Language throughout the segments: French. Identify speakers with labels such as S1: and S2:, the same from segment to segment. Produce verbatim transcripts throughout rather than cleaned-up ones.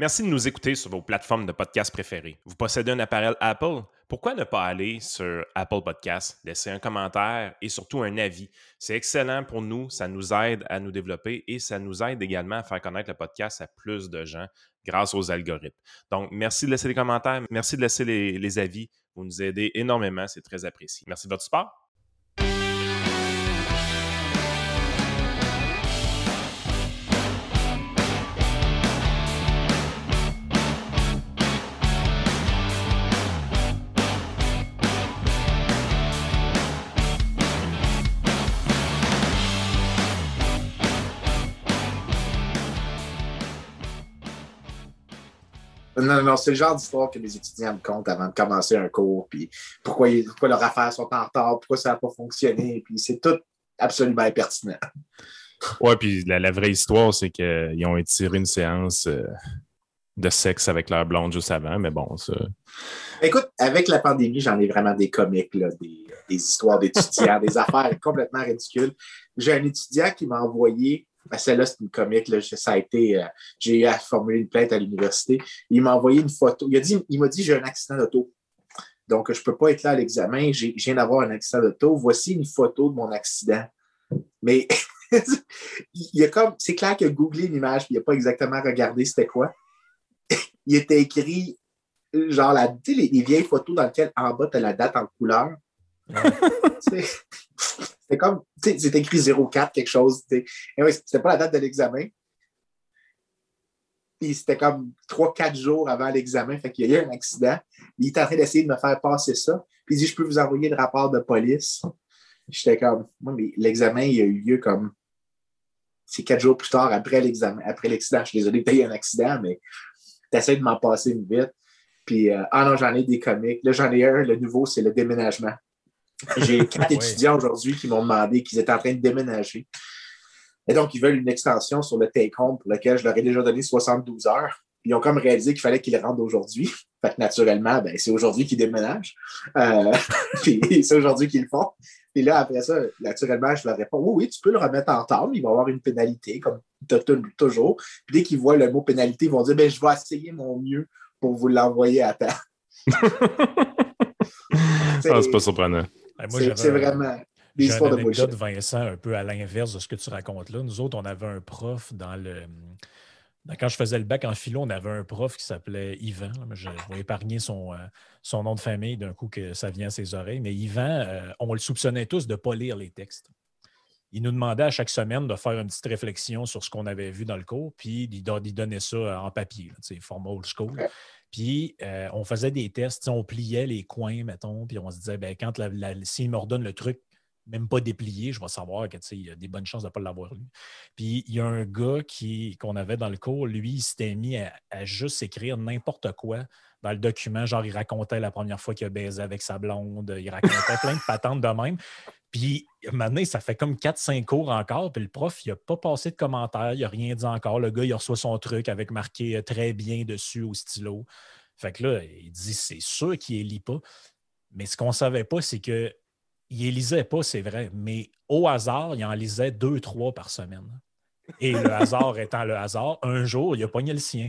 S1: Merci de nous écouter sur vos plateformes de podcasts préférées. Vous possédez un appareil Apple? Pourquoi ne pas aller sur Apple Podcasts, laisser un commentaire et surtout un avis? C'est excellent pour nous, ça nous aide à nous développer et ça nous aide également à faire connaître le podcast à plus de gens grâce aux algorithmes. Donc, merci de laisser des commentaires, merci de laisser les, les avis. Vous nous aidez énormément, c'est très apprécié. Merci de votre support.
S2: Non, non, c'est le genre d'histoire que les étudiants me content avant de commencer un cours, puis pourquoi, pourquoi leurs affaires sont en retard, pourquoi ça n'a pas fonctionné, puis c'est tout absolument impertinent.
S3: Ouais, puis la, la vraie histoire, c'est qu'ils ont étiré une séance euh, de sexe avec leur blonde juste avant, mais bon, ça...
S2: Écoute, avec la pandémie, j'en ai vraiment des comiques, là, des, des histoires d'étudiants, des affaires complètement ridicules. J'ai un étudiant qui m'a envoyé... Ben, celle-là, c'est une comique. Là. Ça a été, euh, j'ai eu à formuler une plainte à l'université. Il m'a envoyé une photo. Il, a dit, il m'a dit j'ai un accident d'auto. Donc, je ne peux pas être là à l'examen. J'ai, je viens d'avoir un accident d'auto. Voici une photo de mon accident. Mais il y a comme, c'est clair qu'il a googlé une image et il n'a pas exactement regardé c'était quoi. Il était écrit, genre, la, tu sais, les, les vieilles photos dans lesquelles en bas, tu as la date en couleur. C'était comme, tu sais, c'est écrit zéro quatre quelque chose. Et ouais, c'était pas la date de l'examen. Puis c'était comme trois quatre jours avant l'examen. Fait qu'il y a eu un accident. Il était en train d'essayer de me faire passer ça. Puis il dit, je peux vous envoyer le rapport de police. J'étais comme, moi, mais l'examen, il a eu lieu comme, c'est quatre jours plus tard après l'examen, après l'accident. Je suis désolé que tu aies eu un accident, mais tu essaies de m'en passer une vite. Puis, euh, ah non, j'en ai des comiques. Là, j'en ai un, le nouveau, c'est le déménagement. J'ai quatre ouais. étudiants aujourd'hui qui m'ont demandé qu'ils étaient en train de déménager. Et donc, ils veulent une extension sur le take-home pour lequel je leur ai déjà donné soixante-douze heures. Ils ont comme réalisé qu'il fallait qu'ils le rendent aujourd'hui. Fait que naturellement, ben, c'est aujourd'hui qu'ils déménagent. Euh, puis c'est aujourd'hui qu'ils le font. Puis là, après ça, naturellement, je leur réponds, oui, oui, tu peux le remettre en table. Il va y avoir une pénalité, comme toujours. Puis dès qu'ils voient le mot pénalité, ils vont dire, ben, je vais essayer mon mieux pour vous l'envoyer à temps.
S3: c'est, ah, c'est pas surprenant.
S4: Moi,
S2: c'est, c'est vraiment des
S4: j'ai
S2: histoires
S4: une
S2: de
S4: anecdote,
S2: bullshit.
S4: Vincent, un peu à l'inverse de ce que tu racontes là. Nous autres, on avait un prof dans le... Quand je faisais le bac en philo, on avait un prof qui s'appelais Yvan. Je vais épargner son, son nom de famille d'un coup que ça vient à ses oreilles. Mais Yvan, on le soupçonnait tous de ne pas lire les textes. Il nous demandait à chaque semaine de faire une petite réflexion sur ce qu'on avait vu dans le cours, puis il donnait ça en papier, format old school. Puis, euh, on faisait des tests, on pliait les coins, mettons, puis on se disait, ben, quand la, la, s'il me redonne le truc, même pas déplié, je vais savoir qu'il y a des bonnes chances de ne pas l'avoir lu. Puis, il y a un gars qui, qu'on avait dans le cours, lui, il s'était mis à, à juste écrire n'importe quoi dans le document. Genre, il racontait la première fois qu'il a baisé avec sa blonde, il racontait plein de patentes de même. Puis, maintenant, ça fait comme quatre cinq cours encore, puis le prof, il n'a pas passé de commentaires, il n'a rien dit encore. Le gars, il reçoit son truc avec marqué très bien dessus au stylo. Fait que là, il dit, c'est sûr qu'il ne lit pas. Mais ce qu'on ne savait pas, c'est qu'il ne lisait pas, c'est vrai, mais au hasard, il en lisait deux, trois par semaine. Et le hasard étant le hasard, un jour, il a pogné le sien.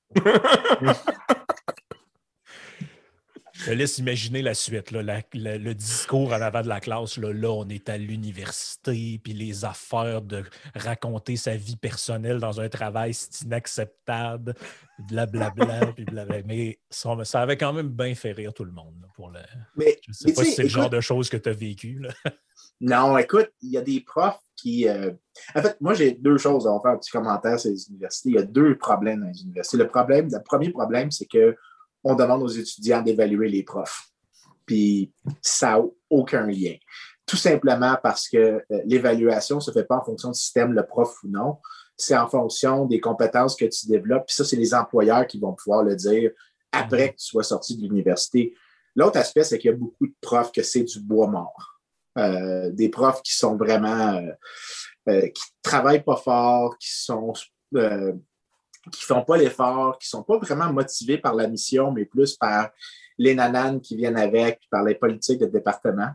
S4: Je te laisse imaginer la suite, là, la, la, le discours en avant de la classe. Là, là, on est à l'université, puis les affaires de raconter sa vie personnelle dans un travail, c'est inacceptable, blablabla, puis blablabla. Mais ça, ça avait quand même bien fait rire tout le monde. Là, pour le...
S2: mais,
S4: Je ne sais pas si c'est écoute, le genre de choses que tu as vécu. Là.
S2: Non, écoute, il y a des profs qui... Euh... En fait, moi, j'ai deux choses. On va faire un petit commentaire sur les universités. Il y a deux problèmes dans les universités. Le problème, le premier problème, c'est que on demande aux étudiants d'évaluer les profs. Puis ça n'a aucun lien. Tout simplement parce que euh, l'évaluation ne se fait pas en fonction du système, le prof ou non. C'est en fonction des compétences que tu développes. Puis ça, c'est les employeurs qui vont pouvoir le dire après que tu sois sorti de l'université. L'autre aspect, c'est qu'il y a beaucoup de profs que c'est du bois mort. Euh, des profs qui sont vraiment... Euh, euh, qui ne travaillent pas fort, qui sont... Euh, qui ne font pas l'effort, qui ne sont pas vraiment motivés par la mission, mais plus par les nananes qui viennent avec, puis par les politiques de département,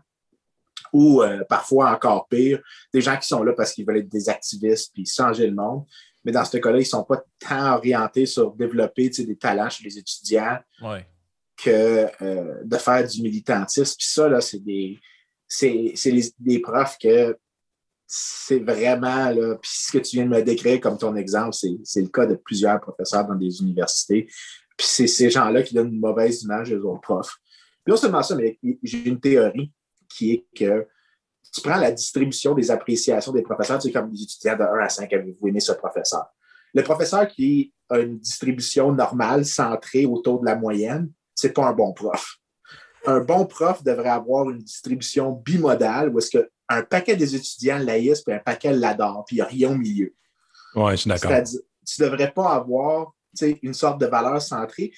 S2: ou euh, parfois encore pire, des gens qui sont là parce qu'ils veulent être des activistes puis changer le monde. mais dans ce cas-là, ils ne sont pas tant orientés sur développer des talents chez les étudiants
S4: ouais.
S2: que euh, de faire du militantisme. Puis ça, là, c'est des, c'est, c'est les, des profs que c'est vraiment, là, puis ce que tu viens de me décrire comme ton exemple, c'est, c'est le cas de plusieurs professeurs dans des universités. Puis c'est ces gens-là qui donnent une mauvaise image aux autres profs. Puis non seulement ça, mais j'ai une théorie qui est que tu prends la distribution des appréciations des professeurs, tu sais, comme les étudiants de un à cinq, avez-vous aimé ce professeur? Le professeur qui a une distribution normale, centrée autour de la moyenne, c'est pas un bon prof. Un bon prof devrait avoir une distribution bimodale où est-ce qu'un paquet des étudiants l'haïssent puis un paquet l'adore, puis il n'y a rien au milieu.
S3: Oui, je suis d'accord.
S2: C'est-à-dire, tu ne devrais pas avoir une sorte de valeur centrée.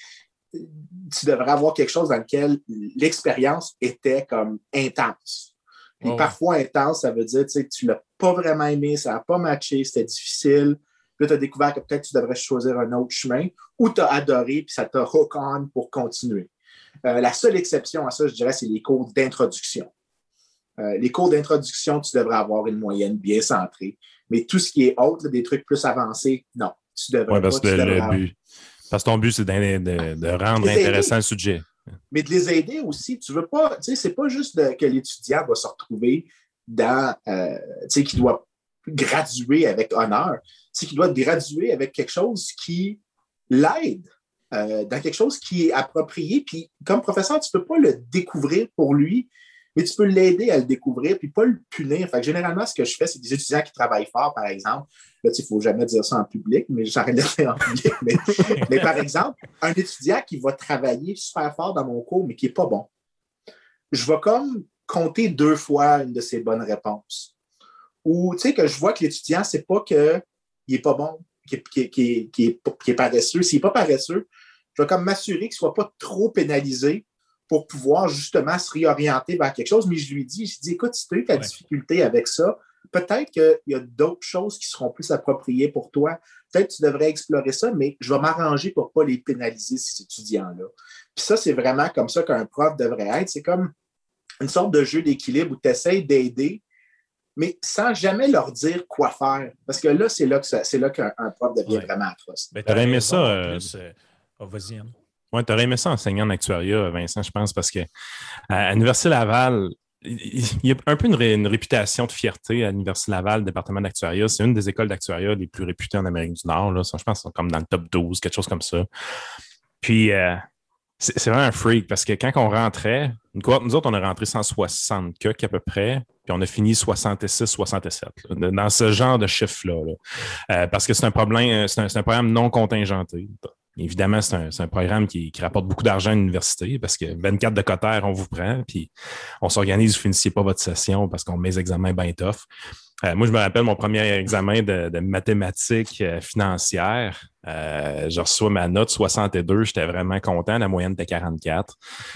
S2: Tu devrais avoir quelque chose dans lequel l'expérience était comme intense. Puis
S4: oh.
S2: parfois intense, ça veut dire que tu ne l'as pas vraiment aimé, ça n'a pas matché, c'était difficile. Puis là, tu as découvert que peut-être tu devrais choisir un autre chemin ou tu as adoré puis ça t'a hook on pour continuer. Euh, la seule exception à ça, je dirais, c'est les cours d'introduction. Euh, les cours d'introduction, tu devrais avoir une moyenne bien centrée. Mais tout ce qui est autre, là, des trucs plus avancés, non. Tu devrais
S3: ouais, parce
S2: pas.
S3: Que
S2: tu
S3: le
S2: devrais
S3: but, parce que ton but, c'est de, de, de rendre intéressant le sujet.
S2: Mais de les aider aussi. Tu veux pas, tu sais, c'est pas juste de, que l'étudiant va se retrouver dans, euh, tu sais, qu'il doit graduer avec honneur. C'est qu'il doit graduer avec quelque chose qui l'aide, euh, dans quelque chose qui est approprié. Puis, comme professeur, tu peux pas le découvrir pour lui, mais tu peux l'aider à le découvrir puis pas le punir. Fait que généralement, ce que je fais, c'est des étudiants qui travaillent fort, par exemple. Là, il ne faut jamais dire ça en public, mais j'arrête de le dire en public. Mais, mais par exemple, un étudiant qui va travailler super fort dans mon cours, mais qui n'est pas bon, je vais comme compter deux fois une de ses bonnes réponses. Ou, tu sais, que je vois que l'étudiant, c'est pas qu'il n'est pas bon, qu'il est, qu'il est, qu'il est, qu'il est paresseux. S'il n'est pas paresseux, je vais comme m'assurer qu'il ne soit pas trop pénalisé pour pouvoir justement se réorienter vers quelque chose. Mais je lui dis, je dis, écoute, si tu as eu ta ouais. difficulté avec ça, peut-être qu'il y a d'autres choses qui seront plus appropriées pour toi. Peut-être que tu devrais explorer ça, mais je vais m'arranger pour ne pas les pénaliser, ces étudiants-là. Puis ça, c'est vraiment comme ça qu'un prof devrait être. C'est comme une sorte de jeu d'équilibre où tu essaies d'aider, mais sans jamais leur dire quoi faire. Parce que là, c'est là, que ça, c'est là qu'un un prof devient ouais. vraiment atroce.
S3: Tu aurais aimé ça... Euh...
S4: Plus, euh... oh, vas-y, Anne.
S3: Oui, tu aurais aimé ça enseigner en actuariat, Vincent, je pense, parce que à l'Université Laval, il y a un peu une, ré, une réputation de fierté à l'Université Laval, le département d'actuariat. C'est une des écoles d'actuariat les plus réputées en Amérique du Nord. Là. Ça, je pense qu'ils sont comme dans le top douze, quelque chose comme ça. Puis, euh, c'est, c'est vraiment un freak parce que quand on rentrait, une cohorte, nous autres, on a rentré cent soixante K à peu près, puis on a fini soixante-six soixante-sept, là, dans ce genre de chiffre-là. Là. Euh, parce que c'est un problème, c'est un, c'est un programme non contingenté. Évidemment, c'est un, c'est un programme qui, qui rapporte beaucoup d'argent à l'université parce que vingt-quatre de cotère, on vous prend, puis on s'organise, vous ne finissiez pas votre session parce qu'on met les examens bien tough. Euh, moi, je me rappelle mon premier examen de, de mathématiques euh, financières. Euh, je reçois ma note soixante-deux, j'étais vraiment content, la moyenne était quarante-quatre.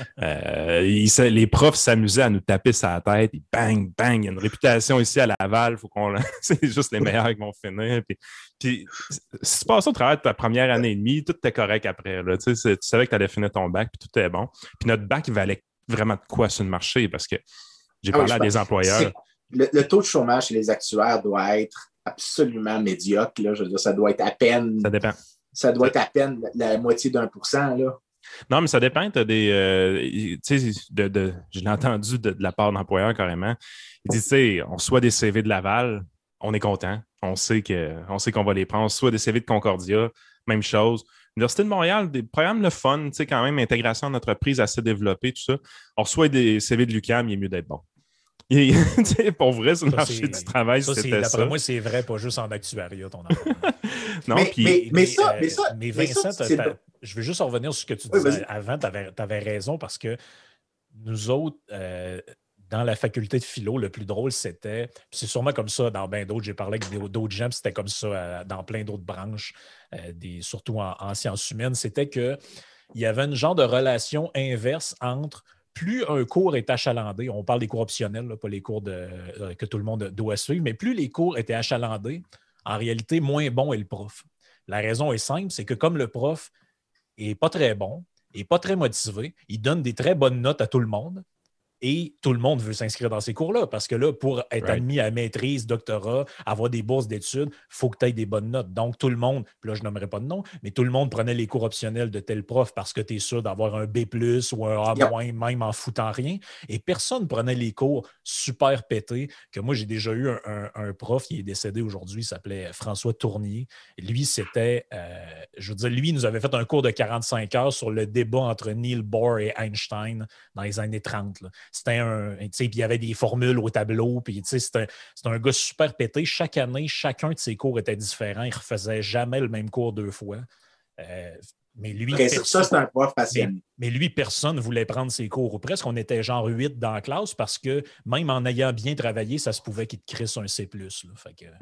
S3: Euh, ils, les profs s'amusaient à nous taper sur la tête, et bang, bang, il y a une réputation ici à Laval, faut qu'on c'est juste les meilleurs qui vont finir. Puis, puis si tu passes au travers de ta première année et demie, tout était correct après. Là. Tu sais, tu savais que tu allais finir ton bac, puis tout était bon. Puis notre bac, il valait vraiment de quoi sur le marché parce que j'ai
S2: ah
S3: parlé
S2: oui,
S3: à des employeurs.
S2: Le, le taux de chômage chez les actuaires doit être absolument médiocre. Là. Je veux dire, ça doit être à peine.
S3: Ça dépend.
S2: Ça doit être à peine la, la moitié d'un pour cent. Là.
S3: Non, mais ça dépend. Tu as des. Euh, tu sais, de, de, je l'ai entendu de, de la part d'employeurs carrément. Il dit, tu sais, on reçoit des C V de Laval, on est content. On sait que, on sait qu'on va les prendre. On reçoit des C V de Concordia, même chose. L'Université de Montréal, des programmes le fun, tu sais, quand même, intégration d'entreprise assez développée, tout ça. On reçoit des C V de l'U Q A M, il est mieux d'être bon. Et, pour vrai, sur le ça, marché du travail,
S4: ça,
S3: c'était
S4: c'est,
S3: ça.
S4: D'après moi, c'est vrai, pas juste en actuariat, ton enfant.
S3: non,
S2: mais,
S3: puis...
S2: mais, mais, mais, ça,
S4: euh,
S2: mais ça...
S4: Mais Vincent,
S2: mais ça,
S4: je veux juste en revenir sur ce que tu
S2: oui,
S4: disais
S2: vas-y.
S4: avant. Tu avais raison parce que nous autres, euh, dans la faculté de philo, le plus drôle, c'était... C'est sûrement comme ça dans bien d'autres. J'ai parlé avec d'autres gens, puis c'était comme ça euh, dans plein d'autres branches, euh, des, surtout en, en sciences humaines. C'était qu'il y avait une genre de relation inverse entre... Plus un cours est achalandé, on parle des cours optionnels, là, pas les cours de, euh, que tout le monde doit suivre, mais plus les cours étaient achalandés, en réalité, moins bon est le prof. La raison est simple, c'est que comme le prof n'est pas très bon, n'est pas très motivé, il donne des très bonnes notes à tout le monde, Et tout le monde veut s'inscrire dans ces cours-là parce que là, pour être
S3: Right.
S4: admis à maîtrise, doctorat, avoir des bourses d'études, il faut que tu aies des bonnes notes. Donc, tout le monde, puis là, je nommerai pas de nom, mais tout le monde prenait les cours optionnels de tel prof parce que tu es sûr d'avoir un B plus ou un A-,
S2: Yep.
S4: même en foutant rien. Et personne prenait les cours super pétés. Que moi, j'ai déjà eu un, un- un prof qui est décédé aujourd'hui, il s'appelait François Tournier. Lui, c'était, euh, je veux dire, lui, il nous avait fait un cours de quarante-cinq heures sur le débat entre Niels Bohr et Einstein dans les années trente. Là. C'était un, tu sais, puis il y avait des formules au tableau, puis tu sais, c'était, c'était un gars super pété. Chaque année, chacun de ses cours était différent. Il ne refaisait jamais le même cours deux fois. Euh, mais lui,
S2: Okay, ça,
S4: perso-
S2: ça, c'est un prof
S4: mais,
S2: passionné.
S4: mais lui, personne ne voulait prendre ses cours. Ou presque, on était genre huit dans la classe parce que même en ayant bien travaillé, ça se pouvait qu'il te crisse un C plus. Là. Fait que...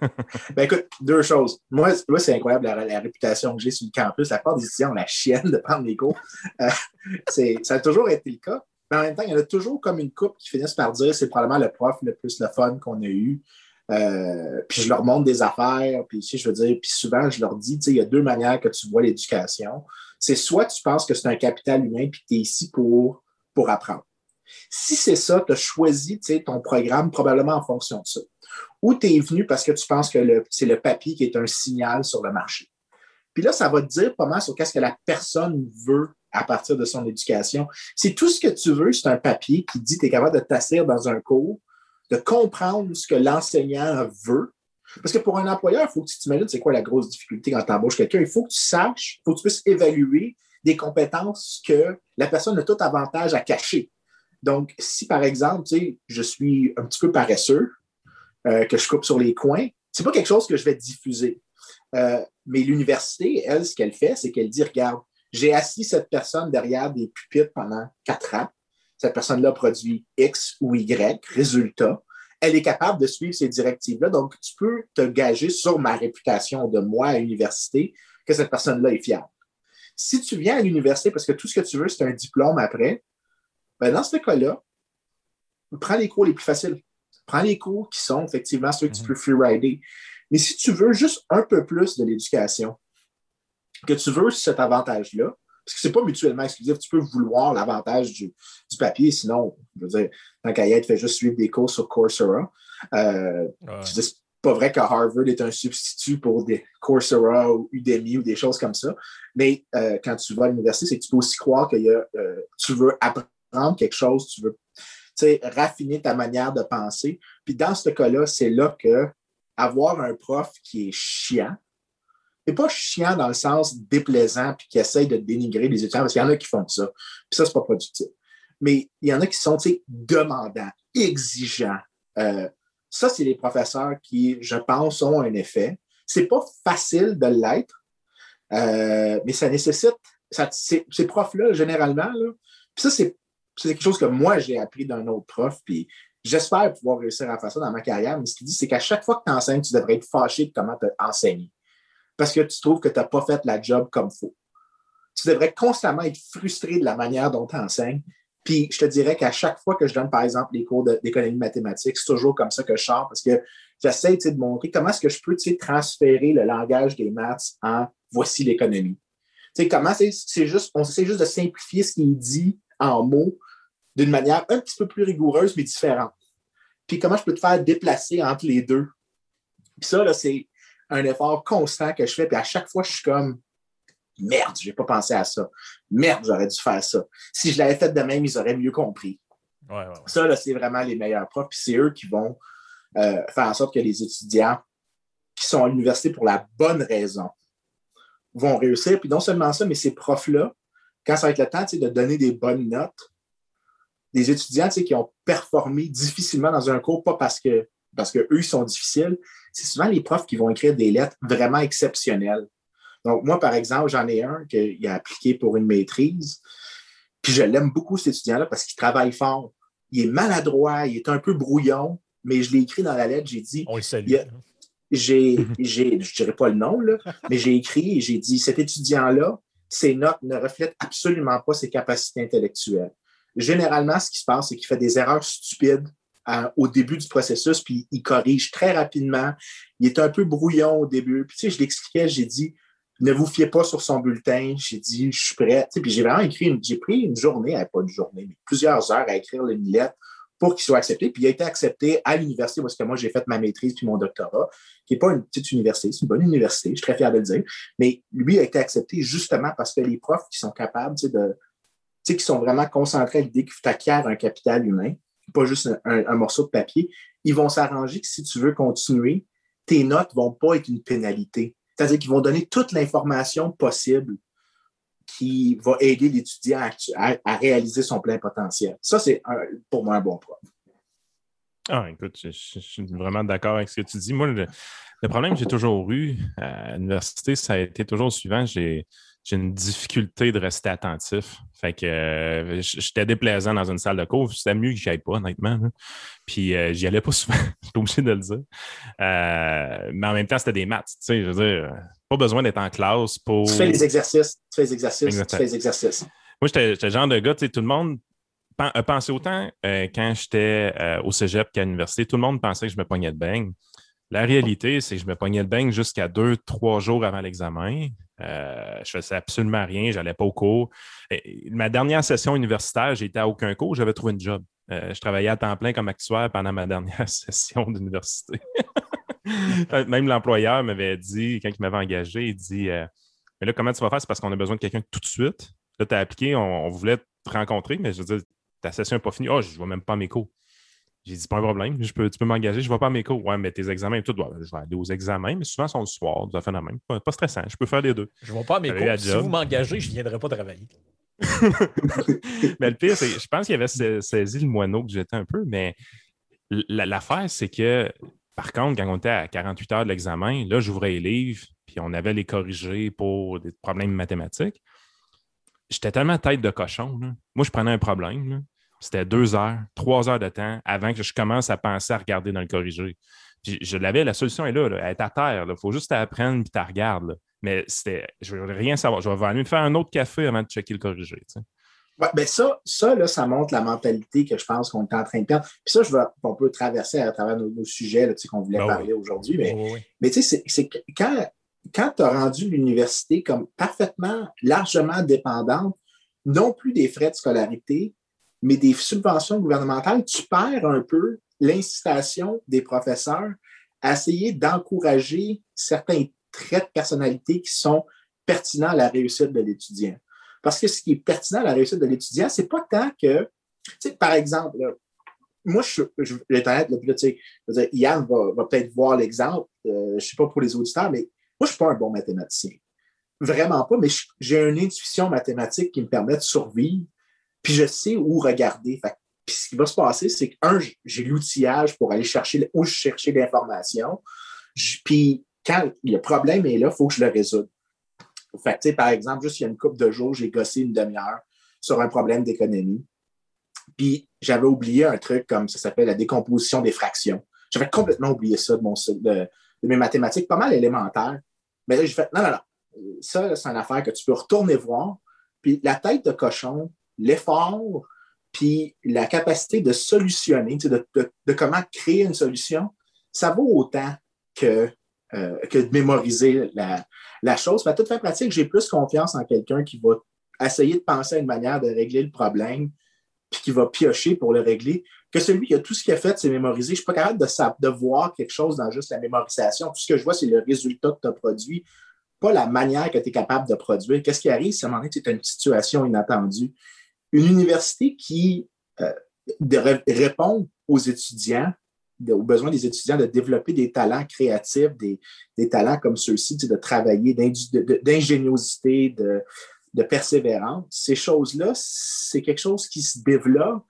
S2: Ben écoute, deux choses. Moi, moi c'est incroyable la, la réputation que j'ai sur le campus. La part des étudiants ont la chienne de prendre les cours. Euh, c'est, ça a toujours été le cas. Mais en même temps, il y en a toujours comme une couple qui finissent par dire c'est probablement le prof le plus le fun qu'on a eu. Euh, puis je leur montre des affaires, puis tu sais, je veux dire, puis souvent je leur dis, tu sais, il y a deux manières que tu vois l'éducation. C'est soit tu penses que c'est un capital humain puis que tu es ici pour, pour apprendre. Si c'est ça, tu as choisi tu sais, ton programme probablement en fonction de ça. Ou tu es venu parce que tu penses que le, c'est le papier qui est un signal sur le marché. Puis là, ça va te dire pas mal sur qu'est-ce que la personne veut à partir de son éducation. C'est tout ce que tu veux, c'est un papier qui dit que tu es capable de t'asseoir dans un cours, de comprendre ce que l'enseignant veut. Parce que pour un employeur, il faut que tu t'imagines c'est quoi la grosse difficulté quand tu embauches quelqu'un. Il faut que tu saches, il faut que tu puisses évaluer des compétences que la personne a tout avantage à cacher. Donc, si par exemple, tu sais, je suis un petit peu paresseux, euh, que je coupe sur les coins, c'est pas quelque chose que je vais diffuser. Euh, mais l'université, elle, ce qu'elle fait, c'est qu'elle dit, regarde, j'ai assis cette personne derrière des pupitres pendant quatre ans. Cette personne-là produit X ou Y, résultat. Elle est capable de suivre ces directives-là. Donc, tu peux te gager sur ma réputation de moi à l'université que cette personne-là est fiable. Si tu viens à l'université parce que tout ce que tu veux, c'est un diplôme après, ben dans ce cas-là, prends les cours les plus faciles. Prends les cours qui sont effectivement ceux que tu peux freerider. Mais si tu veux juste un peu plus de l'éducation, que tu veux cet avantage-là, parce que ce n'est pas mutuellement exclusif, tu peux vouloir l'avantage du, du papier, sinon, je veux dire, tant qu'à y être, fais juste suivre des cours sur Coursera. Euh, ouais. Je dis, c'est pas vrai que Harvard est un substitut pour des Coursera ou Udemy ou des choses comme ça, mais euh, quand tu vas à l'université, c'est que tu peux aussi croire que y a, euh, tu veux apprendre quelque chose, tu veux raffiner ta manière de penser. Puis dans ce cas-là, c'est là que avoir un prof qui est chiant, et pas chiant dans le sens déplaisant puis qui essaye de dénigrer les étudiants, parce qu'il y en a qui font ça. Puis ça, c'est pas productif. Mais il y en a qui sont demandants, exigeants. Euh, ça, c'est les professeurs qui, je pense, ont un effet. C'est pas facile de l'être, euh, mais ça nécessite, ça, ces, ces profs-là, généralement, là, puis ça, c'est, c'est quelque chose que moi, j'ai appris d'un autre prof, puis j'espère pouvoir réussir à faire ça dans ma carrière, mais ce qu'il dit, c'est qu'à chaque fois que tu enseignes, tu devrais être fâché de comment tu as enseigné. Parce que tu trouves que tu n'as pas fait la job comme il faut. Tu devrais constamment être frustré de la manière dont tu enseignes. Puis je te dirais qu'à chaque fois que je donne, par exemple, les cours de, d'économie mathématique, c'est toujours comme ça que je sors parce que j'essaie de montrer comment est-ce que je peux transférer le langage des maths en voici l'économie. T'sais, comment c'est, c'est juste, on essaie juste de simplifier ce qui est dit en mots d'une manière un petit peu plus rigoureuse, mais différente. Puis comment je peux te faire déplacer entre les deux. Puis ça, là, c'est un effort constant que je fais, puis à chaque fois, je suis comme merde, j'ai pas pensé à ça. Merde, j'aurais dû faire ça. Si je l'avais fait de même, ils auraient mieux compris.
S4: Ouais, ouais, ouais.
S2: Ça, là, c'est vraiment les meilleurs profs, puis c'est eux qui vont euh, faire en sorte que les étudiants qui sont à l'université pour la bonne raison vont réussir. Puis non seulement ça, mais ces profs-là, quand ça va être le temps de donner des bonnes notes, des étudiants qui ont performé difficilement dans un cours, pas parce que parce qu'eux, ils sont difficiles, c'est souvent les profs qui vont écrire des lettres vraiment exceptionnelles. Donc, moi, par exemple, j'en ai un qui a appliqué pour une maîtrise, puis je l'aime beaucoup, cet étudiant-là, parce qu'il travaille fort. Il est maladroit, il est un peu brouillon, mais je l'ai écrit dans la lettre, j'ai dit...
S4: On le salue. A,
S2: j'ai, j'ai, je ne dirais pas le nom, là, mais j'ai écrit et j'ai dit, cet étudiant-là, ses notes ne reflètent absolument pas ses capacités intellectuelles. Généralement, ce qui se passe, c'est qu'il fait des erreurs stupides à, au début du processus, puis il corrige très rapidement. Il est un peu brouillon au début. Puis, tu sais, je l'expliquais, j'ai dit, ne vous fiez pas sur son bulletin. J'ai dit, je suis prêt. Tu sais, puis j'ai vraiment écrit, une, j'ai pris une journée, pas une journée, mais plusieurs heures à écrire une lettre pour qu'il soit accepté. Puis il a été accepté à l'université parce que moi, j'ai fait ma maîtrise puis mon doctorat, qui n'est pas une petite université, c'est une bonne université, je suis très fier de le dire. Mais lui a été accepté justement parce que les profs qui sont capables, tu sais, de, tu sais, qui sont vraiment concentrés à l'idée que tu acquiers un capital humain, pas juste un, un, un morceau de papier, ils vont s'arranger que si tu veux continuer, tes notes ne vont pas être une pénalité. C'est-à-dire qu'ils vont donner toute l'information possible qui va aider l'étudiant à, à, à réaliser son plein potentiel. Ça, c'est un, pour moi un bon prof.
S3: Ah, écoute, je, je, je suis vraiment d'accord avec ce que tu dis. Moi, le, le problème que j'ai toujours eu à l'université, ça a été toujours le suivant. J'ai, j'ai une difficulté de rester attentif. Fait que euh, j'étais déplaisant dans une salle de cours. C'était mieux que j'y aille pas, honnêtement. Là. Puis euh, j'y allais pas souvent. J'étais obligé de le dire. Euh, mais en même temps, c'était des maths. Tu sais, je veux dire, pas besoin d'être en classe pour.
S2: Tu fais les exercices. Tu fais les exercices. Exactement. Tu fais les exercices.
S3: Moi, j'étais, j'étais le genre de gars, tu sais, tout le monde a pensé autant euh, quand j'étais euh, au cégep qu'à l'université. Tout le monde pensait que je me pognais de beigne. La réalité, c'est que je me pognais de beigne jusqu'à deux, trois jours avant l'examen. Euh, je faisais absolument rien, je n'allais pas au cours. Et ma dernière session universitaire, j'étais à aucun cours, j'avais trouvé une job. Euh, je travaillais à temps plein comme actuaire pendant ma dernière session d'université. Même l'employeur m'avait dit, quand il m'avait engagé, il dit euh, mais là, comment tu vas faire? C'est parce qu'on a besoin de quelqu'un tout de suite. Là, tu as appliqué, on, on voulait te rencontrer, mais je veux dire, ta session n'est pas finie. Oh, je ne vais même pas à mes cours. J'ai dit, pas un problème, je peux, tu peux m'engager, je ne vais pas à mes cours. Ouais, mais tes examens et tout, ouais, je vais aller aux examens, mais souvent, ils sont le soir, ça fait la même. Pas, pas stressant, je peux faire les deux.
S4: Je ne vais pas à mes cours. Si vous m'engagez, je ne viendrai pas travailler.
S3: Mais le pire, c'est je pense qu'il avait saisi le moineau que j'étais un peu, mais l'affaire, c'est que, par contre, quand on était à quarante-huit heures de l'examen, là, j'ouvrais les livres, puis on avait les corrigés pour des problèmes mathématiques. J'étais tellement tête de cochon. Là. Moi, je prenais un problème. Là. C'était deux heures, trois heures de temps avant que je commence à penser à regarder dans le corrigé. Puis je l'avais, la solution est là, là, elle est à terre. Il faut juste apprendre puis tu regardes. Là. Mais c'était, je ne veux rien savoir. Je vais aller me faire un autre café avant de checker le corrigé. Tu sais.
S2: Ouais, ben ça, ça, là, ça montre la mentalité que je pense qu'on est en train de perdre. Puis ça, je vais, on peut traverser à travers nos, nos sujets là, tu sais, qu'on voulait ben parler oui. aujourd'hui. Mais, oh, oui. mais tu sais, c'est, c'est que quand, quand tu as rendu l'université comme parfaitement, largement dépendante, non plus des frais de scolarité, mais des subventions gouvernementales, tu perds un peu l'incitation des professeurs à essayer d'encourager certains traits de personnalité qui sont pertinents à la réussite de l'étudiant. Parce que ce qui est pertinent à la réussite de l'étudiant, c'est pas tant que, tu sais, par exemple, là, moi, je, je, je vais être honnête, là, tu sais, je veux dire, Yann va, va peut-être voir l'exemple, euh, je ne sais pas pour les auditeurs, mais moi, je ne suis pas un bon mathématicien. Vraiment pas, mais je, j'ai une intuition mathématique qui me permet de survivre, puis je sais où regarder. Fait, puis ce qui va se passer, c'est que, un, j'ai l'outillage pour aller chercher où je chercher l'information, puis quand le problème est là, il faut que je le résolve. Fait que, tu sais, par exemple, juste il y a une couple de jours, j'ai gossé une demi-heure sur un problème d'économie. Puis j'avais oublié un truc comme ça s'appelle la décomposition des fractions. J'avais complètement oublié ça de, mon, de, de mes mathématiques, pas mal élémentaires. Mais là, j'ai fait, non, non, non. Ça, là, c'est une affaire que tu peux retourner voir. Puis la tête de cochon, l'effort, puis la capacité de solutionner, de, de, de comment créer une solution, ça vaut autant que, euh, que de mémoriser la, la chose. À toute fin pratique, j'ai plus confiance en quelqu'un qui va essayer de penser à une manière de régler le problème puis qui va piocher pour le régler, que celui qui a tout ce qu'il a fait, c'est mémoriser. Je ne suis pas capable de, de voir quelque chose dans juste la mémorisation. Tout ce que je vois, c'est le résultat que tu as produit, pas la manière que tu es capable de produire. Qu'est-ce qui arrive si à un moment donné, tu as une situation inattendue? Une université qui euh, de, répond aux étudiants, de, aux besoins des étudiants de développer des talents créatifs, des, des talents comme ceux-ci, de travailler, de, d'ingéniosité, de, de persévérance. Ces choses-là, c'est quelque chose qui se développe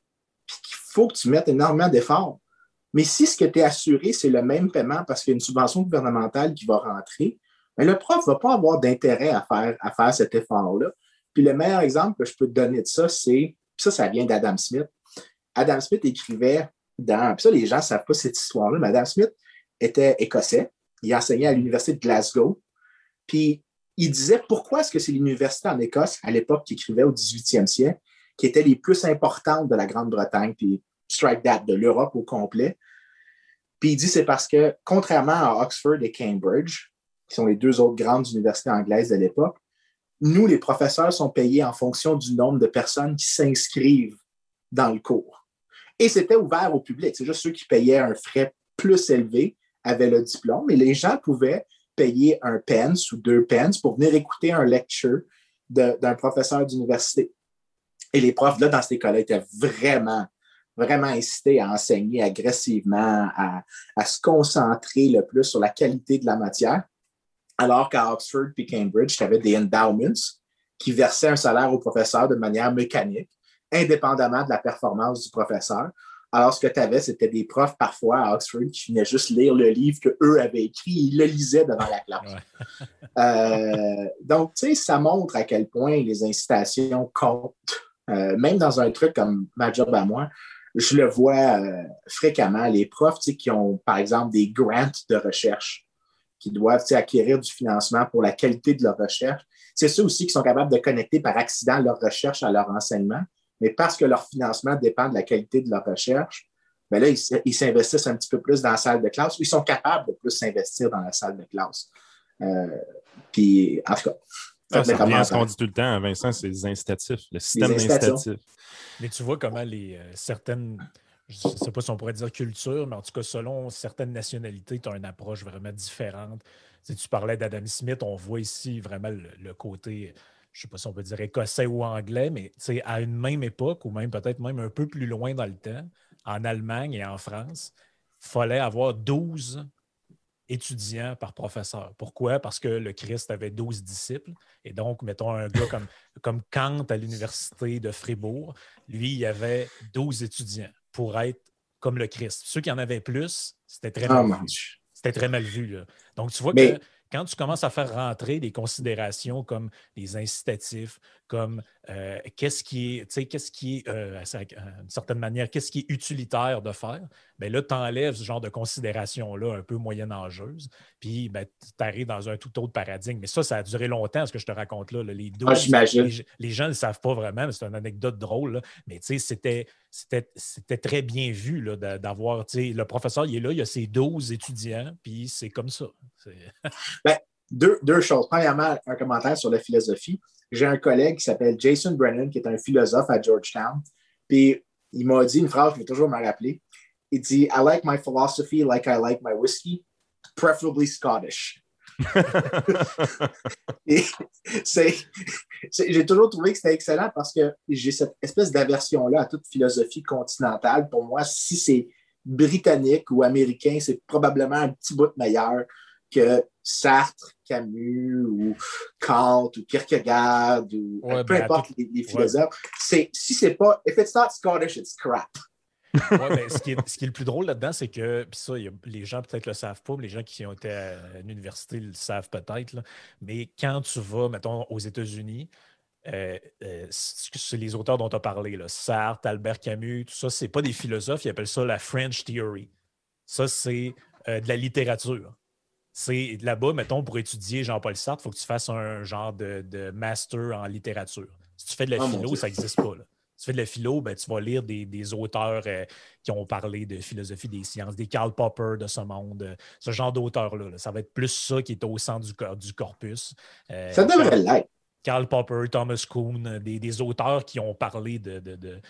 S2: et qu'il faut que tu mettes énormément d'efforts. Mais si ce que tu es assuré, c'est le même paiement parce qu'il y a une subvention gouvernementale qui va rentrer, bien, le prof ne va pas avoir d'intérêt à faire, à faire cet effort-là. Puis le meilleur exemple que je peux te donner de ça, c'est, puis ça, ça vient d'Adam Smith. Adam Smith écrivait dans, puis ça, les gens ne savent pas cette histoire-là, mais Adam Smith était écossais. Il enseignait à l'université de Glasgow. Puis il disait pourquoi est-ce que c'est l'université en Écosse, à l'époque qui écrivait au dix-huitième siècle, qui étaient les plus importantes de la Grande-Bretagne, puis strike that, de l'Europe au complet. Puis il dit c'est parce que, contrairement à Oxford et Cambridge, qui sont les deux autres grandes universités anglaises de l'époque, nous, les professeurs, sont payés en fonction du nombre de personnes qui s'inscrivent dans le cours. Et c'était ouvert au public. C'est juste ceux qui payaient un frais plus élevé avaient le diplôme. Et les gens pouvaient payer un pence ou deux pence pour venir écouter un lecture de, d'un professeur d'université. Et les profs, là, dans ces cas-là, étaient vraiment, vraiment incités à enseigner agressivement, à, à se concentrer le plus sur la qualité de la matière. Alors qu'à Oxford et Cambridge, tu avais des endowments qui versaient un salaire aux professeurs de manière mécanique, indépendamment de la performance du professeur. Alors, ce que tu avais, c'était des profs parfois à Oxford qui venaient juste lire le livre qu'eux avaient écrit et ils le lisaient devant la classe. Ouais. euh, donc, tu sais, ça montre à quel point les incitations comptent. Euh, même dans un truc comme ma job à moi, je le vois euh, fréquemment, les profs qui ont, par exemple, des grants de recherche, qui doivent acquérir du financement pour la qualité de leur recherche. C'est ceux aussi qui sont capables de connecter par accident leur recherche à leur enseignement, mais parce que leur financement dépend de la qualité de leur recherche, bien là, ils, ils s'investissent un petit peu plus dans la salle de classe, ou ils sont capables de plus s'investir dans la salle de classe. Euh, puis, en tout cas,
S3: ah, ça revient à ce qu'on dit tout le temps, Vincent, c'est les incitatifs, le système incitatif.
S4: Mais tu vois comment les euh, certaines... je ne sais pas si on pourrait dire culture, mais en tout cas, selon certaines nationalités, tu as une approche vraiment différente. Si tu parlais d'Adam Smith, on voit ici vraiment le, le côté, je ne sais pas si on peut dire écossais ou anglais, mais à une même époque, ou même peut-être même un peu plus loin dans le temps, en Allemagne et en France, il fallait avoir douze étudiants par professeur. Pourquoi? Parce que le Christ avait douze disciples. Et donc, mettons un gars comme, comme Kant à l'université de Fribourg, lui, il avait douze étudiants pour être comme le Christ. Ceux qui en avaient plus, c'était très mal oh, vu. C'était très mal vu. Là. Donc, tu vois Mais... que quand tu commences à faire rentrer des considérations comme les incitatifs, comme euh, qu'est-ce qui est, tu sais, qu'est-ce qui est, euh, d'une certaine manière, qu'est-ce qui est utilitaire de faire, bien là, tu enlèves ce genre de considération-là un peu moyenâgeuse, puis ben, tu arrives dans un tout autre paradigme. Mais ça, ça a duré longtemps, ce que je te raconte là. là les, douze,
S2: ah, j'imagine.
S4: les, les gens ne le savent pas vraiment, mais c'est une anecdote drôle, là. Mais tu sais, c'était, c'était, c'était très bien vu là, d'avoir, tu sais, le professeur, il est là, il a ses douze étudiants, puis c'est comme ça. C'est...
S2: Ben, deux, deux choses. Premièrement, un commentaire sur la philosophie. J'ai un collègue qui s'appelle Jason Brennan, qui est un philosophe à Georgetown. Puis il m'a dit une phrase que je vais toujours me rappeler. Il dit « I like my philosophy like I like my whiskey, preferably Scottish. » Et c'est, c'est, j'ai toujours trouvé que c'était excellent parce que j'ai cette espèce d'aversion-là à toute philosophie continentale. Pour moi, si c'est britannique ou américain, c'est probablement un petit bout meilleur que Sartre, Camus ou Kant ou Kierkegaard ou ouais, peu importe tout... les, les philosophes. Ouais. C'est, si c'est pas, if it's not Scottish, it's crap.
S4: Ouais, ben, ce, qui est, ce qui est le plus drôle là-dedans, c'est que, puis ça, y a, les gens peut-être le savent pas, mais les gens qui ont été à l'université le savent peut-être, là, mais quand tu vas, mettons, aux États-Unis, euh, euh, c'est les auteurs dont tu as parlé, là, Sartre, Albert Camus, tout ça, c'est pas des philosophes, ils appellent ça la French Theory. Ça, c'est euh, de la littérature. C'est là-bas, mettons, pour étudier Jean-Paul Sartre, il faut que tu fasses un genre de, de master en littérature. Si tu fais de la oh philo, ça n'existe pas. Là. Si tu fais de la philo, ben, tu vas lire des, des auteurs euh, qui ont parlé de philosophie des sciences, des Karl Popper de ce monde, euh, ce genre d'auteurs-là. Là. Ça va être plus ça qui est au centre du, cor- du corpus.
S2: Euh, ça devrait
S4: Karl,
S2: l'être.
S4: Karl Popper, Thomas Kuhn, des, des auteurs qui ont parlé de... de, de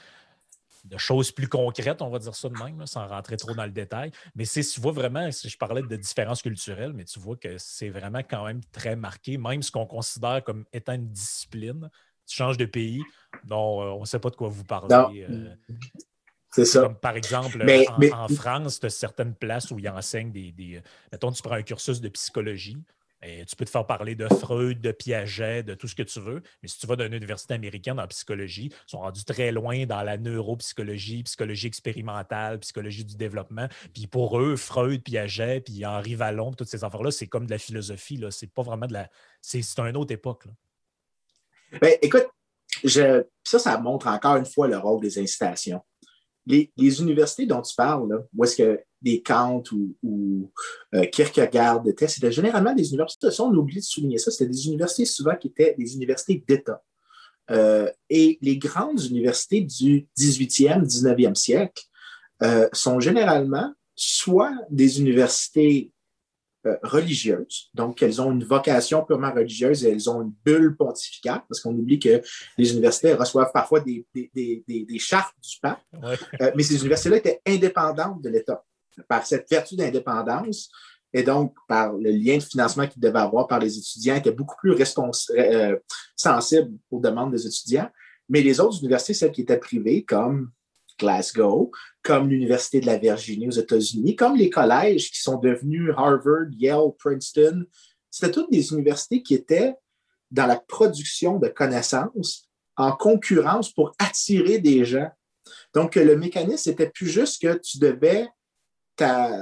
S4: de choses plus concrètes, on va dire ça de même, là, sans rentrer trop dans le détail. Mais c'est, tu vois vraiment, si je parlais de différences culturelles, mais tu vois que c'est vraiment quand même très marqué, même ce qu'on considère comme étant une discipline. Tu changes de pays, non, on ne sait pas de quoi vous parlez. Euh,
S2: c'est ça.
S4: Comme par exemple,
S2: mais,
S4: en,
S2: mais...
S4: en France, tu as certaines places où ils enseignent des, des... Mettons, tu prends un cursus de psychologie. Et tu peux te faire parler de Freud, de Piaget, de tout ce que tu veux. Mais si tu vas dans une université américaine en psychologie, ils sont rendus très loin dans la neuropsychologie, psychologie expérimentale, psychologie du développement. Puis pour eux, Freud, Piaget, puis Henri Vallon, toutes ces affaires-là, c'est comme de la philosophie. Là. C'est pas vraiment de la... C'est, c'est une autre époque. Là.
S2: Ben, écoute, je... ça, ça montre encore une fois le rôle des incitations. Les, les universités dont tu parles, là, où est-ce que des Kant ou, ou euh, Kierkegaard étaient, c'était généralement des universités, ça, on oublie de souligner ça, c'était des universités souvent qui étaient des universités d'État. Euh, et les grandes universités du dix-huitième, dix-neuvième siècle euh, sont généralement soit des universités euh, religieuses. Donc, elles ont une vocation purement religieuse et elles ont une bulle pontificale, parce qu'on oublie que les universités reçoivent parfois des, des, des, des, des chartes du pape.
S4: Ouais.
S2: Euh, mais ces universités-là étaient indépendantes de l'État. Par cette vertu d'indépendance, et donc par le lien de financement qu'ils devaient avoir par les étudiants, étaient beaucoup plus respons- euh, sensibles aux demandes des étudiants. Mais les autres universités, celles qui étaient privées, comme Glasgow, comme l'Université de la Virginie aux États-Unis, comme les collèges qui sont devenus Harvard, Yale, Princeton, c'était toutes des universités qui étaient dans la production de connaissances en concurrence pour attirer des gens. Donc, le mécanisme n'était plus juste que tu devais ta,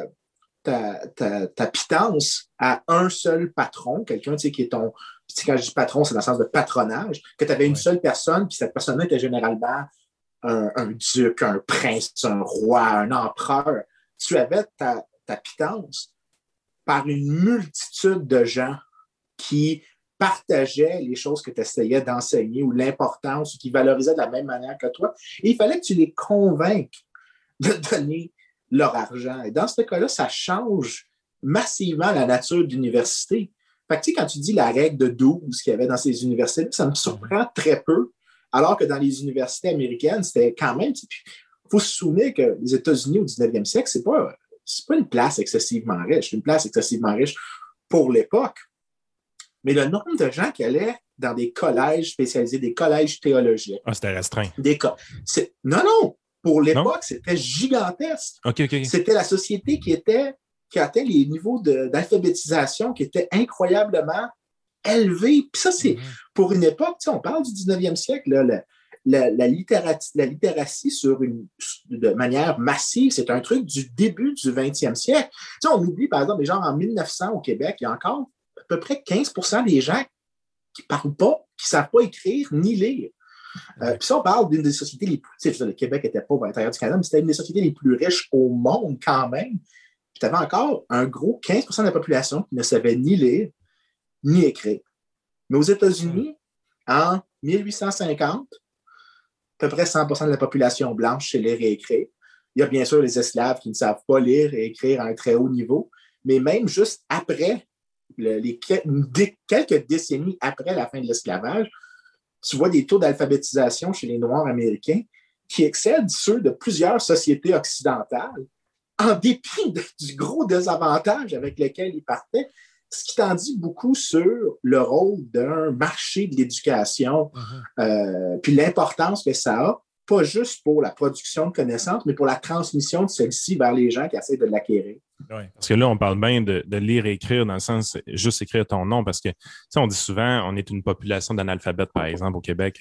S2: ta, ta, ta pitance à un seul patron, quelqu'un tu sais, qui est ton... Quand je dis patron, c'est dans le sens de patronage, que tu avais une ouais. seule personne, puis cette personne-là était généralement un, un duc, un prince, un roi, un empereur. Tu avais ta, ta pitance par une multitude de gens qui partageaient les choses que tu essayais d'enseigner ou l'importance ou qui valorisaient de la même manière que toi. Et il fallait que tu les convainques de donner leur argent. Et dans ce cas-là, ça change massivement la nature de l'université. Fait que, tu sais, quand tu dis la règle de douze qu'il y avait dans ces universités, ça me surprend très peu, alors que dans les universités américaines, c'était quand même... Il faut se souvenir que les États-Unis au dix-neuvième siècle, c'est pas, c'est pas une place excessivement riche. C'est une place excessivement riche pour l'époque. Mais le nombre de gens qui allaient dans des collèges spécialisés, des collèges théologiques...
S3: Ah, c'était restreint.
S2: Des co- c'est... Non, non! Pour l'époque, non? C'était gigantesque.
S3: Okay, okay.
S2: C'était la société qui était... qui atteint les niveaux de, d'alphabétisation qui étaient incroyablement élevés. Puis ça, c'est mm-hmm. pour une époque, tu sais, on parle du dix-neuvième siècle, là, la, la, la, littératie, la littératie sur une, de manière massive, c'est un truc du début du vingtième siècle. Tu sais, on oublie, par exemple, genre en mille neuf cents au Québec, il y a encore à peu près quinze pour cent des gens qui ne parlent pas, qui ne savent pas écrire ni lire. Euh, puis ça, on parle d'une des sociétés les plus... Tu sais, le Québec était pauvre à l'intérieur du Canada, mais c'était une des sociétés les plus riches au monde quand même. Tu avais encore un gros quinze pour cent de la population qui ne savait ni lire ni écrire. Mais aux États-Unis, en mille huit cent cinquante, à peu près cent pour cent de la population blanche sait lire et écrire. Il y a bien sûr les esclaves qui ne savent pas lire et écrire à un très haut niveau, mais même juste après, le, les, quelques décennies après la fin de l'esclavage, tu vois des taux d'alphabétisation chez les Noirs américains qui excèdent ceux de plusieurs sociétés occidentales, en dépit de, du gros désavantage avec lequel ils partaient, ce qui t'en dit beaucoup sur le rôle d'un marché de l'éducation, mm-hmm. euh, puis l'importance que ça a, pas juste pour la production de connaissances, mais pour la transmission de celle-ci vers les gens qui essaient de l'acquérir.
S3: Oui, parce que là, on parle bien de, de lire et écrire dans le sens juste écrire ton nom, parce que, tu sais, on dit souvent, on est une population d'analphabètes, par exemple, au Québec,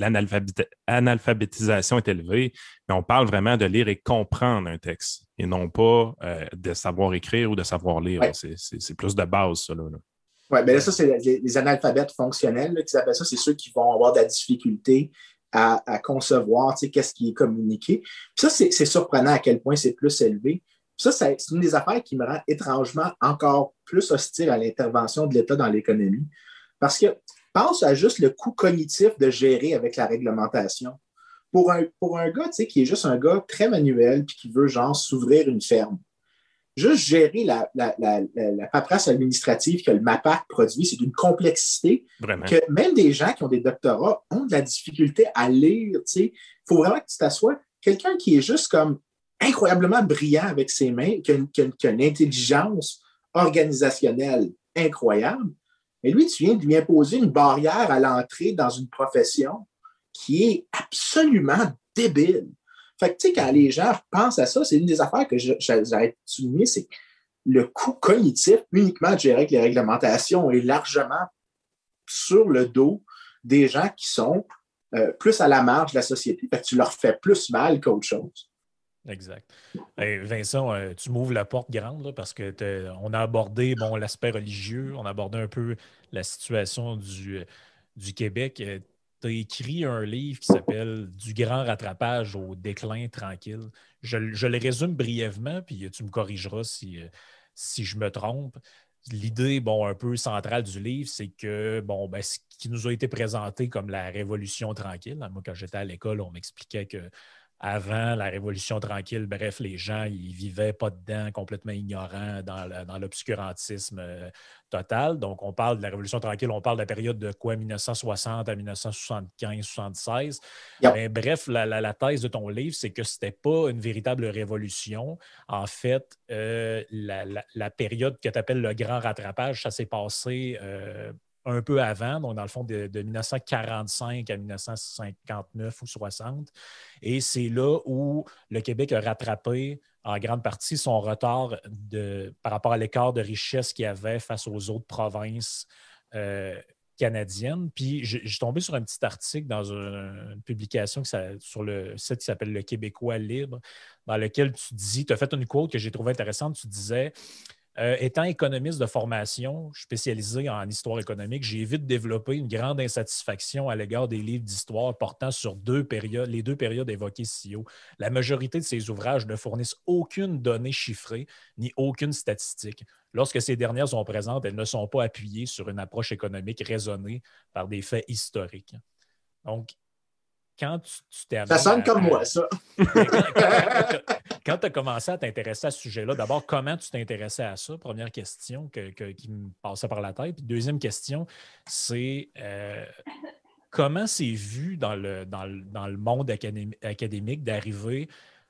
S3: l'analphabétisation est élevée, mais on parle vraiment de lire et comprendre un texte, et non pas euh, de savoir écrire ou de savoir lire. Ouais. C'est, c'est, c'est plus de base, ça, là. là.
S2: Oui, bien là, ça, c'est les, les analphabètes fonctionnels, là, qui appellent ça, c'est ceux qui vont avoir de la difficulté à, à concevoir, tu sais, qu'est-ce qui est communiqué. Puis ça, c'est, c'est surprenant à quel point c'est plus élevé. Ça, c'est une des affaires qui me rend étrangement encore plus hostile à l'intervention de l'État dans l'économie. Parce que pense à juste le coût cognitif de gérer avec la réglementation. Pour un, pour un gars, tu sais, qui est juste un gars très manuel puis qui veut, genre, s'ouvrir une ferme, juste gérer la, la, la, la, la paperasse administrative que le MAPAC produit, c'est d'une complexité
S3: Vraiment.
S2: Que même des gens qui ont des doctorats ont de la difficulté à lire. Il faut vraiment que tu t'assoies. Quelqu'un qui est juste comme incroyablement brillant avec ses mains, qui a une, qui a une, qui a une intelligence organisationnelle incroyable, mais lui, tu viens de lui imposer une barrière à l'entrée dans une profession qui est absolument débile. Fait que, tu sais, quand les gens pensent à ça, c'est une des affaires que j'arrête de souligner, c'est que le coût cognitif uniquement de gérer avec les réglementations est largement sur le dos des gens qui sont euh, plus à la marge de la société. Fait que tu leur fais plus mal qu'autre chose.
S4: Exact. Hey, Vincent, euh, tu m'ouvres la porte grande là, parce qu'on a abordé bon, l'aspect religieux, on a abordé un peu la situation du, du Québec. Tu as écrit un livre qui s'appelle « Du grand rattrapage au déclin tranquille ». Je, je le résume brièvement, puis tu me corrigeras si, si je me trompe. L'idée, bon, un peu centrale du livre, c'est que, bon, ben, ce qui nous a été présenté comme la révolution tranquille. Moi, quand j'étais à l'école, on m'expliquait que avant la Révolution tranquille. Bref, les gens, ils vivaient pas dedans, complètement ignorants dans, le, dans l'obscurantisme euh, total. Donc, on parle de la Révolution tranquille, on parle de la période de quoi, mille neuf cent soixante à mille neuf cent soixante-quinze soixante-seize.
S2: Yep.
S4: Mais bref, la, la, la thèse de ton livre, c'est que c'était pas une véritable révolution. En fait, euh, la, la, la période que tu appelles le grand rattrapage, ça s'est passé euh, un peu avant, donc dans le fond de, de mille neuf cent quarante-cinq à mille neuf cent cinquante-neuf ou soixante. Et c'est là où le Québec a rattrapé en grande partie son retard de, par rapport à l'écart de richesse qu'il y avait face aux autres provinces euh, canadiennes. Puis j'ai, j'ai tombé sur un petit article dans une, une publication que ça, sur le site qui s'appelle Le Québécois libre, dans lequel tu dis, tu as fait une quote que j'ai trouvée intéressante, tu disais Euh, étant économiste de formation, spécialisé en histoire économique, j'ai vite développé une grande insatisfaction à l'égard des livres d'histoire portant sur deux périodes, les deux périodes évoquées ici haut. La majorité de ces ouvrages ne fournissent aucune donnée chiffrée ni aucune statistique. Lorsque ces dernières sont présentes, elles ne sont pas appuyées sur une approche économique raisonnée par des faits historiques. Donc, quand tu, tu t'es amené
S2: Ça sonne
S4: à,
S2: comme
S4: à,
S2: moi, ça.
S4: Quand tu as commencé à t'intéresser à ce sujet-là, d'abord, comment tu t'intéressais à ça? Première question que, que, qui me passait par la tête. Puis deuxième question, c'est euh, comment c'est vu dans le, dans le, dans le monde académi- académique d'arriver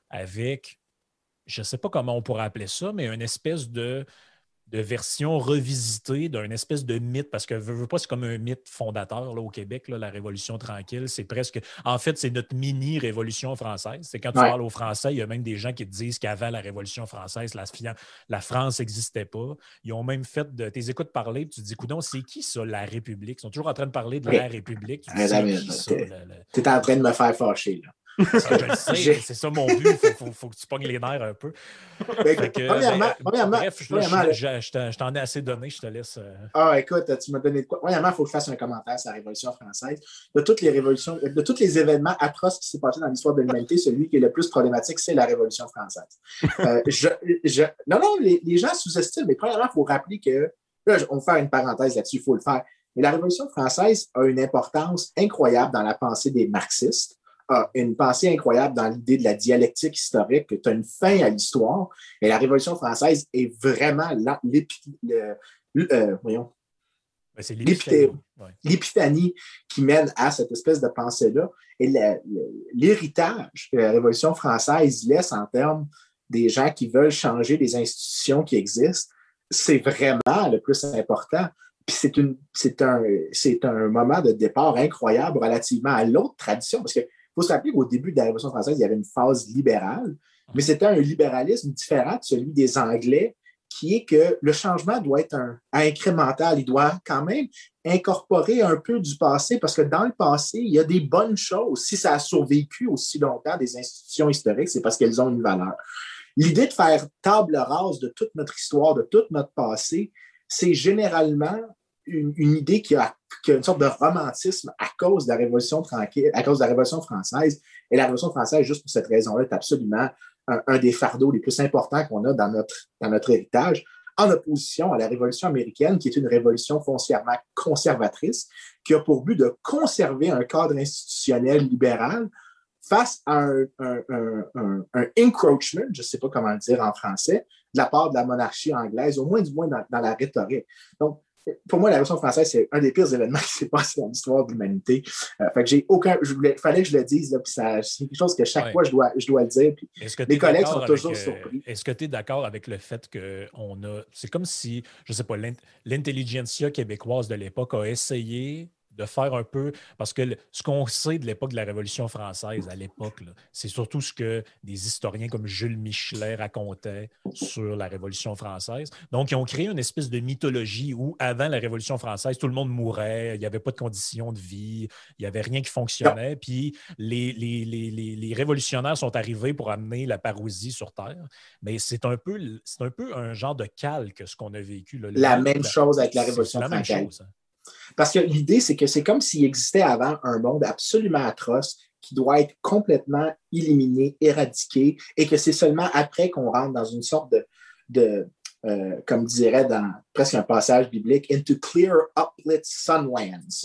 S4: avec, je ne sais pas comment on pourrait appeler ça, mais une espèce de de version revisitée d'un espèce de mythe, parce que veux, veux pas, c'est comme un mythe fondateur là, au Québec, là, la Révolution tranquille. C'est presque. En fait, c'est notre mini-Révolution française. C'est quand tu
S2: Ouais.
S4: parles aux Français, il y a même des gens qui te disent qu'avant la Révolution française, la, la France n'existait pas. Ils ont même fait de. Tes écoutes parler, puis tu te dis, coudonc, c'est qui ça, la République? Ils sont toujours en train de parler de
S2: Okay.
S4: la République. Tu te dis,
S2: Hey,
S4: c'est
S2: David,
S4: qui ça?
S2: t'es,
S4: le, le...
S2: t'es en train de me faire fâcher, là.
S4: Ça, je le sais, mais c'est ça mon but. Il faut, faut, faut que tu pognes les nerfs un peu.
S2: Ben,
S4: Fait que,
S2: premièrement,
S4: ben,
S2: premièrement,
S4: bref, je,
S2: premièrement,
S4: je, je, je, t'en, je t'en ai assez donné, je te laisse. Euh...
S2: Ah, écoute, tu m'as donné de quoi. Premièrement, il faut que je fasse un commentaire sur la Révolution française. De toutes les révolutions, de tous les événements atroces qui s'est passé dans l'histoire de l'humanité, celui qui est le plus problématique, c'est la Révolution française. Euh, je, je, non, non, les, les gens sous-estiment, mais premièrement, il faut rappeler que, là, on va faire une parenthèse là-dessus, il faut le faire. Mais la Révolution française a une importance incroyable dans la pensée des marxistes, a une pensée incroyable dans l'idée de la dialectique historique, que tu as une fin à l'histoire. Et la Révolution française est vraiment l'épi, le, euh, voyons,
S4: ben, c'est l'épiphanie. Ouais.
S2: l'épiphanie qui mène à cette espèce de pensée-là. Et la, l'héritage que la Révolution française laisse en termes des gens qui veulent changer les institutions qui existent, c'est vraiment le plus important. Puis c'est, une, c'est, un, c'est un moment de départ incroyable relativement à l'autre tradition, parce qu'il faut se rappeler qu'au début de la Révolution française, il y avait une phase libérale, mais c'était un libéralisme différent de celui des Anglais, qui est que le changement doit être un, incrémental. Il doit quand même incorporer un peu du passé, parce que dans le passé, il y a des bonnes choses. Si ça a survécu aussi longtemps des institutions historiques, c'est parce qu'elles ont une valeur. L'idée de faire table rase de toute notre histoire, de tout notre passé, c'est généralement une, une idée qui a, qui a une sorte de romantisme à cause de la Révolution tranquille, à cause de la Révolution française. Et la Révolution française, juste pour cette raison-là, est absolument un, un des fardeaux les plus importants qu'on a dans notre, dans notre héritage, en opposition à la Révolution américaine, qui est une révolution foncièrement conservatrice, qui a pour but de conserver un cadre institutionnel libéral face à un, un, un, un, un encroachment, je ne sais pas comment le dire en français, de la part de la monarchie anglaise, au moins du moins dans, dans la rhétorique. Donc, pour moi, la Révolution française, c'est un des pires événements qui s'est passé dans l'histoire de l'humanité. Euh, fait que j'ai aucun. Il fallait que je le dise, là, puis ça, c'est quelque chose que chaque ouais. fois, je dois, je dois le dire. Puis mes collègues sont toujours
S4: avec,
S2: surpris.
S4: Est-ce que tu es d'accord avec le fait qu'on a. C'est comme si, je ne sais pas, l'intelligentsia québécoise de l'époque a essayé de faire un peu, parce que le, ce qu'on sait de l'époque de la Révolution française, à l'époque, là, c'est surtout ce que des historiens comme Jules Michelet racontaient sur la Révolution française. Donc, ils ont créé une espèce de mythologie où, avant la Révolution française, tout le monde mourait, il n'y avait pas de conditions de vie, il n'y avait rien qui fonctionnait, puis les, les, les, les, les révolutionnaires sont arrivés pour amener la parousie sur Terre. Mais c'est un peu, c'est un peu un genre de calque, ce qu'on a vécu. Là.
S2: La même la, chose avec la Révolution
S4: française. C'est la même chose. Hein.
S2: Parce que l'idée, c'est que c'est comme s'il existait avant un monde absolument atroce qui doit être complètement éliminé, éradiqué, et que c'est seulement après qu'on rentre dans une sorte de, de euh, comme dirait dans presque un passage biblique, into clear uplit sunlands.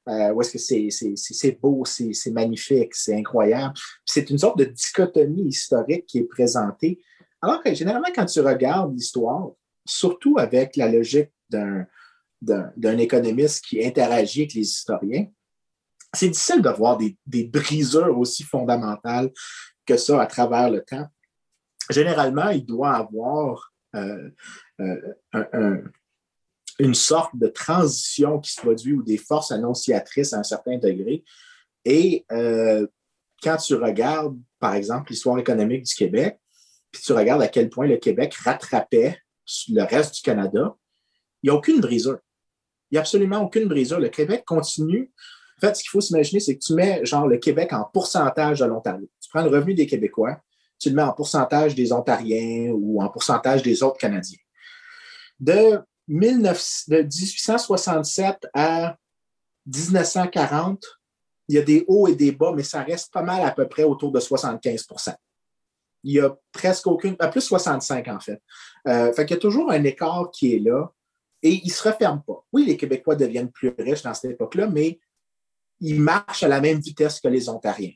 S2: euh, où est-ce que c'est, c'est, c'est, c'est beau, c'est, c'est magnifique, c'est incroyable. Puis c'est une sorte de dichotomie historique qui est présentée. Alors que généralement, quand tu regardes l'histoire, surtout avec la logique d'un, d'un, d'un économiste qui interagit avec les historiens, c'est difficile de voir des, des brisures aussi fondamentales que ça à travers le temps. Généralement, il doit avoir euh, euh, un, un, une sorte de transition qui se produit ou des forces annonciatrices à un certain degré. Et euh, quand tu regardes, par exemple, l'histoire économique du Québec, puis tu regardes à quel point le Québec rattrapait le reste du Canada, il n'y a aucune brisure. Il n'y a absolument aucune brisure. Le Québec continue. En fait, ce qu'il faut s'imaginer, c'est que tu mets genre le Québec en pourcentage de l'Ontario. Tu prends le revenu des Québécois, tu le mets en pourcentage des Ontariens ou en pourcentage des autres Canadiens. De, dix-neuf, de dix-huit cent soixante-sept à dix-neuf cent quarante, il y a des hauts et des bas, mais ça reste pas mal à peu près autour de soixante-quinze pour cent. Il y a presque aucune, à plus soixante-cinq en fait. Euh, fait qu'il y a toujours un écart qui est là et il ne se referme pas. Oui, les Québécois deviennent plus riches dans cette époque-là, mais ils marchent à la même vitesse que les Ontariens.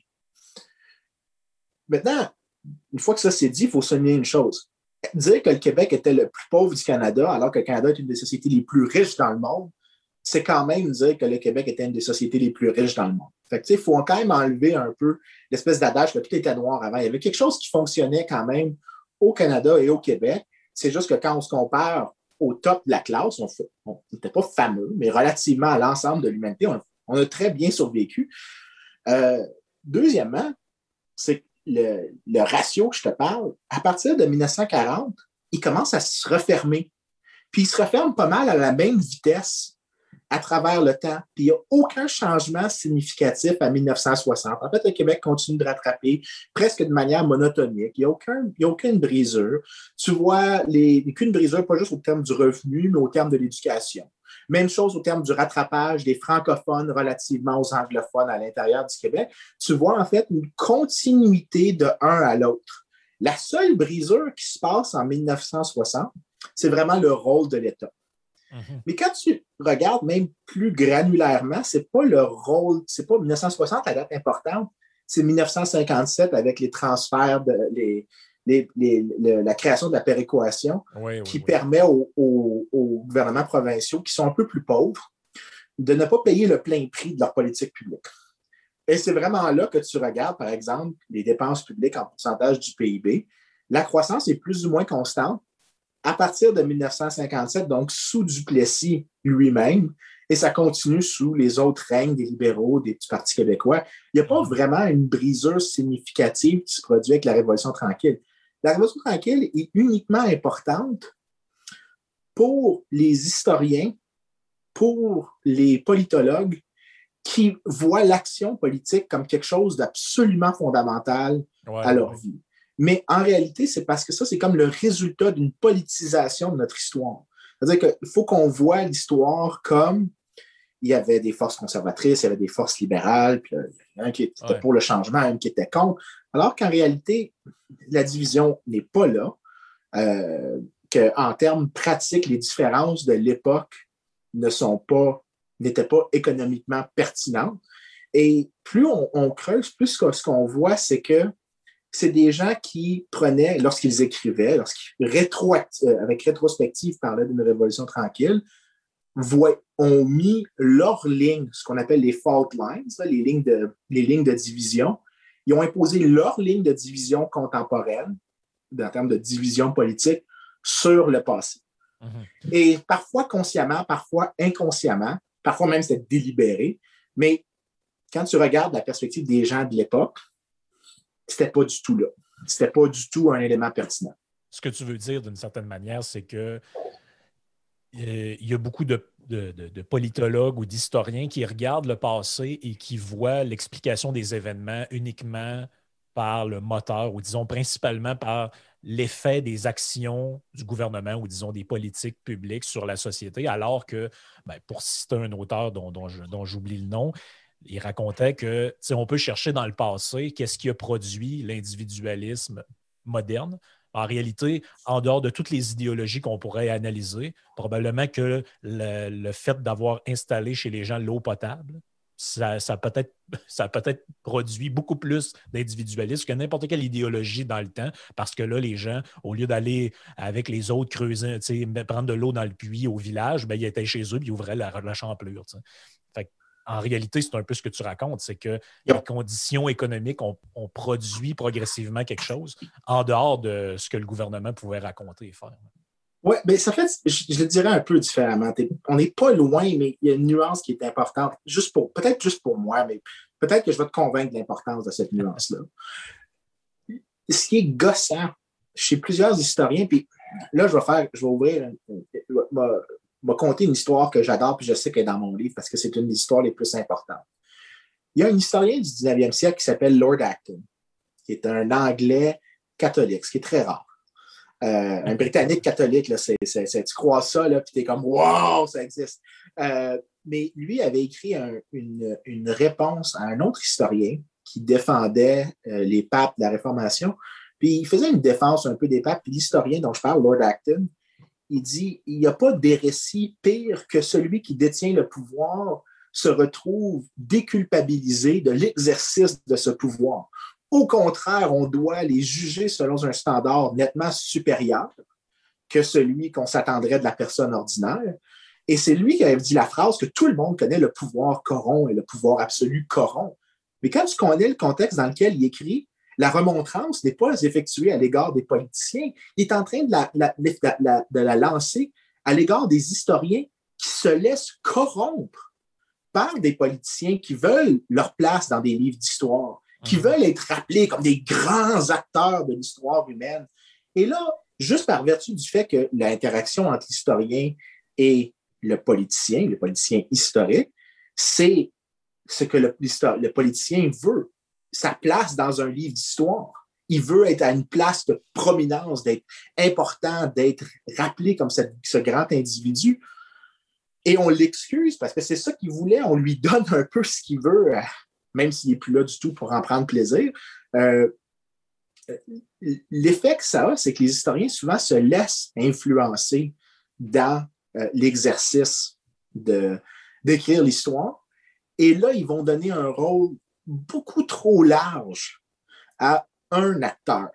S2: Maintenant, une fois que ça c'est dit, il faut souligner une chose. Dire que le Québec était le plus pauvre du Canada, alors que le Canada est une des sociétés les plus riches dans le monde, c'est quand même dire que le Québec était une des sociétés les plus riches dans le monde. Fait que, tu sais, il faut quand même enlever un peu l'espèce d'adage que tout était noir avant. Il y avait quelque chose qui fonctionnait quand même au Canada et au Québec. C'est juste que quand on se compare au top de la classe, on n'était pas fameux, mais relativement à l'ensemble de l'humanité, on, on a très bien survécu. Euh, deuxièmement, c'est que le, le ratio que je te parle, à partir de dix-neuf cent quarante, il commence à se refermer. Puis il se referme pas mal à la même vitesse à travers le temps. Puis il n'y a aucun changement significatif à dix-neuf cent soixante. En fait, le Québec continue de rattraper presque de manière monotonique. Il n'y a, aucun, il y a aucune brisure. Tu vois, les, aucune brisure, pas juste au terme du revenu, mais au terme de l'éducation. Même chose au terme du rattrapage des francophones relativement aux anglophones à l'intérieur du Québec. Tu vois en fait une continuité de un à l'autre. La seule brisure qui se passe en dix-neuf cent soixante, c'est vraiment le rôle de l'État. Mm-hmm. Mais quand tu regardes même plus granulairement, c'est pas le rôle, c'est pas dix-neuf cent soixante la date importante, c'est dix-neuf cent cinquante-sept avec les transferts, de, les, les, les, les, la création de la péréquation oui, qui oui, permet oui. Aux, aux, aux gouvernements provinciaux qui sont un peu plus pauvres de ne pas payer le plein prix de leur politique publique. Et c'est vraiment là que tu regardes, par exemple, les dépenses publiques en pourcentage du P I B. La croissance est plus ou moins constante à partir de dix-neuf cent cinquante-sept, donc sous Duplessis lui-même, et ça continue sous les autres règnes des libéraux, des petits partis québécois. Il n'y a pas vraiment une brisure significative qui se produit avec la Révolution tranquille. La Révolution tranquille est uniquement importante pour les historiens, pour les politologues qui voient l'action politique comme quelque chose d'absolument fondamental ouais, à leur ouais. vie. Mais en réalité, c'est parce que ça, c'est comme le résultat d'une politisation de notre histoire. C'est-à-dire qu'il faut qu'on voit l'histoire comme il y avait des forces conservatrices, il y avait des forces libérales, puis il y en a un qui était ouais. pour le changement, un qui était contre, alors qu'en réalité, la division n'est pas là, euh, qu'en termes pratiques, les différences de l'époque ne sont pas, n'étaient pas économiquement pertinentes. Et plus on, on creuse, plus ce qu'on voit, c'est que c'est des gens qui prenaient, lorsqu'ils écrivaient, lorsqu'ils rétro, avec rétrospective parlaient d'une révolution tranquille, voient, ont mis leurs lignes, ce qu'on appelle les fault lines, les lignes de, les lignes de division. Ils ont imposé leurs lignes de division contemporaine, en termes de division politique, sur le passé. Mm-hmm. Et parfois consciemment, parfois inconsciemment, parfois même c'est délibéré, mais quand tu regardes la perspective des gens de l'époque, c'était pas du tout là. C'était pas du tout un élément pertinent.
S4: Ce que tu veux dire d'une certaine manière, c'est que euh, il y a beaucoup de, de, de, de politologues ou d'historiens qui regardent le passé et qui voient l'explication des événements uniquement par le moteur ou disons principalement par l'effet des actions du gouvernement ou disons des politiques publiques sur la société, alors que, ben, pour citer un auteur dont, dont, je, dont j'oublie le nom, il racontait que, on peut chercher dans le passé qu'est-ce qui a produit l'individualisme moderne. En réalité, en dehors de toutes les idéologies qu'on pourrait analyser, probablement que le, le fait d'avoir installé chez les gens l'eau potable ça, ça, a peut-être, ça a peut-être produit beaucoup plus d'individualisme que n'importe quelle idéologie dans le temps, parce que là, les gens, au lieu d'aller avec les autres creuser, prendre de l'eau dans le puits au village, ben, ils étaient chez eux et ils ouvraient la, la champlure. Fait que, en réalité, c'est un peu ce que tu racontes, c'est que yep. les conditions économiques ont, ont produit progressivement quelque chose en dehors de ce que le gouvernement pouvait raconter et faire.
S2: Oui, mais ça fait, je, je le dirais un peu différemment. On n'est pas loin, mais il y a une nuance qui est importante, juste pour, peut-être juste pour moi, mais peut-être que je vais te convaincre de l'importance de cette nuance-là. Ce qui est gossant chez plusieurs historiens, puis là, je vais faire, je vais ouvrir, je vais conter une histoire que j'adore, puis je sais qu'elle est dans mon livre parce que c'est une des histoires les plus importantes. Il y a un historien du dix-neuvième siècle qui s'appelle Lord Acton, qui est un Anglais catholique, ce qui est très rare. Euh, un Britannique catholique, là, c'est, c'est, c'est, tu crois ça, là, puis t'es comme « wow, ça existe euh, ». Mais lui avait écrit un, une, une réponse à un autre historien qui défendait euh, les papes de la Réformation. Puis il faisait une défense un peu des papes. Puis l'historien dont je parle, Lord Acton, il dit « il n'y a pas d'hérésie pire que celui qui détient le pouvoir se retrouve déculpabilisé de l'exercice de ce pouvoir ». Au contraire, on doit les juger selon un standard nettement supérieur que celui qu'on s'attendrait de la personne ordinaire. Et c'est lui qui avait dit la phrase que tout le monde connaît, le pouvoir corrompt et le pouvoir absolu corrompt. Mais quand tu connais le contexte dans lequel il écrit, la remontrance n'est pas effectuée à l'égard des politiciens. Il est en train de la, la, de la, de la lancer à l'égard des historiens qui se laissent corrompre par des politiciens qui veulent leur place dans des livres d'histoire, qui veulent être rappelés comme des grands acteurs de l'histoire humaine. Et là, juste par vertu du fait que l'interaction entre l'historien et le politicien, le politicien historique, c'est ce que le, le politicien veut, sa place dans un livre d'histoire. Il veut être à une place de prominence, d'être important, d'être rappelé comme cette, ce grand individu. Et on l'excuse parce que c'est ça qu'il voulait, on lui donne un peu ce qu'il veut, même s'il n'est plus là du tout pour en prendre plaisir. Euh, l'effet que ça a, c'est que les historiens souvent se laissent influencer dans euh, l'exercice de, d'écrire l'histoire. Et là, ils vont donner un rôle beaucoup trop large à un acteur.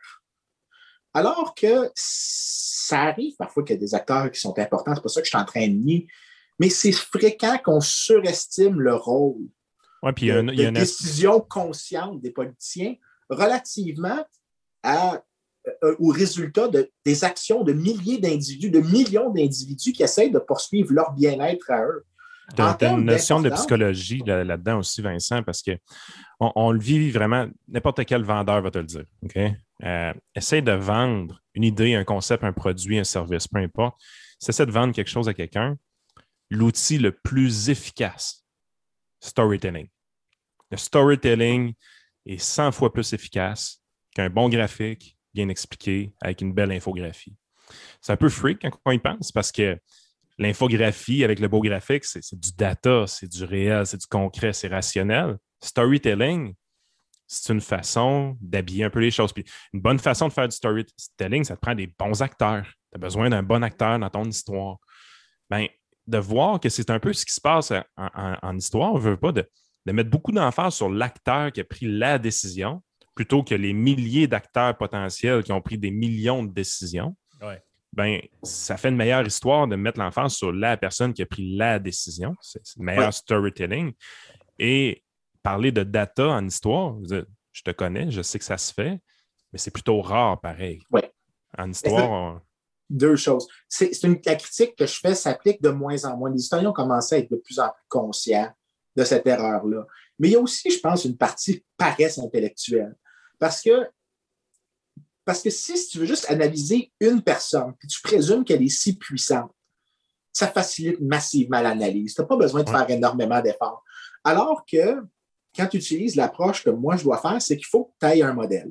S2: Alors que ça arrive parfois qu'il y a des acteurs qui sont importants, c'est pas ça que je suis en train de nier, mais c'est fréquent qu'on surestime le rôle
S3: ouais, puis de, un,
S2: de décision consciente des politiciens relativement à, euh, au résultat de, des actions de milliers d'individus, de millions d'individus qui essayent de poursuivre leur bien-être à eux.
S3: Tu as une notion de psychologie là, là-dedans aussi, Vincent, parce qu'on on le vit vraiment, n'importe quel vendeur va te le dire. Okay? Euh, essaye de vendre une idée, un concept, un produit, un service, peu importe. Si tu essaies de vendre quelque chose à quelqu'un, l'outil le plus efficace, storytelling. Le storytelling est cent fois plus efficace qu'un bon graphique bien expliqué avec une belle infographie. C'est un peu freak quand on y pense parce que l'infographie avec le beau graphique, c'est, c'est du data, c'est du réel, c'est du concret, c'est rationnel. Storytelling, c'est une façon d'habiller un peu les choses. Puis une bonne façon de faire du storytelling, ça te prend des bons acteurs. Tu as besoin d'un bon acteur dans ton histoire. Bien, de voir que c'est un peu ce qui se passe en, en, en histoire, on ne veut pas de, de mettre beaucoup d'emphase sur l'acteur qui a pris la décision plutôt que les milliers d'acteurs potentiels qui ont pris des millions de décisions.
S4: Ouais.
S3: Ben, ça fait une meilleure histoire de mettre l'emphase sur la personne qui a pris la décision. C'est, c'est le meilleur ouais. storytelling. Et parler de data en histoire, je te connais, je sais que ça se fait, mais c'est plutôt rare pareil.
S2: Ouais.
S3: En histoire, on...
S2: Deux choses. C'est, c'est une, la critique que je fais s'applique de moins en moins. Les historiens ont commencé à être de plus en plus conscients de cette erreur-là. Mais il y a aussi, je pense, une partie paresse intellectuelle. Parce que Parce que si, si tu veux juste analyser une personne, puis tu présumes qu'elle est si puissante, ça facilite massivement l'analyse. Tu n'as pas besoin de ouais. faire énormément d'efforts. Alors que quand tu utilises l'approche que moi, je dois faire, c'est qu'il faut que tu ailles un modèle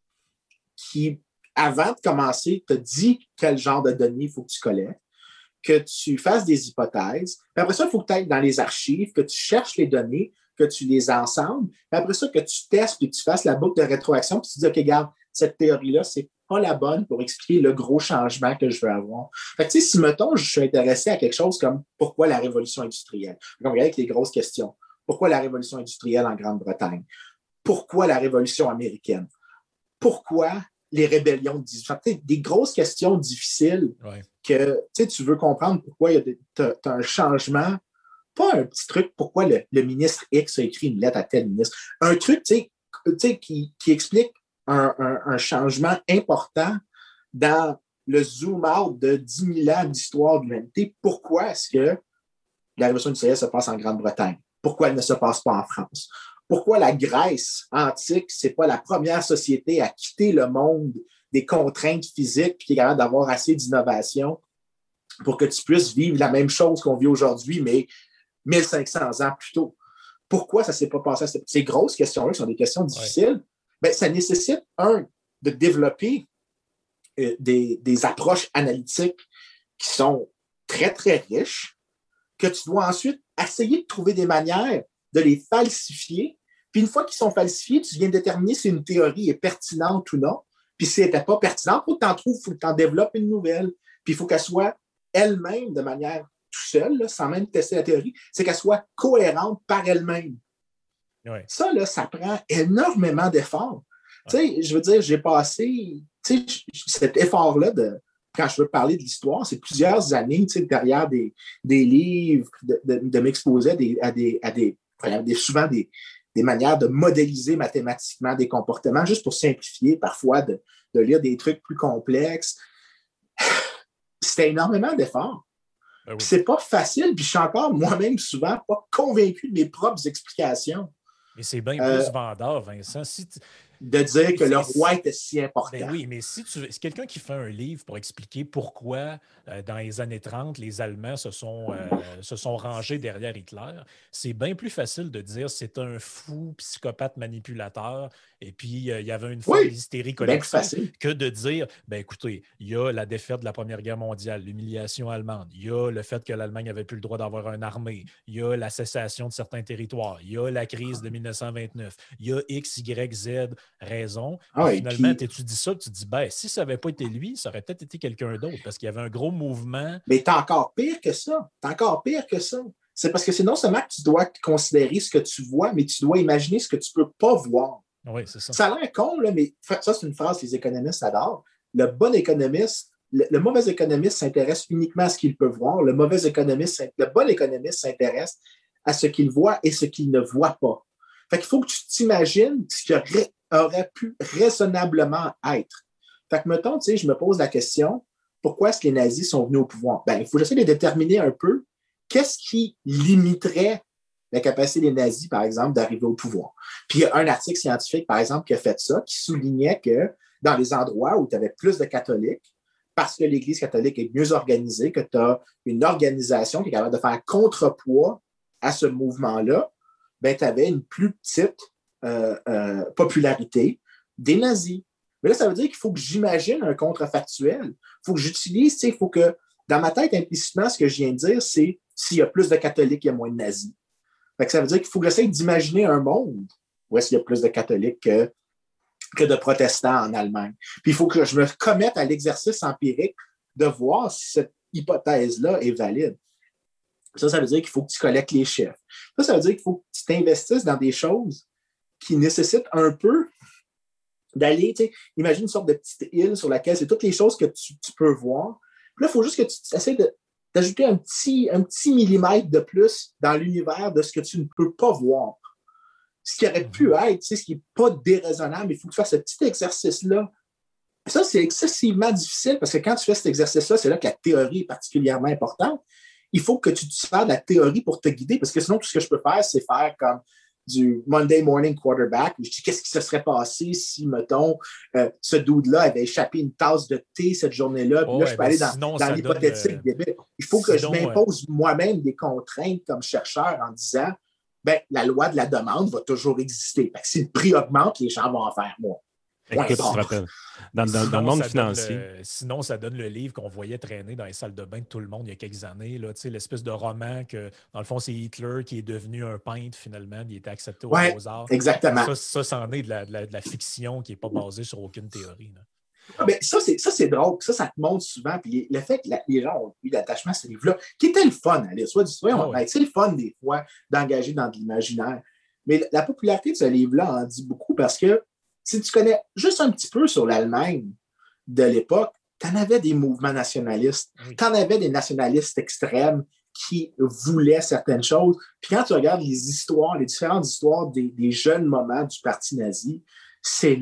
S2: qui, avant de commencer, te dit quel genre de données il faut que tu collectes, que tu fasses des hypothèses. Puis après ça, il faut que tu ailles dans les archives, que tu cherches les données, que tu les ensembles. Puis après ça, que tu testes, puis que tu fasses la boucle de rétroaction, puis tu dis, OK, regarde, cette théorie-là, c'est pas la bonne pour expliquer le gros changement que je veux avoir. Fait que, tu sais, si, mettons, je suis intéressé à quelque chose comme pourquoi la révolution industrielle. Donc, regardez avec les grosses questions. Pourquoi la révolution industrielle en Grande-Bretagne? Pourquoi la révolution américaine? Pourquoi les rébellions de dix-huit cents? Des grosses questions difficiles
S4: ouais.
S2: que tu veux comprendre pourquoi tu as un changement. Pas un petit truc, pourquoi le, le ministre X a écrit une lettre à tel ministre. Un truc qui, qui explique un, un, un changement important dans le zoom-out de dix mille ans d'histoire de l'humanité. Pourquoi est-ce que la révolution industrielle se passe en Grande-Bretagne? Pourquoi elle ne se passe pas en France? Pourquoi la Grèce antique, ce n'est pas la première société à quitter le monde des contraintes physiques et qui est capable d'avoir assez d'innovation pour que tu puisses vivre la même chose qu'on vit aujourd'hui, mais mille cinq cents ans plus tôt? Pourquoi ça ne s'est pas passé? Ces grosses questions-là, qui sont des questions difficiles, ouais. ben, ça nécessite, un, de développer euh, des, des approches analytiques qui sont très, très riches, que tu dois ensuite essayer de trouver des manières de les falsifier. Puis une fois qu'ils sont falsifiés, tu viens déterminer si une théorie est pertinente ou non. Puis si elle n'était pas pertinente, il faut que tu en trouves, il faut que tu en développes une nouvelle. Puis il faut qu'elle soit elle-même, de manière tout seule, là, sans même tester la théorie, c'est qu'elle soit cohérente par elle-même.
S4: Ouais.
S2: Ça, là, ça prend énormément d'efforts. Ouais. Tu sais, je veux dire, j'ai passé, tu sais, cet effort-là de, quand je veux parler de l'histoire, c'est plusieurs années, tu sais, derrière des, des livres, de, de, de m'exposer à des, à des, à des, à des souvent des, des manières de modéliser mathématiquement des comportements, juste pour simplifier, parfois de, de lire des trucs plus complexes. C'était énormément d'efforts. Ben oui. C'est pas facile, puis je suis encore moi-même souvent pas convaincu de mes propres explications.
S4: Mais c'est bien
S2: euh,
S4: plus vendeur, Vincent. Si tu...
S2: De dire que le roi était si important.
S4: Ben oui, mais si tu si quelqu'un qui fait un livre pour expliquer pourquoi, euh, dans les années trente, les Allemands se sont, euh, se sont rangés derrière Hitler, c'est bien plus facile de dire c'est un fou, psychopathe, manipulateur, et puis euh, il y avait une folle
S2: oui,
S4: hystérie collective, que de dire, ben écoutez, il y a la défaite de la Première Guerre mondiale, l'humiliation allemande, il y a le fait que l'Allemagne n'avait plus le droit d'avoir une armée, il y a la cessation de certains territoires, il y a la crise de mille neuf cent vingt-neuf, il y a X, Y, Z raison.
S2: Ah ouais,
S4: finalement,
S2: puis...
S4: tu dis ça, tu te dis, ben, si ça n'avait pas été lui, ça aurait peut-être été quelqu'un d'autre, parce qu'il y avait un gros mouvement.
S2: Mais t'as encore pire que ça. T'as encore pire que ça. C'est parce que c'est non seulement que tu dois considérer ce que tu vois, mais tu dois imaginer ce que tu ne peux pas voir.
S4: Oui, c'est ça.
S2: Ça a l'air con, là, mais ça, c'est une phrase que les économistes adorent. Le bon économiste, le, le mauvais économiste s'intéresse uniquement à ce qu'il peut voir. Le mauvais économiste, le bon économiste s'intéresse à ce qu'il voit et ce qu'il ne voit pas. Fait qu'il faut que tu t'imagines ce qui aurait, aurait pu raisonnablement être. Fait que, mettons, tu sais, je me pose la question, pourquoi est-ce que les nazis sont venus au pouvoir? Ben, il faut essayer de déterminer un peu qu'est-ce qui limiterait la capacité des nazis, par exemple, d'arriver au pouvoir. Puis il y a un article scientifique, par exemple, qui a fait ça, qui soulignait que dans les endroits où tu avais plus de catholiques, parce que l'Église catholique est mieux organisée, que tu as une organisation qui est capable de faire contrepoids à ce mouvement-là, ben, tu avais une plus petite euh, euh, popularité des nazis. Mais là, ça veut dire qu'il faut que j'imagine un contrefactuel. Il faut que j'utilise, tu sais, il faut que, dans ma tête, implicitement, ce que je viens de dire, c'est s'il y a plus de catholiques, il y a moins de nazis. Fait que ça veut dire qu'il faut que j'essaie d'imaginer un monde où est-ce qu'il y a plus de catholiques que, que de protestants en Allemagne. Puis il faut que je me commette à l'exercice empirique de voir si cette hypothèse-là est valide. Ça, ça veut dire qu'il faut que tu collectes les chiffres. Ça, ça veut dire qu'il faut que tu t'investisses dans des choses qui nécessitent un peu d'aller, tu sais, imagine une sorte de petite île sur laquelle c'est toutes les choses que tu, tu peux voir. Puis là, il faut juste que tu essaies de, d'ajouter un petit, un petit millimètre de plus dans l'univers de ce que tu ne peux pas voir. Ce qui aurait pu être, tu sais, ce qui n'est pas déraisonnable, il faut que tu fasses ce petit exercice-là. Ça, c'est excessivement difficile parce que quand tu fais cet exercice-là, c'est là que la théorie est particulièrement importante. Il faut que tu te sers de la théorie pour te guider parce que sinon, tout ce que je peux faire, c'est faire comme du Monday morning quarterback. Je dis, qu'est-ce qui se serait passé si, mettons, euh, ce dude-là avait échappé une tasse de thé cette journée-là, puis
S4: oh,
S2: là, je peux
S4: ben
S2: aller dans,
S4: sinon,
S2: dans l'hypothétique
S4: le...
S2: débile. Il faut
S4: sinon,
S2: que je m'impose euh... moi-même des contraintes comme chercheur en disant, ben, la loi de la demande va toujours exister. Fait que si le prix augmente, les gens vont en faire moins.
S3: Écoute, tu te rappelles, dans, dans, dans le monde financier.
S4: Le, sinon, ça donne le livre qu'on voyait traîner dans les salles de bain de tout le monde il y a quelques années. Là, l'espèce de roman que, dans le fond, c'est Hitler qui est devenu un peintre finalement. Il était accepté aux
S2: ouais,
S4: Beaux-Arts.
S2: Exactement.
S4: Ça, ça, c'en est de la, de, la, de la fiction qui n'est pas basée sur aucune théorie. Là.
S2: Ah, ben, ça, c'est, ça, c'est drôle. Ça, ça te montre souvent. Puis le fait que la, les gens ont eu l'attachement à ce livre-là, qui était le fun à lire, soit du soin, oh, ouais. C'est le fun des fois d'engager dans de l'imaginaire. Mais la popularité de ce livre-là en dit beaucoup parce que si tu connais juste un petit peu sur l'Allemagne de l'époque, tu en avais des mouvements nationalistes, oui. Tu en avais des nationalistes extrêmes qui voulaient certaines choses. Puis quand tu regardes les histoires, les différentes histoires des, des jeunes moments du parti nazi, c'est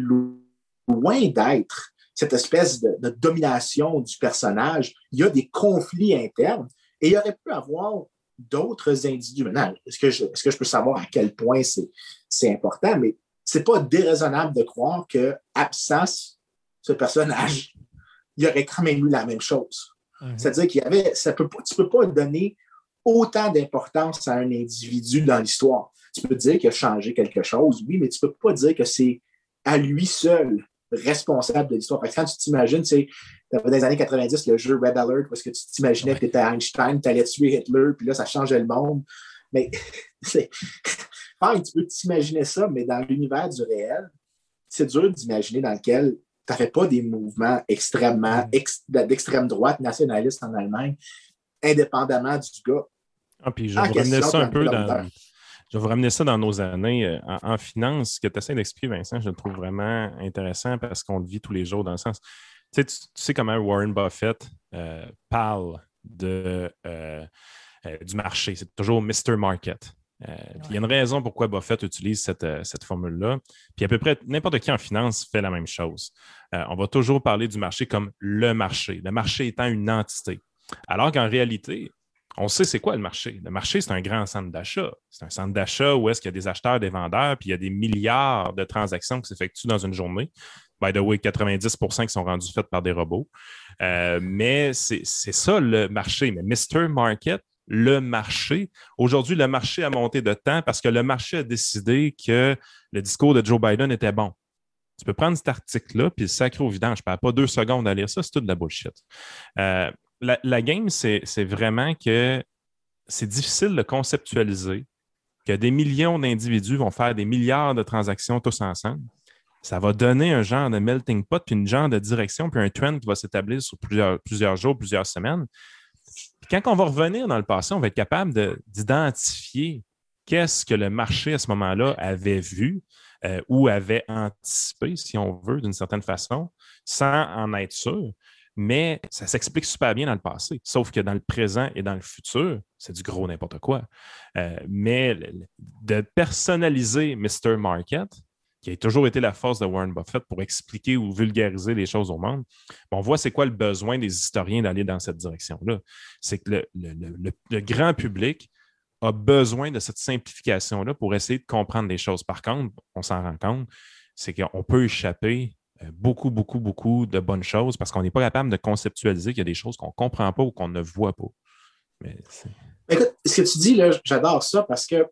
S2: loin d'être cette espèce de, de domination du personnage. Il y a des conflits internes et il y aurait pu avoir d'autres individus. Maintenant, est-ce que je, est-ce que je peux savoir à quel point c'est, c'est important, mais c'est pas déraisonnable de croire que, absent ce personnage, il aurait quand même eu la même chose. Mm-hmm. C'est-à-dire qu'il y avait, ça peut pas, tu peux pas donner autant d'importance à un individu dans l'histoire. Tu peux dire qu'il a changé quelque chose, oui, mais tu peux pas dire que c'est à lui seul responsable de l'histoire. Parce que quand tu t'imagines, tu sais, dans les années quatre-vingt-dix, le jeu Red Alert, parce que tu t'imaginais que tu étais Einstein, tu allais tuer Hitler, puis là, ça changeait le monde. Mais c'est... Enfin, tu peux t'imaginer ça, mais dans l'univers du réel, c'est dur d'imaginer dans lequel tu n'avais pas des mouvements extrêmement ex... d'extrême droite nationalistes en Allemagne, indépendamment du gars.
S3: Ah, puis je vais vous ramener ça un peu dans... Je vais vous ramener ça dans nos années euh, en, en finance. Ce que tu essaies d'expliquer, Vincent, je le trouve vraiment intéressant parce qu'on le vit tous les jours dans le sens... Tu sais, tu, tu sais comment Warren Buffett euh, parle de, euh, euh, du marché. C'est toujours mister Market. Euh, ouais. Il y a une raison pourquoi Buffett utilise cette, euh, cette formule-là. Puis à peu près n'importe qui en finance fait la même chose. Euh, on va toujours parler du marché comme le marché. Le marché étant une entité. Alors qu'en réalité... On sait c'est quoi le marché. Le marché, c'est un grand centre d'achat. C'est un centre d'achat où est-ce qu'il y a des acheteurs, des vendeurs, puis il y a des milliards de transactions qui s'effectuent dans une journée. By the way, quatre-vingt-dix pour cent qui sont rendus faits par des robots. Euh, mais c'est, c'est ça le marché. Mais mister Market, le marché, aujourd'hui, le marché a monté de temps parce que le marché a décidé que le discours de Joe Biden était bon. Tu peux prendre cet article-là puis le sacrer au vidange. Je ne perds pas deux secondes à lire ça, c'est tout de la bullshit. Euh, La, la game, c'est, c'est vraiment que c'est difficile de conceptualiser que des millions d'individus vont faire des milliards de transactions tous ensemble. Ça va donner un genre de melting pot, puis une genre de direction, puis un trend qui va s'établir sur plusieurs, plusieurs jours, plusieurs semaines. Puis quand on va revenir dans le passé, on va être capable de, d'identifier qu'est-ce que le marché à ce moment-là avait vu euh, ou avait anticipé, si on veut, d'une certaine façon, sans en être sûr. Mais ça s'explique super bien dans le passé. Sauf que dans le présent et dans le futur, c'est du gros n'importe quoi. Euh, mais de personnaliser mister Market, qui a toujours été la force de Warren Buffett pour expliquer ou vulgariser les choses au monde, on voit c'est quoi le besoin des historiens d'aller dans cette direction-là. C'est que le, le, le, le grand public a besoin de cette simplification-là pour essayer de comprendre les choses. Par contre, on s'en rend compte, c'est qu'on peut échapper beaucoup, beaucoup, beaucoup de bonnes choses parce qu'on n'est pas capable de conceptualiser qu'il y a des choses qu'on ne comprend pas ou qu'on ne voit pas. Mais c'est...
S2: Écoute, ce que tu dis, là, j'adore ça parce que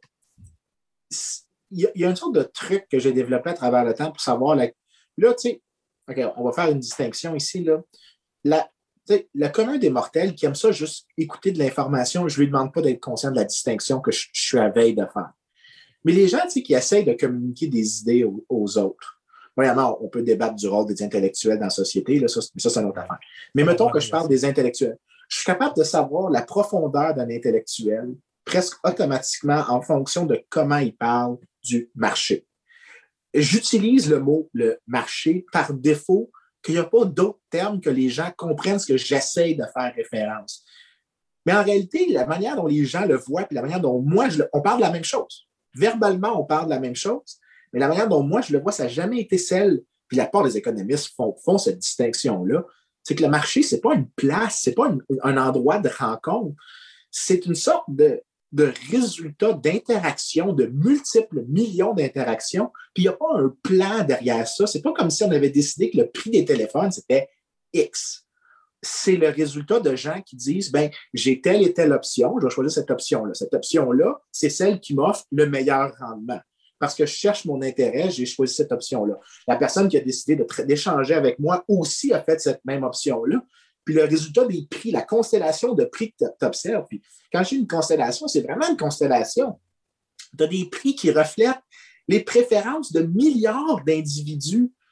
S2: il y, y a une sorte de truc que j'ai développé à travers le temps pour savoir... La... Là, tu sais, OK, on va faire une distinction ici. Là. La, le commun des mortels qui aime ça juste écouter de l'information, je ne lui demande pas d'être conscient de la distinction que je, je suis à veille de faire. Mais les gens qui essayent de communiquer des idées aux, aux autres, vraiment, on peut débattre du rôle des intellectuels dans la société, là, ça, ça, c'est une autre affaire. Mais mettons que je parle des intellectuels. Je suis capable de savoir la profondeur d'un intellectuel presque automatiquement en fonction de comment il parle du marché. J'utilise le mot le marché par défaut qu'il n'y a pas d'autres termes que les gens comprennent ce que j'essaie de faire référence. Mais en réalité, la manière dont les gens le voient et la manière dont moi, je le, on parle de la même chose. Verbalement, on parle de la même chose. Mais la manière dont moi, je le vois, ça n'a jamais été celle, puis la part des économistes font, font cette distinction-là, c'est que le marché, ce n'est pas une place, ce n'est pas une, un endroit de rencontre, c'est une sorte de, de résultat d'interaction, de multiples millions d'interactions, puis il n'y a pas un plan derrière ça. Ce n'est pas comme si on avait décidé que le prix des téléphones, c'était X. C'est le résultat de gens qui disent, ben j'ai telle et telle option, je vais choisir cette option-là. Cette option-là, c'est celle qui m'offre le meilleur rendement. Parce que je cherche mon intérêt, j'ai choisi cette option-là. La personne qui a décidé de tra- d'échanger avec moi aussi a fait cette même option-là. Puis le résultat des prix, la constellation de prix que tu observes, puis quand j'ai une constellation, c'est vraiment une constellation. Tu as des prix qui reflètent les préférences de milliards d'individus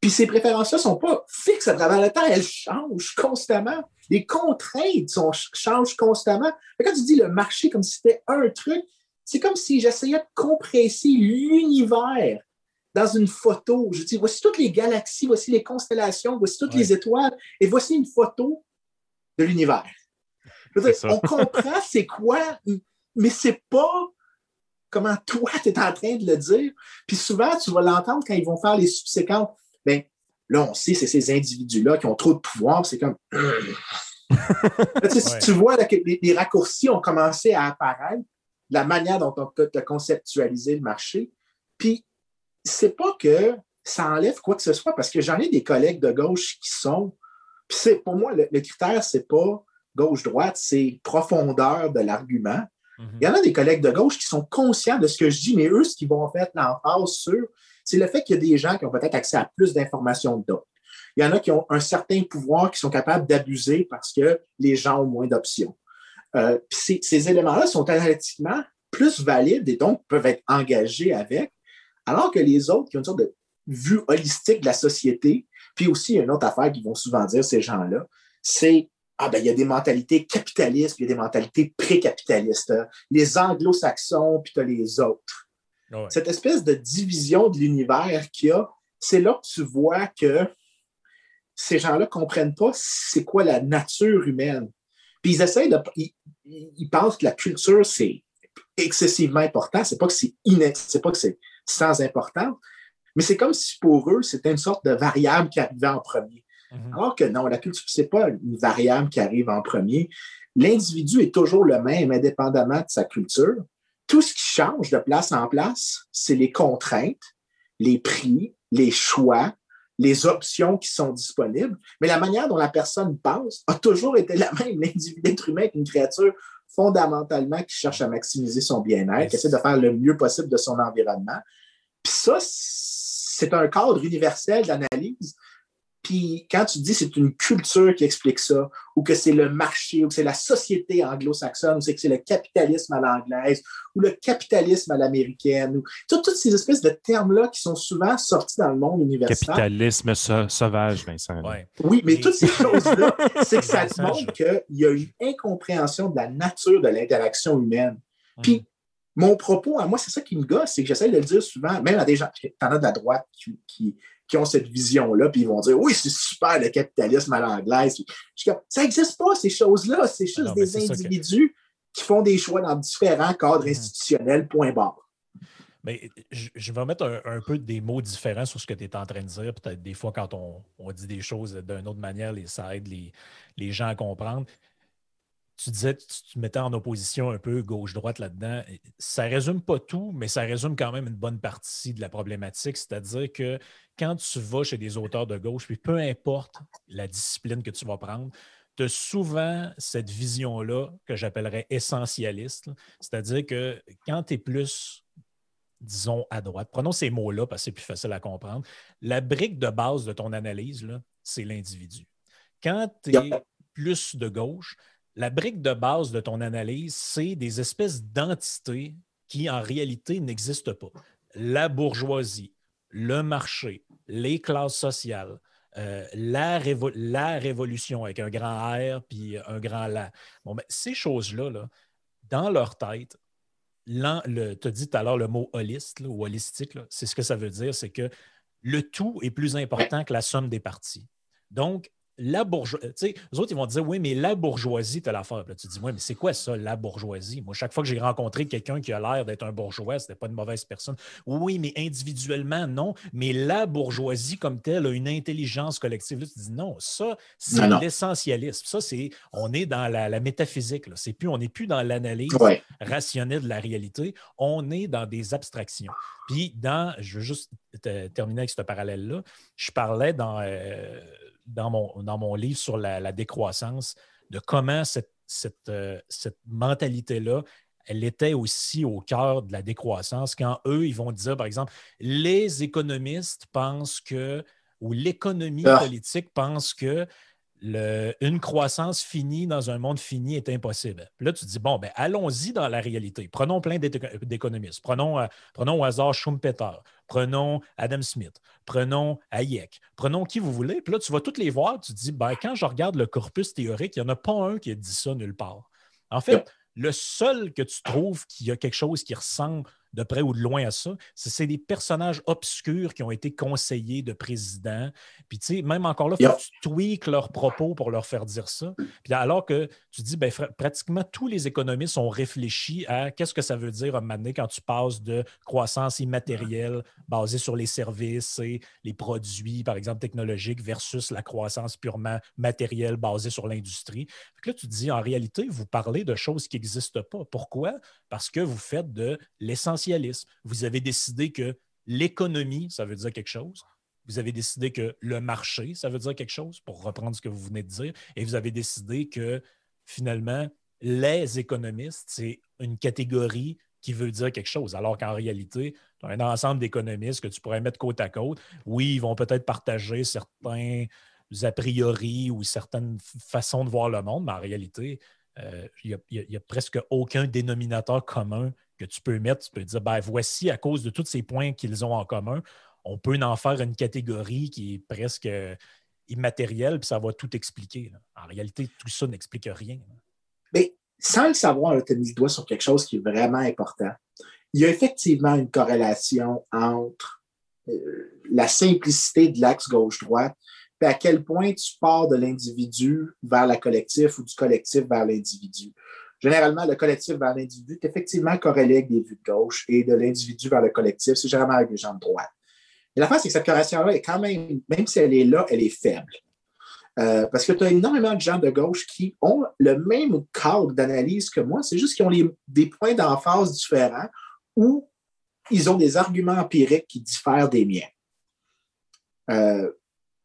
S2: Puis ces préférences-là ne sont pas fixes à travers le temps, elles changent constamment. Les contraintes sont, changent constamment. Mais quand tu dis le marché comme si c'était un truc, c'est comme si j'essayais de compresser l'univers dans une photo. Je dis, voici toutes les galaxies, voici les constellations, voici toutes ouais. les étoiles, et voici une photo de l'univers. Je veux dire, on comprend c'est quoi, mais c'est pas comment toi, tu es en train de le dire. Puis souvent, tu vas l'entendre quand ils vont faire les subséquences. Bien, là, on sait, c'est ces individus-là qui ont trop de pouvoir. C'est comme... là, tu, ouais. tu vois là, que les, les raccourcis ont commencé à apparaître, la manière dont on a conceptualisé le marché. Puis, c'est pas que ça enlève quoi que ce soit, parce que j'en ai des collègues de gauche qui sont... Puis c'est, pour moi, le, le critère, c'est pas gauche-droite, c'est profondeur de l'argument. Mm-hmm. Il y en a des collègues de gauche qui sont conscients de ce que je dis, mais eux, ce qu'ils vont faire l'emphase sur, c'est le fait qu'il y a des gens qui ont peut-être accès à plus d'informations que d'autres. Il y en a qui ont un certain pouvoir, qui sont capables d'abuser parce que les gens ont moins d'options. Euh, puis ces, ces éléments-là sont analytiquement plus valides et donc peuvent être engagés avec, alors que les autres qui ont une sorte de vue holistique de la société, puis aussi une autre affaire qu'ils vont souvent dire, ces gens-là, c'est ah ben il y a des mentalités capitalistes, puis il y a des mentalités pré-capitalistes. Les anglo-saxons, puis tu as les autres. Ouais. Cette espèce de division de l'univers qu'il y a, c'est là que tu vois que ces gens-là ne comprennent pas c'est quoi la nature humaine. Puis ils essayent de... Ils, ils pensent que la culture, c'est excessivement important. C'est pas que c'est inex... c'est pas que c'est sans importance, mais c'est comme si pour eux, c'était une sorte de variable qui arrivait en premier. Mm-hmm. Alors que non, la culture, c'est pas une variable qui arrive en premier. L'individu est toujours le même, indépendamment de sa culture. Tout ce qui change de place en place, c'est les contraintes, les prix, les choix, les options qui sont disponibles. Mais la manière dont la personne pense a toujours été la même. L'individu, l'être humain est une créature fondamentalement qui cherche à maximiser son bien-être, qui essaie de faire le mieux possible de son environnement. Puis ça, c'est un cadre universel d'analyse. Puis quand tu dis que c'est une culture qui explique ça, ou que c'est le marché, ou que c'est la société anglo-saxonne, ou c'est que c'est le capitalisme à l'anglaise, ou le capitalisme à l'américaine, ou toutes, toutes ces espèces de termes-là qui sont souvent sortis dans le monde universitaire.
S3: Capitalisme sa- sauvage, Vincent.
S2: Ouais. Oui, mais toutes ces choses-là, c'est que ça te montre qu'il y a une incompréhension de la nature de l'interaction humaine. Puis, mm. mon propos à moi, c'est ça qui me gosse, c'est que j'essaie de le dire souvent, même à des gens, t'en as de la droite qui... qui qui ont cette vision-là, puis ils vont dire « Oui, c'est super, le capitalisme à l'anglaise. » Ça n'existe pas, ces choses-là. C'est juste non, des individus que... qui font des choix dans différents cadres mmh. institutionnels, point barre.
S4: Mais je, je vais mettre un, un peu des mots différents sur ce que tu es en train de dire. Peut-être des fois, quand on, on dit des choses d'une autre manière, les, ça aide les, les gens à comprendre. Tu disais, tu, tu mettais en opposition un peu gauche-droite là-dedans. Ça ne résume pas tout, mais ça résume quand même une bonne partie de la problématique. C'est-à-dire que quand tu vas chez des auteurs de gauche, puis peu importe la discipline que tu vas prendre, tu as souvent cette vision-là que j'appellerais essentialiste. Là. C'est-à-dire que quand tu es plus, disons, à droite, prenons ces mots-là parce que c'est plus facile à comprendre, la brique de base de ton analyse, là, c'est l'individu. Quand tu es plus de gauche, la brique de base de ton analyse, c'est des espèces d'entités qui, en réalité, n'existent pas. La bourgeoisie, le marché, les classes sociales, euh, la, révo- la révolution avec un grand R puis un grand La. Bon, ben, ces choses-là, là, dans leur tête, tu as dit tout à l'heure le mot holiste là, ou holistique, là, c'est ce que ça veut dire, c'est que le tout est plus important que la somme des parties. Donc, la bourgeoisie, tu sais, eux autres, ils vont te dire, oui, mais la bourgeoisie, tu as l'affaire. Là, tu te dis, oui, mais c'est quoi ça, la bourgeoisie? Moi, chaque fois que j'ai rencontré quelqu'un qui a l'air d'être un bourgeois, c'était pas une mauvaise personne. Oui, mais individuellement, non. Mais la bourgeoisie, comme telle, a une intelligence collective. Là, tu te dis, non, ça, c'est non, l'essentialisme. Ça, c'est, on est dans la, la métaphysique. Là. C'est plus, on n'est plus dans l'analyse ouais. rationnelle de la réalité. On est dans des abstractions. Puis, dans, je veux juste te, terminer avec ce parallèle-là, je parlais dans... Euh, Dans mon, dans mon livre sur la, la décroissance, de comment cette, cette, euh, cette mentalité-là, elle était aussi au cœur de la décroissance, quand eux, ils vont dire, par exemple, les économistes pensent que, ou l'économie ah. politique pense que le, une croissance finie dans un monde fini est impossible. Puis là, tu te dis, bon, ben, allons-y dans la réalité. Prenons plein d'économistes. Prenons, euh, prenons au hasard Schumpeter. Prenons Adam Smith. Prenons Hayek. Prenons qui vous voulez. Puis là, tu vas tous les voir. Tu te dis, ben, quand je regarde le corpus théorique, il n'y en a pas un qui a dit ça nulle part. En fait, yep. Le seul que tu trouves qui a quelque chose qui ressemble de près ou de loin à ça, c'est, c'est des personnages obscurs qui ont été conseillers de présidents. Puis, tu sais, même encore là, il faut yep. que tu tweaks leurs propos pour leur faire dire ça. Puis, alors que tu dis, ben, pratiquement tous les économistes ont réfléchi à qu'est-ce que ça veut dire à un moment donné quand tu passes de croissance immatérielle basée sur les services et les produits, par exemple, technologiques versus la croissance purement matérielle basée sur l'industrie. Fait que là, tu te dis, en réalité, vous parlez de choses qui n'existent pas. Pourquoi? Parce que vous faites de l'essentialisme. Vous avez décidé que l'économie, ça veut dire quelque chose. Vous avez décidé que le marché, ça veut dire quelque chose, pour reprendre ce que vous venez de dire. Et vous avez décidé que, finalement, les économistes, c'est une catégorie qui veut dire quelque chose. Alors qu'en réalité, tu as un ensemble d'économistes que tu pourrais mettre côte à côte. Oui, ils vont peut-être partager certains a priori ou certaines façons de voir le monde, mais en réalité, euh, il n'y a, a, a presque aucun dénominateur commun que tu peux mettre. Tu peux dire, ben, voici, à cause de tous ces points qu'ils ont en commun, on peut en faire une catégorie qui est presque immatérielle, puis ça va tout expliquer. Là. En réalité, tout ça n'explique rien. Là.
S2: Mais sans le savoir, tu as mis le doigt sur quelque chose qui est vraiment important. Il y a effectivement une corrélation entre euh, la simplicité de l'axe gauche-droite et à quel point tu pars de l'individu vers le collectif ou du collectif vers l'individu. Généralement, le collectif vers l'individu est effectivement corrélé avec des vues de gauche et de l'individu vers le collectif, c'est généralement avec des gens de droite. Mais l'affaire, c'est que cette corrélation-là est quand même, même si elle est là, elle est faible. Euh, parce que tu as énormément de gens de gauche qui ont le même cadre d'analyse que moi, c'est juste qu'ils ont les, des points d'emphase différents ou ils ont des arguments empiriques qui diffèrent des miens. Euh,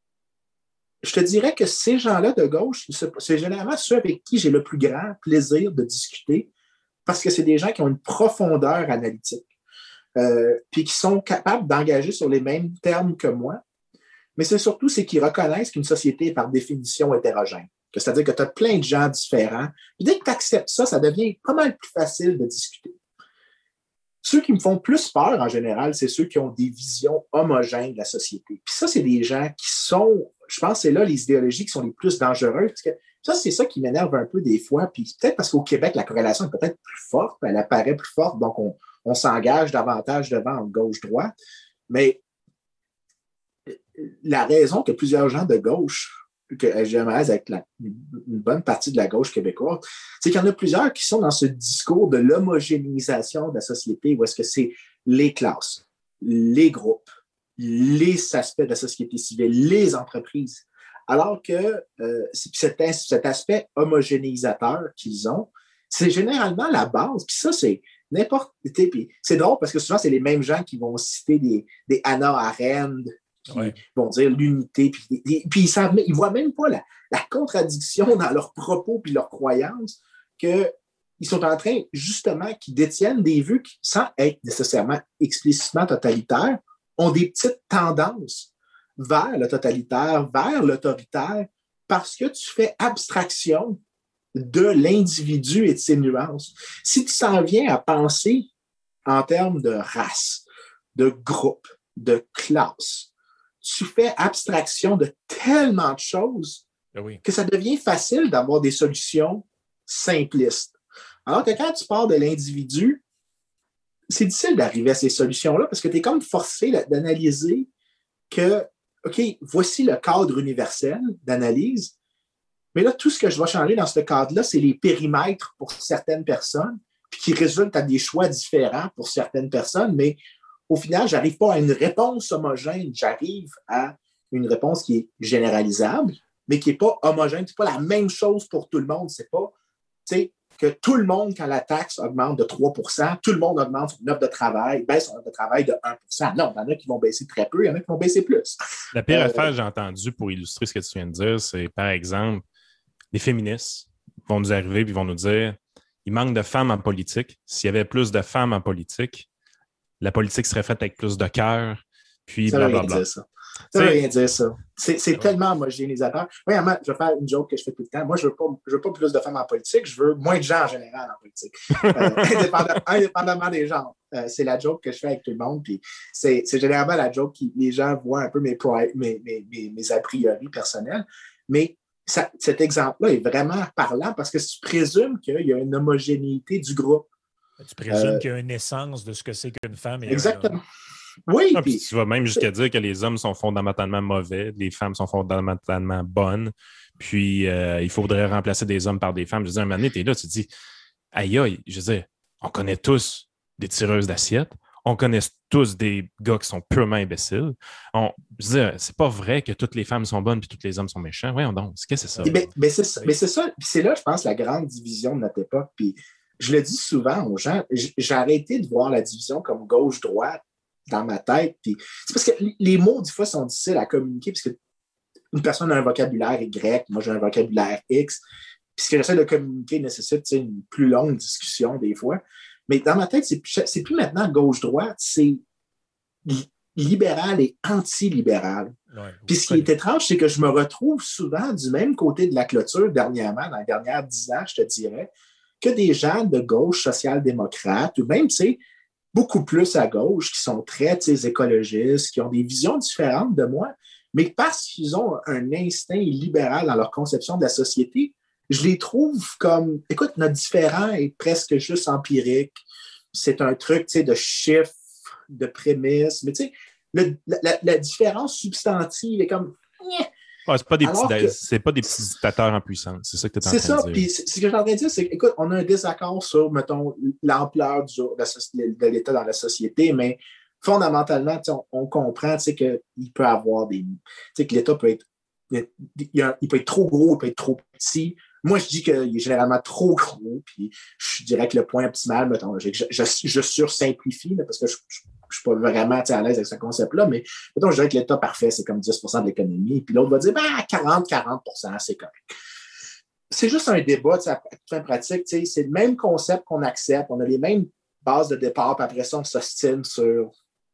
S2: je te dirais que ces gens-là de gauche, c'est généralement ceux avec qui j'ai le plus grand plaisir de discuter parce que c'est des gens qui ont une profondeur analytique euh, puis qui sont capables d'engager sur les mêmes termes que moi. Mais c'est surtout c'est qu'ils reconnaissent qu'une société est par définition hétérogène. Que c'est-à-dire que tu as plein de gens différents. Puis dès que tu acceptes ça, ça devient pas mal plus facile de discuter. Ceux qui me font plus peur, en général, c'est ceux qui ont des visions homogènes de la société. Puis ça, c'est des gens qui sont, je pense que c'est là les idéologies qui sont les plus dangereuses. Parce que ça, c'est ça qui m'énerve un peu des fois. Puis peut-être parce qu'au Québec, la corrélation est peut-être plus forte, elle apparaît plus forte, donc on, on s'engage davantage devant en gauche-droite. Mais la raison que plusieurs gens de gauche, que j'aimerais avec la, une bonne partie de la gauche québécoise, c'est qu'il y en a plusieurs qui sont dans ce discours de l'homogénéisation de la société où est-ce que c'est les classes, les groupes, les aspects de la société civile, les entreprises. Alors que euh, cet, cet aspect homogénéisateur qu'ils ont, c'est généralement la base. Puis ça, c'est n'importe... Puis c'est drôle parce que souvent, c'est les mêmes gens qui vont citer des, des Hannah Arendt, qui ouais. vont dire l'unité, puis, puis ils savent, ils voient même pas la, la contradiction dans leurs propos puis leurs croyances, qu'ils sont en train, justement, qui détiennent des vues qui, sans être nécessairement explicitement totalitaires, ont des petites tendances vers le totalitaire, vers l'autoritaire, parce que tu fais abstraction de l'individu et de ses nuances. Si tu s'en viens à penser en termes de race, de groupe, de classe, tu fais abstraction de tellement de choses
S4: oui.
S2: que ça devient facile d'avoir des solutions simplistes. Alors que quand tu pars de l'individu, c'est difficile d'arriver à ces solutions-là parce que tu es comme forcé d'analyser que, OK, voici le cadre universel d'analyse, mais là, tout ce que je vais changer dans ce cadre-là, c'est les périmètres pour certaines personnes, puis qui résultent à des choix différents pour certaines personnes, mais au final, je n'arrive pas à une réponse homogène, j'arrive à une réponse qui est généralisable, mais qui n'est pas homogène. Ce n'est pas la même chose pour tout le monde. Ce n'est pas que tout le monde, quand la taxe augmente de trois pour cent, tout le monde augmente son offre de travail, baisse son offre de travail de un pour cent. Non, il y en a qui vont baisser très peu, il y en a qui vont baisser plus.
S3: La pire euh, affaire que j'ai entendue pour illustrer ce que tu viens de dire, c'est par exemple, les féministes vont nous arriver et vont nous dire il manque de femmes en politique. S'il y avait plus de femmes en politique, la politique serait faite avec plus de cœur, puis blablabla.
S2: Ça veut rien dire, ça. C'est, c'est
S3: Ouais.
S2: tellement homogénéisateur. Premièrement, je vais faire une joke que je fais tout le temps. Moi, je veux pas, je veux pas plus de femmes en politique, je veux moins de gens en général en politique. Euh, indépendamment, indépendamment des genres. Euh, c'est la joke que je fais avec tout le monde. Puis c'est, c'est généralement la joke que les gens voient un peu mes, pri- mes, mes, mes, mes a priori personnels. Mais ça, cet exemple-là est vraiment parlant parce que tu présumes qu'il y a une homogénéité du groupe.
S4: Tu présumes
S2: Euh,
S4: qu'il y a une essence de ce que c'est qu'une femme et un
S2: Exactement.
S4: homme.
S2: Oui,
S3: Ah, puis
S2: puis
S3: tu vas même jusqu'à dire que les hommes sont fondamentalement mauvais, les femmes sont fondamentalement bonnes, puis euh, il faudrait remplacer des hommes par des femmes. Je veux dire, un moment donné, t'es là, tu te dis, aïe aïe, je veux dire, on connaît tous des tireuses d'assiettes, on connaît tous des gars qui sont purement imbéciles. On, je veux dire, c'est pas vrai que toutes les femmes sont bonnes puis tous les hommes sont méchants. Voyons donc, qu'est-ce que c'est ça?
S2: Eh ben, ben c'est ça. Ben c'est ça. Puis c'est là, je pense, la grande division de notre époque. Puis je le dis souvent aux gens, j- j'ai arrêté de voir la division comme gauche-droite dans ma tête. Puis c'est parce que les mots, des fois, sont difficiles à communiquer, parce que une personne a un vocabulaire Y, moi j'ai un vocabulaire X. Puis ce que j'essaie de communiquer nécessite, tu sais, une plus longue discussion des fois. Mais dans ma tête, c'est plus, c'est plus maintenant gauche-droite, c'est li- libéral et anti-libéral.
S4: Ouais,
S2: Puis ce qui est étrange, c'est que je me retrouve souvent du même côté de la clôture dernièrement, dans les dernières dix ans, je te dirais, que des gens de gauche social-démocrate, ou même, tu sais, beaucoup plus à gauche, qui sont très, tu sais, écologistes, qui ont des visions différentes de moi, mais parce qu'ils ont un instinct libéral dans leur conception de la société, je les trouve comme, écoute, notre différent est presque juste empirique. C'est un truc, tu sais, de chiffres, de prémices, mais tu sais, le- la, la- la différence substantive est comme...
S3: Ouais, c'est pas des
S2: Alors
S3: petits,
S2: que-
S3: c'est pas des petits dictateurs en puissance. C'est ça que tu es en
S2: C'est
S3: train
S2: ça.
S3: de dire.
S2: Puis ce que je suis en train de dire, c'est qu'écoute, on a un désaccord sur, mettons, l'ampleur du, de, la soci- de l'État dans la société, mais fondamentalement, tu sais, on, on comprend, tu sais, qu'il peut avoir des. Tu sais, que l'État peut être. Il, y a- il peut être trop gros, il peut être trop petit. Moi, je dis qu'il est généralement trop gros, puis je dirais que le point optimal, mettons, je, je, je, je sursimplifie, là, parce que je ne suis pas vraiment, tu sais, à l'aise avec ce concept-là, mais mettons, je dirais que l'État parfait, c'est comme dix pour cent de l'économie, puis l'autre va dire, ben, quarante à quarante pour cent, c'est correct. C'est juste un débat, tu sais, à fin pratique, tu sais, c'est le même concept qu'on accepte, on a les mêmes bases de départ, puis après ça, on s'ostine sur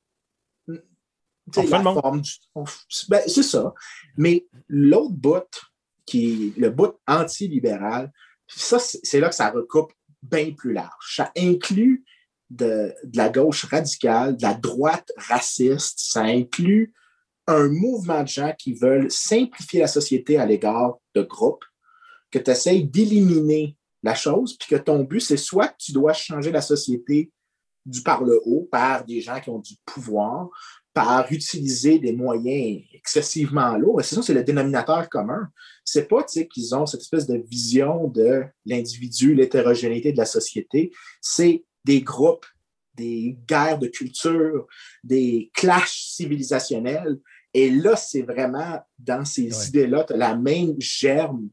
S2: tu sais,
S3: On fait
S2: la
S3: le monde.
S2: forme du. on- ben, c'est ça. Mais l'autre bout, qui est le bout anti-libéral, ça, c'est c'est là que ça recoupe bien plus large. Ça inclut de, de la gauche radicale, de la droite raciste, ça inclut un mouvement de gens qui veulent simplifier la société à l'égard de groupes, que tu essayes d'éliminer la chose, puis que ton but, c'est soit que tu dois changer la société du par le haut, par des gens qui ont du pouvoir, par utiliser des moyens excessivement lourds. Et c'est ça, c'est le dénominateur commun. C'est pas, tu sais, qu'ils ont cette espèce de vision de l'individu, l'hétérogénéité de la société. C'est des groupes, des guerres de culture, des clashs civilisationnels. Et là, c'est vraiment dans ces
S4: Ouais.
S2: idées-là, tu as la même germe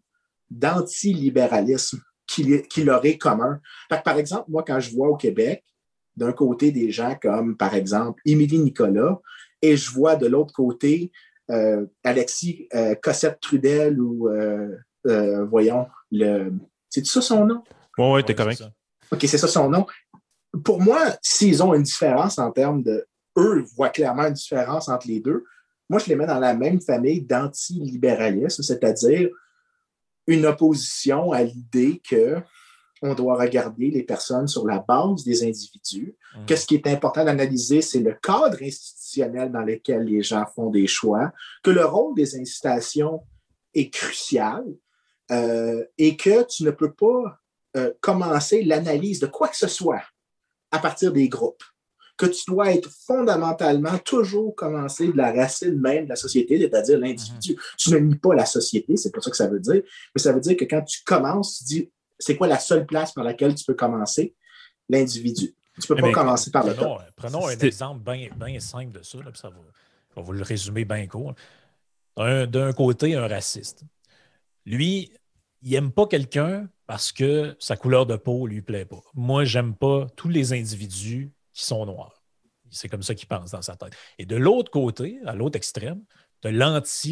S2: d'antilibéralisme qu'il qu'il aurait commun. Fait que, par exemple, moi, quand je vois au Québec, d'un côté des gens comme, par exemple, Émilie Nicolas, et je vois de l'autre côté euh, Alexis euh, Cossette-Trudel ou, euh, euh, voyons, le... C'est ça son nom?
S3: Ouais, ouais, t'es
S4: Ouais,
S3: correct.
S4: c'est ça.
S2: OK, c'est ça son nom. Pour moi, s'ils ont une différence en termes de... Eux voient clairement une différence entre les deux. Moi, je les mets dans la même famille d'antilibéralisme, c'est-à-dire une opposition à l'idée que on doit regarder les personnes sur la base des individus,
S4: Mhm.
S2: que ce qui est important d'analyser, c'est le cadre institutionnel dans lequel les gens font des choix, que le rôle des incitations est crucial euh, et que tu ne peux pas euh, commencer l'analyse de quoi que ce soit à partir des groupes, que tu dois être fondamentalement toujours commencer de la racine même de la société, c'est-à-dire l'individu. Mm-hmm. Tu ne nies pas la société, c'est pas ça que ça veut dire, mais ça veut dire que quand tu commences, tu dis c'est quoi la seule place par laquelle tu peux commencer? L'individu. Tu ne peux
S4: mais
S2: pas commencer par le
S4: prenons,
S2: top.
S4: Prenons un exemple bien ben simple de ça, là, puis ça va, on va vous le résumer bien court. Un, d'un côté, un raciste. Lui, il n'aime pas quelqu'un parce que sa couleur de peau ne lui plaît pas. Moi, j'aime pas tous les individus qui sont noirs. C'est comme ça qu'il pense dans sa tête. Et de l'autre côté, à l'autre extrême, de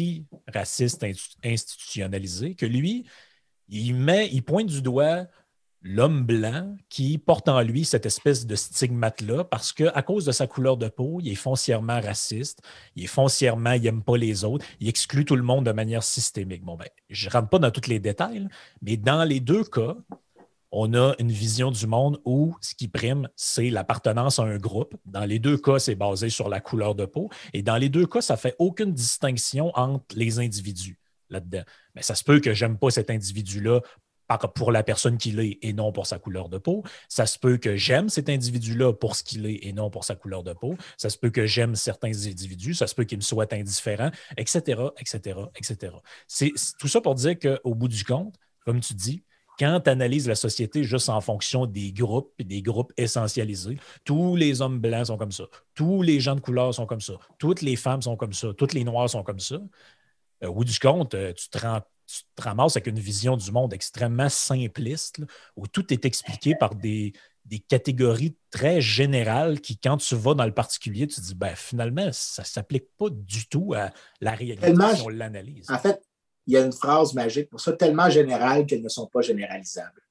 S4: l'anti-raciste institutionnalisé, que lui, il met, il pointe du doigt l'homme blanc qui porte en lui cette espèce de stigmate-là parce qu'à cause de sa couleur de peau, il est foncièrement raciste, il est foncièrement, il n'aime pas les autres, il exclut tout le monde de manière systémique. Bon, ben, je ne rentre pas dans tous les détails, là, mais dans les deux cas, on a une vision du monde où ce qui prime, c'est l'appartenance à un groupe. Dans les deux cas, c'est basé sur la couleur de peau. Et dans les deux cas, ça ne fait aucune distinction entre les individus là-dedans. Mais ça se peut que j'aime pas cet individu-là pour la personne qu'il est et non pour sa couleur de peau. Ça se peut que j'aime cet individu-là pour ce qu'il est et non pour sa couleur de peau. Ça se peut que j'aime certains individus, ça se peut qu'ils me soient indifférents, et cetera, et cetera, et cetera. C'est, c'est tout ça pour dire qu'au bout du compte, comme tu dis, quand tu analyses la société juste en fonction des groupes et des groupes essentialisés, tous les hommes blancs sont comme ça, tous les gens de couleur sont comme ça, toutes les femmes sont comme ça, toutes les noirs sont comme ça, euh, au bout du compte, euh, tu te rends tu te ramasses avec une vision du monde extrêmement simpliste, là, où tout est expliqué par des, des catégories très générales qui, quand tu vas dans le particulier, tu te dis, ben, finalement, ça ne s'applique pas du tout à la réalité
S2: tellement,
S4: si on l'analyse.
S2: En fait, il y a une phrase magique pour ça, tellement générale qu'elles ne sont pas généralisables.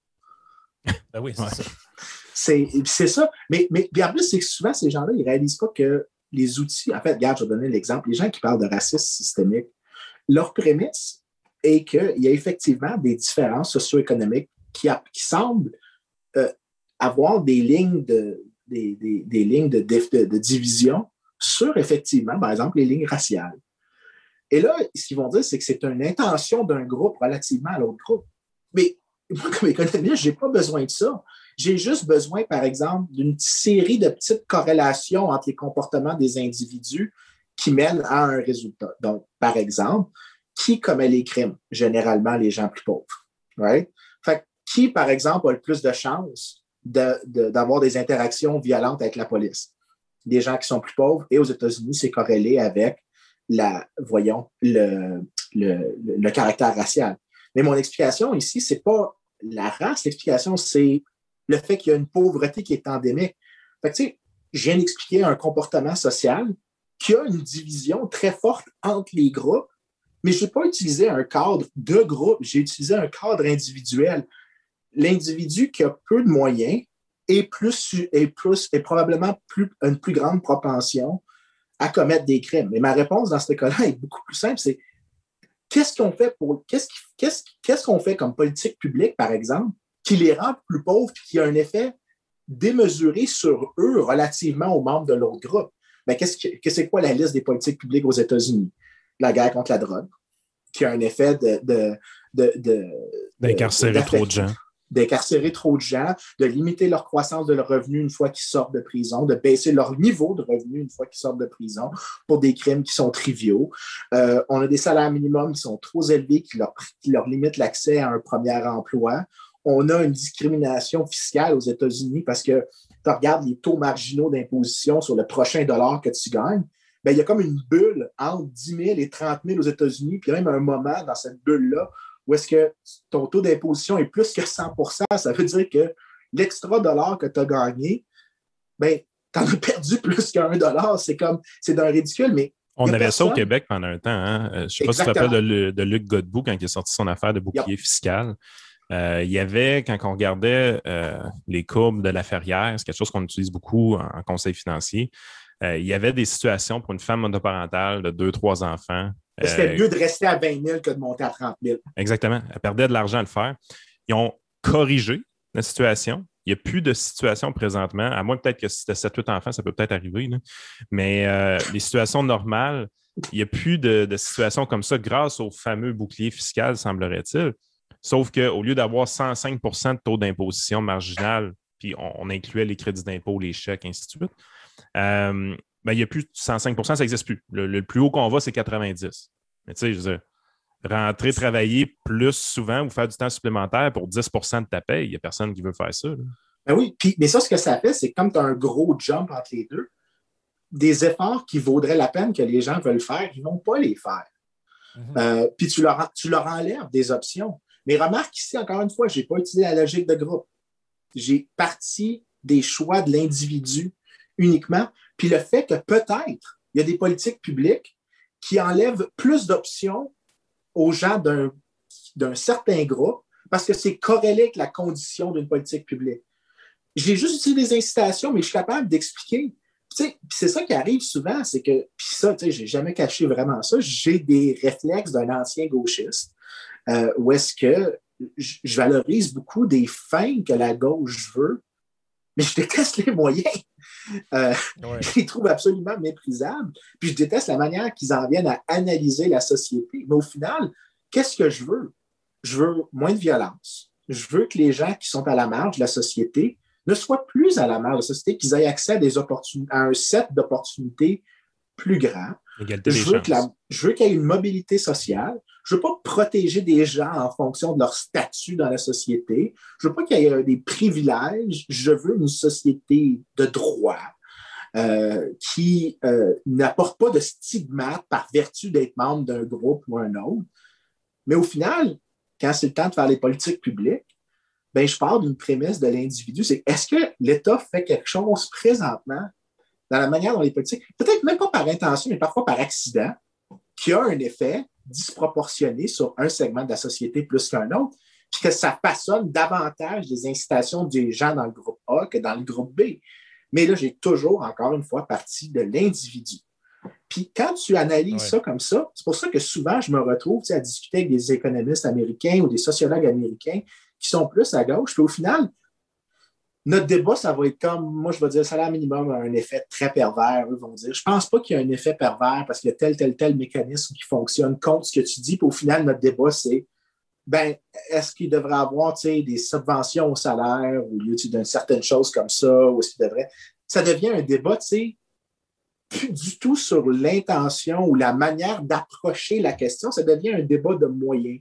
S4: Ben oui, c'est
S2: ouais.
S4: ça.
S2: C'est, c'est ça. Mais, mais en plus, c'est que souvent, ces gens-là, ils ne réalisent pas que les outils, en fait, regarde, je vais donner l'exemple, les gens qui parlent de racisme systémique, leur prémisse, et qu'il y a effectivement des différences socio-économiques qui, a, qui semblent euh, avoir des lignes de, des, des, des lignes de, de, de division sur, effectivement, par exemple, les lignes raciales. Et là, ce qu'ils vont dire, c'est que c'est une intention d'un groupe relativement à l'autre groupe. Mais moi, comme économiste, je n'ai pas besoin de ça. J'ai juste besoin, par exemple, d'une série de petites corrélations entre les comportements des individus qui mènent à un résultat. Donc, par exemple, qui commet les crimes? Généralement, les gens plus pauvres. Right? Fait que qui, par exemple, a le plus de chances de, de, d'avoir des interactions violentes avec la police? Des gens qui sont plus pauvres. Et aux États-Unis, c'est corrélé avec la, voyons, le, le, le, le caractère racial. Mais mon explication ici, c'est pas la race. L'explication, c'est le fait qu'il y a une pauvreté qui est endémique. Fait que, tu sais, je viens d'expliquer un comportement social qui a une division très forte entre les groupes. Mais je n'ai pas utilisé un cadre de groupe, j'ai utilisé un cadre individuel. L'individu qui a peu de moyens est, plus, est, plus, est probablement plus, une plus grande propension à commettre des crimes. Mais ma réponse dans ce cas-là est beaucoup plus simple, c'est qu'est-ce qu'on fait pour qu'est-ce, qu'est-ce, qu'est-ce qu'on fait comme politique publique, par exemple, qui les rend plus pauvres et qui a un effet démesuré sur eux relativement aux membres de l'autre groupe? Bien, qu'est-ce que, qu'est-ce c'est quoi la liste des politiques publiques aux États-Unis? La guerre contre la drogue, qui a un effet de... de, de, de
S3: d'incarcérer de, trop de gens.
S2: D'incarcérer trop de gens, de limiter leur croissance de leurs revenus une fois qu'ils sortent de prison, de baisser leur niveau de revenus une fois qu'ils sortent de prison pour des crimes qui sont triviaux. Euh, on a des salaires minimums qui sont trop élevés, qui leur, qui leur limitent l'accès à un premier emploi. On a une discrimination fiscale aux États-Unis parce que tu regardes les taux marginaux d'imposition sur le prochain dollar que tu gagnes. Bien, il y a comme une bulle entre dix mille et trente mille aux États-Unis, puis il y a même un moment dans cette bulle-là où est-ce que ton taux d'imposition est plus que cent pour cent. Ça veut dire que l'extra dollar que tu as gagné, bien, tu en as perdu plus qu'un dollar. C'est comme, c'est d'un ridicule, mais
S3: on avait
S2: personne...
S3: ça au Québec pendant un temps. Hein? Je ne sais pas si tu te rappelles de, de Luc Godbout quand il a sorti son affaire de bouclier yep. fiscal. Euh, il y avait, quand on regardait euh, les courbes de la Ferrière, c'est quelque chose qu'on utilise beaucoup en, en conseil financier, Euh, il y avait des situations pour une femme monoparentale de deux, trois enfants.
S2: C'était euh, mieux de rester à vingt mille que de monter à trente mille.
S3: Exactement. Elle perdait de l'argent à le faire. Ils ont corrigé la situation. Il n'y a plus de situation présentement, à moins peut-être que si c'était sept huit enfants, ça peut peut-être arriver. Là. Mais euh, les situations normales, il n'y a plus de, de situations comme ça grâce au fameux bouclier fiscal, semblerait-il. Sauf qu'au lieu d'avoir cent cinq pour cent de taux d'imposition marginal, puis on, on incluait les crédits d'impôt, les chèques, ainsi de suite, Euh, ben, il n'y a plus de cent cinq pour cent, ça n'existe plus. Le, le plus haut qu'on va, c'est quatre-vingt-dix. Mais tu sais, je veux dire, rentrer, travailler plus souvent ou faire du temps supplémentaire pour dix pour cent de ta paye, il n'y a personne qui veut faire ça. Là.
S2: Ben oui, puis, mais ça, ce que ça fait, c'est que comme tu as un gros jump entre les deux, des efforts qui vaudraient la peine que les gens veulent faire, ils ne vont pas les faire. Mm-hmm. Euh, puis tu leur, tu leur enlèves des options. Mais remarque ici, encore une fois, je n'ai pas utilisé la logique de groupe. J'ai parti des choix de l'individu uniquement, puis le fait que peut-être il y a des politiques publiques qui enlèvent plus d'options aux gens d'un, d'un certain groupe parce que c'est corrélé avec la condition d'une politique publique. J'ai juste utilisé des incitations, mais je suis capable d'expliquer. Tu sais, c'est ça qui arrive souvent, c'est que, puis ça, tu sais, j'ai jamais caché vraiment ça, j'ai des réflexes d'un ancien gauchiste, euh, où est-ce que je valorise beaucoup des fins que la gauche veut, mais je déteste les moyens. Euh, ouais. Je les trouve absolument méprisables. Puis je déteste la manière qu'ils en viennent à analyser la société. Mais au final, qu'est-ce que je veux? Je veux moins de violence. Je veux que les gens qui sont à la marge de la société ne soient plus à la marge de la société, qu'ils aient accès à, des opportun- à un set d'opportunités plus grand.
S3: Égalité
S2: je, veux que la, je veux qu'il y ait une mobilité sociale. Je ne veux pas protéger des gens en fonction de leur statut dans la société. Je ne veux pas qu'il y ait des privilèges. Je veux une société de droit euh, qui euh, n'apporte pas de stigmate par vertu d'être membre d'un groupe ou un autre. Mais au final, quand c'est le temps de faire les politiques publiques, ben, je pars d'une prémisse de l'individu. C'est est-ce que l'État fait quelque chose présentement dans la manière dont les politiques, peut-être même pas par intention, mais parfois par accident, qui a un effet disproportionné sur un segment de la société plus qu'un autre, puis que ça façonne davantage des incitations des gens dans le groupe A que dans le groupe B. Mais là, j'ai toujours, encore une fois, parti de l'individu. Puis quand tu analyses ouais. ça comme ça, c'est pour ça que souvent, je me retrouve à discuter avec des économistes américains ou des sociologues américains qui sont plus à gauche, puis au final, notre débat, ça va être comme, moi, je vais dire, le salaire minimum a un effet très pervers, eux vont dire. Je ne pense pas qu'il y a un effet pervers parce qu'il y a tel, tel, tel mécanisme qui fonctionne contre ce que tu dis. Puis au final, notre débat, c'est, ben, est-ce qu'il devrait avoir, tu sais, des subventions au salaire au lieu d'une certaine chose comme ça, ou est-ce qu'il devrait... Ça devient un débat, tu sais, plus du tout sur l'intention ou la manière d'approcher la question. Ça devient un débat de moyens.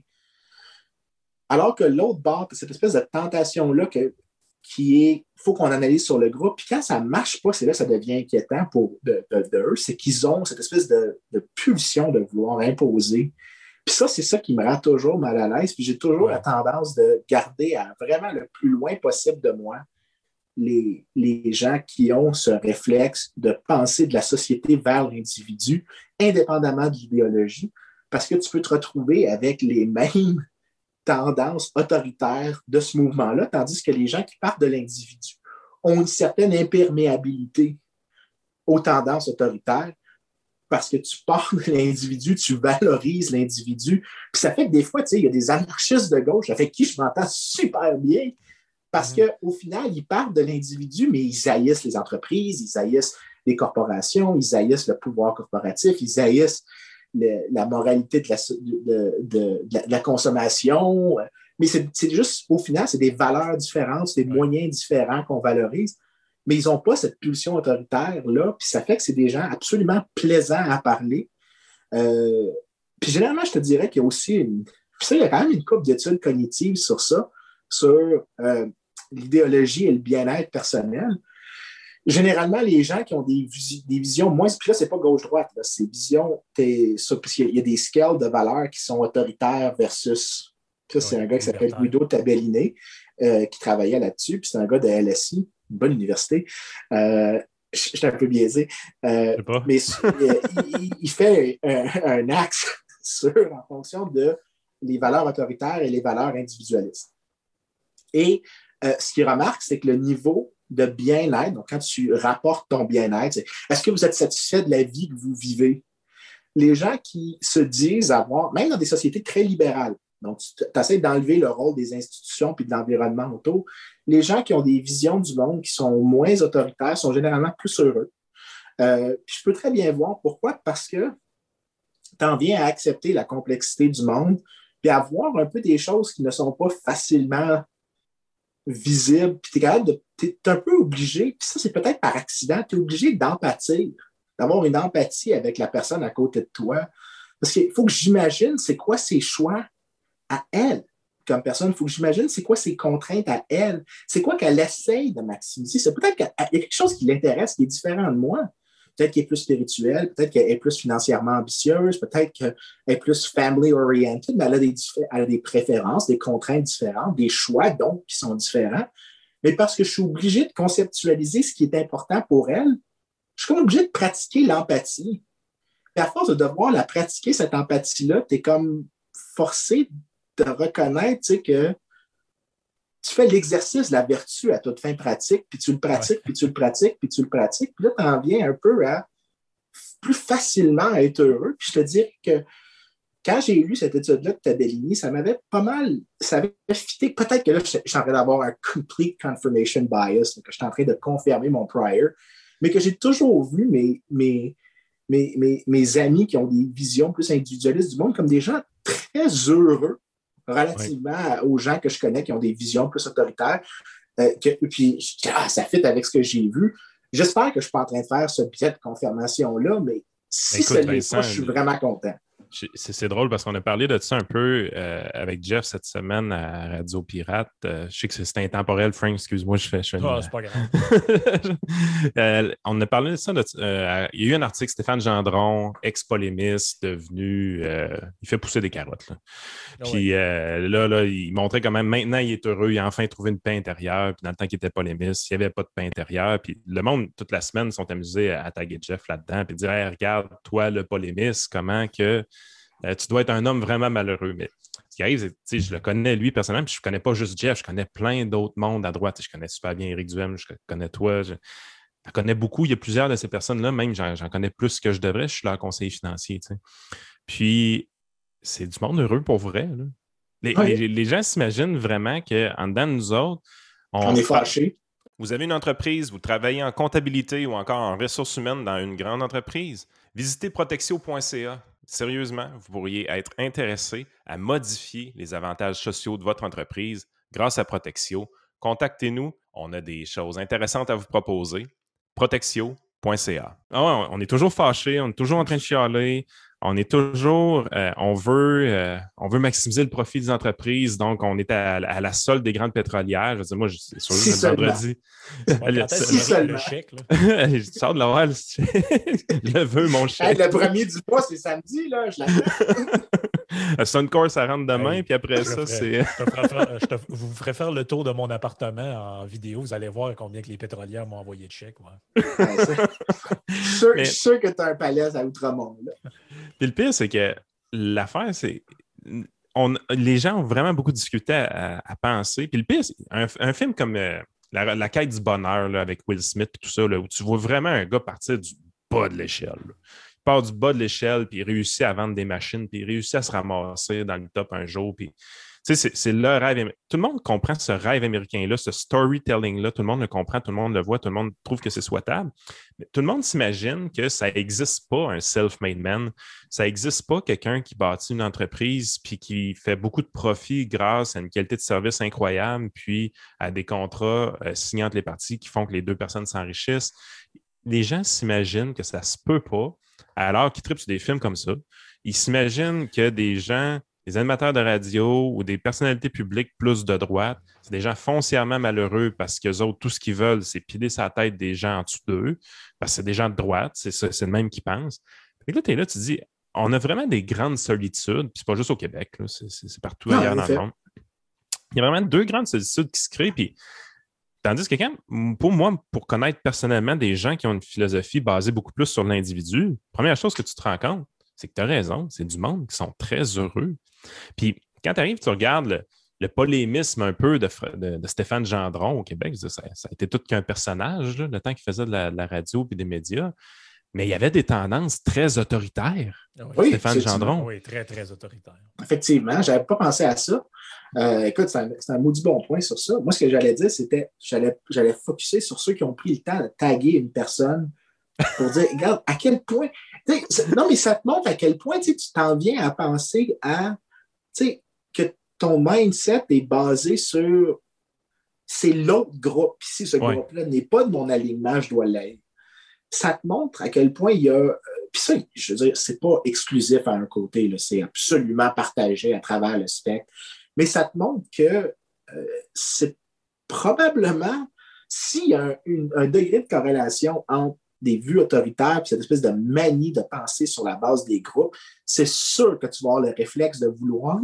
S2: Alors que l'autre bord, cette espèce de tentation-là que qui est, il faut qu'on analyse sur le groupe. Puis quand ça ne marche pas, c'est là que ça devient inquiétant pour de, de, de eux, c'est qu'ils ont cette espèce de, de pulsion de vouloir imposer. Puis ça, c'est ça qui me rend toujours mal à l'aise. Puis j'ai toujours ouais. la tendance de garder à vraiment le plus loin possible de moi les, les gens qui ont ce réflexe de penser de la société vers l'individu, indépendamment de l'idéologie, parce que tu peux te retrouver avec les mêmes tendance autoritaire de ce mouvement-là, tandis que les gens qui partent de l'individu ont une certaine imperméabilité aux tendances autoritaires parce que tu pars de l'individu, tu valorises l'individu. Puis ça fait que des fois, tu sais, il y a des anarchistes de gauche avec qui je m'entends super bien parce mmh. qu'au final, ils partent de l'individu, mais ils haïssent les entreprises, ils haïssent les corporations, ils haïssent le pouvoir corporatif, ils haïssent Le, la moralité de la, de, de, de, la, de la consommation. Mais c'est, c'est juste, au final, c'est des valeurs différentes, c'est des ouais. moyens différents qu'on valorise, mais ils n'ont pas cette pulsion autoritaire-là, puis ça fait que c'est des gens absolument plaisants à parler. Euh, puis généralement, je te dirais qu'il y a aussi une... Puis ça, il y a quand même une couple d'études cognitives sur ça, sur euh, l'idéologie et le bien-être personnel. Généralement, les gens qui ont des, vis- des visions moins... Puis là, c'est pas gauche-droite, là, c'est vision... Puisqu'il y a des scales de valeurs qui sont autoritaires versus... Ça, c'est ouais, un gars qui s'appelle Guido Tabellini, euh, qui travaillait là-dessus, puis c'est un gars de L S I, une bonne université. Euh, J'étais un peu biaisé. Euh, mais il, il, il fait un, un axe sur, en fonction de les valeurs autoritaires et les valeurs individualistes. Et euh, ce qu'il remarque, c'est que le niveau de bien-être, donc quand tu rapportes ton bien-être, c'est est-ce que vous êtes satisfait de la vie que vous vivez? Les gens qui se disent avoir, même dans des sociétés très libérales, donc tu essaies d'enlever le rôle des institutions puis de l'environnement autour, les gens qui ont des visions du monde qui sont moins autoritaires sont généralement plus heureux. Euh, puis je peux très bien voir pourquoi, parce que tu en viens à accepter la complexité du monde puis à voir un peu des choses qui ne sont pas facilement visible, puis tu es capable de. Tu es un peu obligé, puis ça, c'est peut-être par accident, tu es obligé d'empathier, d'avoir une empathie avec la personne à côté de toi. Parce qu'il faut que j'imagine c'est quoi ses choix à elle comme personne. Il faut que j'imagine c'est quoi ses contraintes à elle. C'est quoi qu'elle essaye de maximiser. C'est peut-être qu'il y a quelque chose qui l'intéresse qui est différent de moi. Peut-être qu'elle est plus spirituelle, peut-être qu'elle est plus financièrement ambitieuse, peut-être qu'elle est plus family-oriented, mais elle a, des, elle a des préférences, des contraintes différentes, des choix, donc, qui sont différents. Mais parce que je suis obligé de conceptualiser ce qui est important pour elle, je suis comme obligé de pratiquer l'empathie. Puis à force de devoir la pratiquer, cette empathie-là, tu es comme forcé de reconnaître tu sais, que tu fais l'exercice de la vertu à toute fin pratique, puis tu le pratiques, ouais. puis tu le pratiques, puis tu le pratiques, puis là, tu en viens un peu à plus facilement à être heureux. Puis je te dis que quand j'ai lu cette étude-là de Tabellini, ça m'avait pas mal, ça avait fité. Peut-être que là, je, je suis en train d'avoir un complete confirmation bias, que je suis en train de confirmer mon prior, mais que j'ai toujours vu mes, mes, mes, mes, mes amis qui ont des visions plus individualistes du monde comme des gens très heureux relativement oui. aux gens que je connais qui ont des visions plus autoritaires. Euh, que, puis, ah, ça fit avec ce que j'ai vu. J'espère que je ne suis pas en train de faire ce biais de confirmation-là, mais si c'est le cas, je suis vraiment content.
S3: C'est, c'est drôle parce qu'on a parlé de ça un peu euh, avec Jeff cette semaine à Radio Pirate. Euh, je sais que c'est intemporel, Frank, excuse-moi, je fais... Je fais
S4: oh,
S3: une...
S4: c'est pas grave.
S3: euh, on a parlé de ça. De, euh, il y a eu un article, Stéphane Gendron, ex-polémiste, devenu... Euh, il fait pousser des carottes. Là. Oh, Puis oui. euh, là, là, il montrait quand même, maintenant, il est heureux, il a enfin trouvé une paix intérieure. Puis dans le temps qu'il était polémiste, il n'y avait pas de paix intérieure. Puis le monde, toute la semaine, sont amusés à, à taguer Jeff là-dedans. Puis dire, hey, regarde, toi, le polémiste, comment que... Euh, tu dois être un homme vraiment malheureux. Mais ce qui arrive, c'est que je le connais lui personnellement, puis je ne connais pas juste Jeff, je connais plein d'autres mondes à droite. Je connais super bien Éric Duhem, je connais toi, je, je connais beaucoup. Il y a plusieurs de ces personnes-là, même j'en, j'en connais plus que je devrais. Je suis leur conseiller financier. Tu sais. Puis, c'est du monde heureux pour vrai. Là. Les, oui. les, les gens s'imaginent vraiment qu'en dedans de nous autres,
S2: on, on est fâchés.
S1: Vous avez une entreprise, vous travaillez en comptabilité ou encore en ressources humaines dans une grande entreprise? Visitez protexio point c a. Sérieusement, vous pourriez être intéressé à modifier les avantages sociaux de votre entreprise grâce à Protexio. Contactez-nous, on a des choses intéressantes à vous proposer. protexio point c a.
S3: Oh, on est toujours fâchés, on est toujours en train de chialer, on est toujours, euh, on veut, euh, on veut maximiser le profit des entreprises, donc on est à, à la solde des grandes pétrolières. Je veux dire, moi, c'est sûr
S2: si
S3: le vendredi.
S4: Ouais, si seulement. Le chèque, là.
S3: Je sors de l'avoir, je le veux, mon chèque.
S2: Hey, le premier du mois, c'est samedi, là, je l'appelle.
S3: Suncor, ça rentre demain, hey, puis après ça,
S4: ferai,
S3: c'est...
S4: je te faire, je te, vous ferez faire le tour de mon appartement en vidéo. Vous allez voir combien que les pétrolières m'ont envoyé de chèques. Ouais.
S2: Ouais, je suis sûr, Mais... sûr que tu as un palais à Outremont. Là.
S3: Puis le pire, c'est que l'affaire, c'est... On, les gens ont vraiment beaucoup discuté à, à, à penser. Puis le pire, c'est un, un film comme euh, la, la quête du bonheur là, avec Will Smith et tout ça, là, où tu vois vraiment un gars partir du bas de l'échelle. Là. Il part du bas de l'échelle, puis il réussit à vendre des machines, puis il réussit à se ramasser dans le top un jour. Puis, tu sais, c'est, c'est le rêve. Tout le monde comprend ce rêve américain-là, ce storytelling-là. Tout le monde le comprend, tout le monde le voit, tout le monde trouve que c'est souhaitable. Mais tout le monde s'imagine que ça n'existe pas, un self-made man. Ça n'existe pas quelqu'un qui bâtit une entreprise puis qui fait beaucoup de profit grâce à une qualité de service incroyable, puis à des contrats euh, signés entre les parties qui font que les deux personnes s'enrichissent. Les gens s'imaginent que ça ne se peut pas, alors qu'ils trippent sur des films comme ça. Ils s'imaginent que des gens, des animateurs de radio ou des personnalités publiques plus de droite, c'est des gens foncièrement malheureux parce qu'eux autres, tout ce qu'ils veulent, c'est piler sa tête des gens en dessous d'eux, parce que c'est des gens de droite, c'est, ça, c'est le même qui pensent. Et là, tu es là, tu te dis, on a vraiment des grandes solitudes, puis c'est pas juste au Québec, là, c'est, c'est, c'est partout non, ailleurs dans le monde. Il y a vraiment deux grandes solitudes qui se créent, puis tandis que quand, pour moi, pour connaître personnellement des gens qui ont une philosophie basée beaucoup plus sur l'individu, première chose que tu te rends compte, c'est que tu as raison, c'est du monde qui sont très heureux. Puis quand tu arrives, tu regardes le, le polémisme un peu de, de, de Stéphane Gendron au Québec, ça, ça a été tout qu'un personnage, là, le temps qu'il faisait de la, de la radio et des médias, mais il y avait des tendances très autoritaires.
S2: Oui,
S3: Stéphane Gendron.
S4: Oui, très, très autoritaire.
S2: Effectivement, je n'avais pas pensé à ça. Euh, écoute, c'est un, c'est un maudit bon point sur ça. Moi, ce que j'allais dire, c'était j'allais, j'allais focusser sur ceux qui ont pris le temps de taguer une personne pour dire, regarde, à quel point... Non, mais ça te montre à quel point tu t'en viens à penser à que ton mindset est basé sur c'est l'autre groupe. Puis si ce ouais. groupe-là n'est pas de mon alignement, je dois l'être. Ça te montre à quel point il y a... Euh, puis ça, je veux dire, c'est pas exclusif à un côté, là, c'est absolument partagé à travers le spectre. Mais ça te montre que euh, c'est probablement, s'il y a un, une, un degré de corrélation entre des vues autoritaires et cette espèce de manie de penser sur la base des groupes, c'est sûr que tu vas avoir le réflexe de vouloir...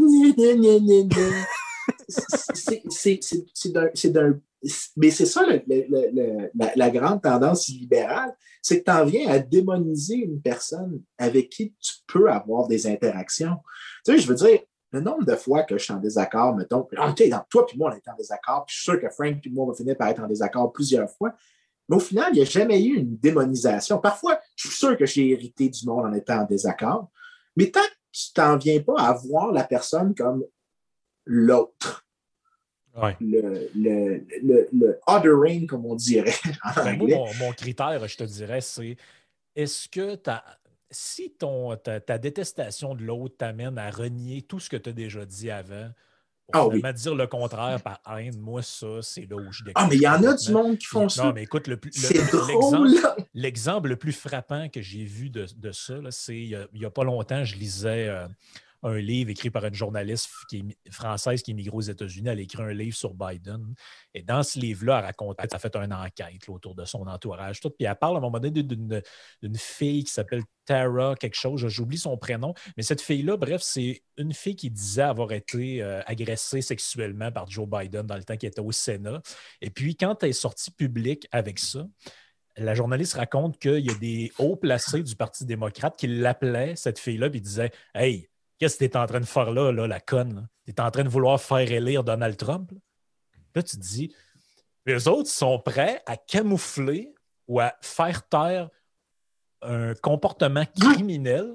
S2: c'est, c'est, c'est, c'est, d'un, c'est d'un... Mais c'est ça le, le, le, la, la grande tendance libérale, c'est que tu en viens à démoniser une personne avec qui tu peux avoir des interactions. Tu sais, je veux dire, le nombre de fois que je suis en désaccord, mettons, okay, dans, toi puis moi, on est en désaccord, puis je suis sûr que Frank puis moi, on va finir par être en désaccord plusieurs fois, mais au final, il n'y a jamais eu une démonisation. Parfois, je suis sûr que j'ai hérité du monde en étant en désaccord, mais tant que tu t'en viens pas à voir la personne comme l'autre,
S3: ouais.
S2: le, le, le, le othering, comme on dirait en
S4: ben
S2: anglais.
S4: Moi, mon, mon critère, je te dirais, c'est est-ce que t'as, si ton, ta, ta détestation de l'autre t'amène à renier tout ce que tu as déjà dit avant, pour
S2: Ah
S4: finalement
S2: oui.
S4: dire le contraire par haine, moi, ça, c'est là où je décroche.
S2: Ah, mais il y en a du
S4: complètement.
S2: monde qui font
S4: Puis,
S2: ça.
S4: non, mais écoute, le, plus- le-
S2: C'est
S4: le-
S2: drôle.
S4: l'exemple, l'exemple le plus frappant que j'ai vu de, de ça, là, c'est il n'y a, a pas longtemps, je lisais euh, un livre écrit par une journaliste qui est française qui est migrée aux États-Unis. Elle a écrit un livre sur Biden. Et dans ce livre-là, elle raconte, elle a fait une enquête là, autour de son entourage. Tout. Puis elle parle à un moment donné d'une, d'une fille qui s'appelle Tara, quelque chose, j'oublie son prénom. Mais cette fille-là, bref, c'est une fille qui disait avoir été euh, agressée sexuellement par Joe Biden dans le temps qu'il était au Sénat. Et puis, quand elle est sortie publique avec ça, la journaliste raconte qu'il y a des hauts placés du Parti démocrate qui l'appelaient, cette fille-là, puis disaient « Hey, qu'est-ce que tu es en train de faire là, là la conne? Tu es en train de vouloir faire élire Donald Trump? » Là, tu te dis, les autres sont prêts à camoufler ou à faire taire un comportement criminel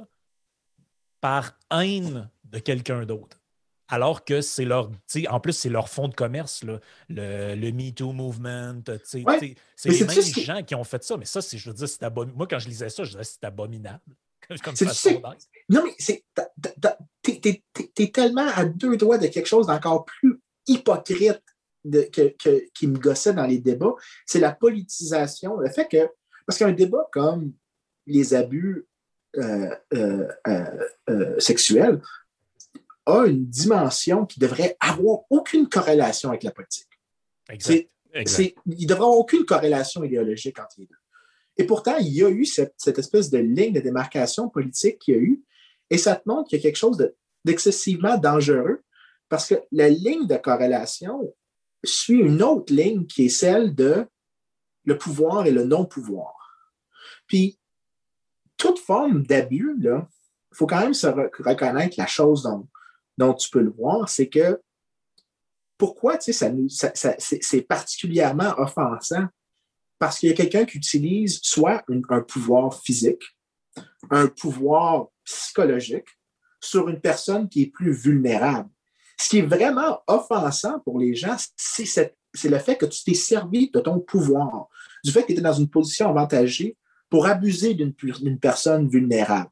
S4: par haine de quelqu'un d'autre. Alors que c'est leur, en plus, c'est leur fonds de commerce, là, le, le MeToo Movement. Ouais, c'est les mêmes que... gens qui ont fait ça. Mais ça, je veux dire, c'est abominable. Moi, quand je lisais ça, je disais c'est abominable. Comme façon d'être.
S2: Non, mais c'est, t'es, t'es, t'es tellement à deux doigts de quelque chose d'encore plus hypocrite de, que, que, qui me gossait dans les débats. C'est la politisation. Le fait que, parce qu'un débat comme les abus euh, euh, euh, euh, sexuels a une dimension qui devrait avoir aucune corrélation avec la politique.
S4: Exact.
S2: C'est,
S4: exact.
S2: C'est, il ne devrait avoir aucune corrélation idéologique entre les deux. Et pourtant, il y a eu cette, cette espèce de ligne de démarcation politique qu'il y a eu, et ça te montre qu'il y a quelque chose de, d'excessivement dangereux, parce que la ligne de corrélation suit une autre ligne qui est celle de le pouvoir et le non-pouvoir. Puis, toute forme d'abus, il faut quand même se reconnaître la chose dont, dont tu peux le voir, c'est que pourquoi, tu sais, ça, ça, ça, c'est, c'est particulièrement offensant? Parce qu'il y a quelqu'un qui utilise soit une, un pouvoir physique, un pouvoir psychologique sur une personne qui est plus vulnérable. Ce qui est vraiment offensant pour les gens, c'est, cette, c'est le fait que tu t'es servi de ton pouvoir, du fait que tu étais dans une position avantagée pour abuser d'une, d'une personne vulnérable.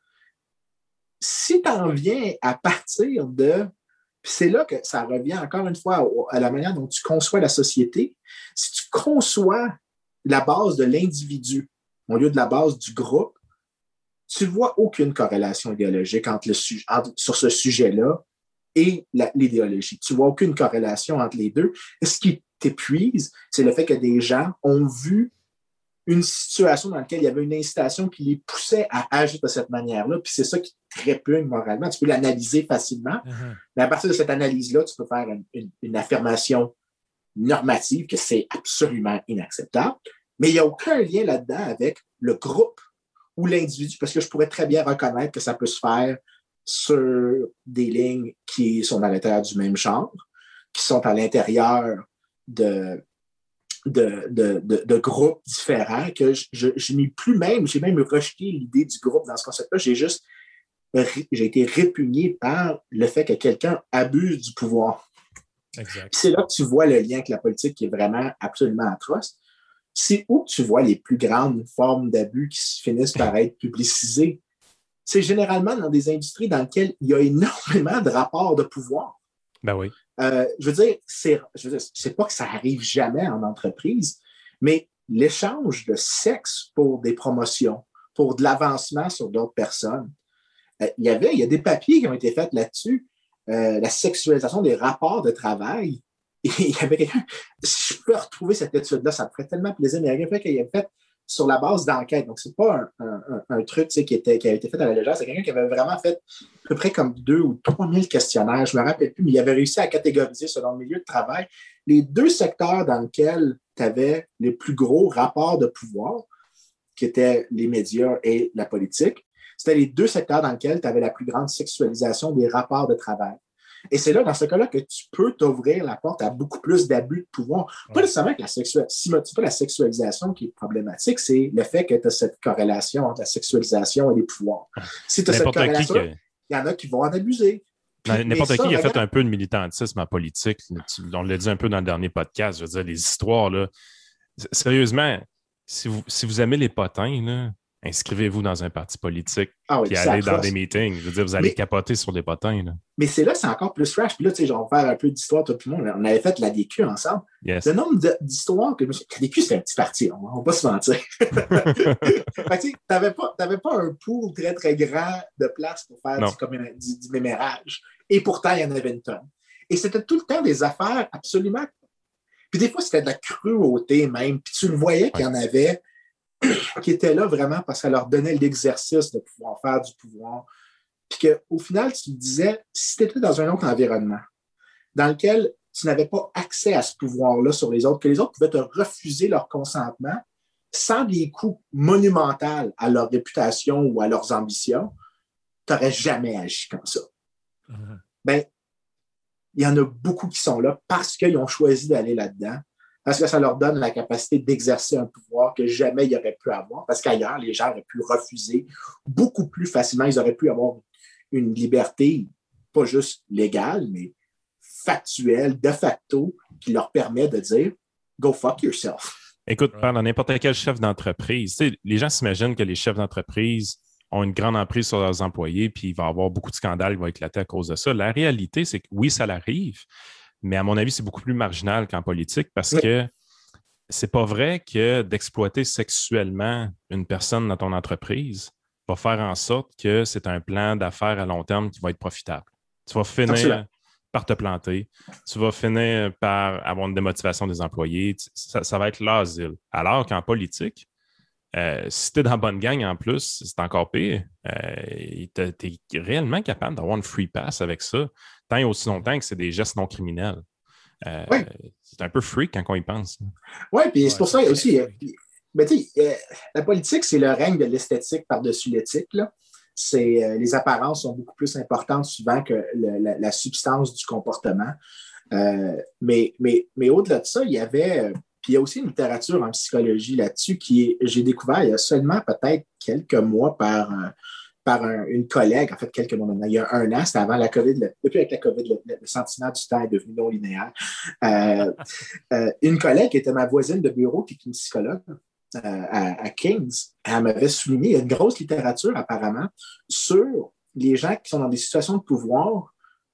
S2: Si tu en viens à partir de... Puis c'est là que ça revient encore une fois à la manière dont tu conçois la société. Si tu conçois la base de l'individu au lieu de la base du groupe, tu ne vois aucune corrélation idéologique entre le su- entre, sur ce sujet-là et la, l'idéologie. Tu ne vois aucune corrélation entre les deux. Et ce qui t'épuise, c'est le fait que des gens ont vu une situation dans laquelle il y avait une incitation qui les poussait à agir de cette manière-là, puis c'est ça qui te répugne moralement. Tu peux l'analyser facilement, mm-hmm. mais à partir de cette analyse-là, tu peux faire une, une, une affirmation normative que c'est absolument inacceptable, mais il n'y a aucun lien là-dedans avec le groupe ou l'individu, parce que je pourrais très bien reconnaître que ça peut se faire sur des lignes qui sont à l'intérieur du même genre, qui sont à l'intérieur de... De, de, de, de groupes différents, que je, je, je n'ai plus même, j'ai même rejeté l'idée du groupe dans ce concept-là. J'ai juste, j'ai été répugné par le fait que quelqu'un abuse du pouvoir.
S4: Exact.
S2: C'est là que tu vois le lien avec la politique qui est vraiment absolument atroce. C'est où tu vois les plus grandes formes d'abus qui finissent par être publicisées. C'est généralement dans des industries dans lesquelles il y a énormément de rapports de pouvoir.
S3: Ben oui.
S2: Euh, je veux dire, c'est, je veux dire, c'est pas que ça arrive jamais en entreprise, mais l'échange de sexe pour des promotions, pour de l'avancement sur d'autres personnes, euh, il y avait, il y a des papiers qui ont été faits là-dessus, euh, la sexualisation des rapports de travail. Et il y avait quelqu'un, si je peux retrouver cette étude-là, ça me ferait tellement plaisir, mais il y a quelqu'un qui avait fait sur la base d'enquête. Donc, c'est pas un, un, un, un truc qui, était, qui avait été fait à la légère. C'est quelqu'un qui avait vraiment fait à peu près comme deux ou trois mille questionnaires. Je ne me rappelle plus, mais il avait réussi à catégoriser selon le milieu de travail les deux secteurs dans lesquels tu avais les plus gros rapports de pouvoir, qui étaient les médias et la politique. C'était les deux secteurs dans lesquels tu avais la plus grande sexualisation des rapports de travail. Et c'est là, dans ce cas-là, que tu peux t'ouvrir la porte à beaucoup plus d'abus de pouvoir. Ouais. Pas nécessairement que la sexualisation, c'est pas la sexualisation qui est problématique, c'est le fait que tu as cette corrélation entre la sexualisation et les pouvoirs. Si tu as cette corrélation, il que... y en a qui vont en abuser.
S3: Puis, n'importe qui ça, qui a regarde... fait un peu de militantisme en politique, on l'a dit un peu dans le dernier podcast, je veux dire, les histoires, là, sérieusement, si vous, si vous aimez les potins, là, inscrivez-vous dans un parti politique ah oui, puis allez dans des meetings. Je veux dire, vous allez mais, capoter sur des potins. Là.
S2: Mais c'est là, c'est encore plus trash. Puis là, tu sais, genre, faire un peu d'histoire, tout le monde. On avait fait la D Q ensemble.
S3: Yes.
S2: Le nombre de, d'histoires que je me suis dit, la D Q, c'était un petit parti, on ne va pas se mentir. fait que tu n'avais pas, pas un pool très, très grand de place pour faire du, comme, du, du mémérage. Et pourtant, il y en avait une tonne. Et c'était tout le temps des affaires absolument. Puis des fois, c'était de la cruauté même. Puis tu le voyais qu'il y en avait qui étaient là vraiment parce que ça leur donnait l'exercice de pouvoir faire du pouvoir. Puis qu'au final, tu te disais, si tu étais dans un autre environnement dans lequel tu n'avais pas accès à ce pouvoir-là sur les autres, que les autres pouvaient te refuser leur consentement sans des coûts monumentaux à leur réputation ou à leurs ambitions, tu n'aurais jamais agi comme ça. Mm-hmm. Bien, il y en a beaucoup qui sont là parce qu'ils ont choisi d'aller là-dedans. Parce que ça leur donne la capacité d'exercer un pouvoir que jamais ils auraient pu avoir. Parce qu'ailleurs, les gens auraient pu refuser beaucoup plus facilement. Ils auraient pu avoir une liberté, pas juste légale, mais factuelle, de facto, qui leur permet de dire « Go fuck yourself ».
S3: Écoute, ouais. Dans n'importe quel chef d'entreprise, tu sais, les gens s'imaginent que les chefs d'entreprise ont une grande emprise sur leurs employés puis il va y avoir beaucoup de scandales qui vont éclater à cause de ça. La réalité, c'est que oui, ça l'arrive, mais à mon avis, c'est beaucoup plus marginal qu'en politique parce oui. que c'est pas vrai que d'exploiter sexuellement une personne dans ton entreprise va faire en sorte que c'est un plan d'affaires à long terme qui va être profitable. Tu vas finir Absolument. par te planter. Tu vas finir par avoir une démotivation des employés. Ça, ça va être l'asile. Alors qu'en politique, euh, si tu es dans la bonne gang en plus, c'est encore pire. Euh, tu es réellement capable d'avoir une free pass avec ça. Tant et aussi longtemps que c'est des gestes non criminels. Euh, oui. C'est un peu freak quand on y pense.
S2: Oui, puis ouais, c'est pour ça aussi. Euh, ben, euh, la politique, c'est le règne de l'esthétique par-dessus l'éthique. Là. C'est, euh, les apparences sont beaucoup plus importantes souvent que le, la, la substance du comportement. Euh, mais, mais, mais au-delà de ça, il y avait. Euh, puis il y a aussi une littérature en psychologie là-dessus qui est, j'ai découvert il y a seulement peut-être quelques mois par. Euh, par un, une collègue, en fait, quelques mois maintenant, il y a un an, c'était avant la COVID, le, depuis avec la COVID, le, le sentiment du temps est devenu non linéaire. Euh, euh, une collègue qui était ma voisine de bureau, qui est une psychologue euh, à, à King's, elle m'avait souligné, il y a une grosse littérature apparemment sur les gens qui sont dans des situations de pouvoir,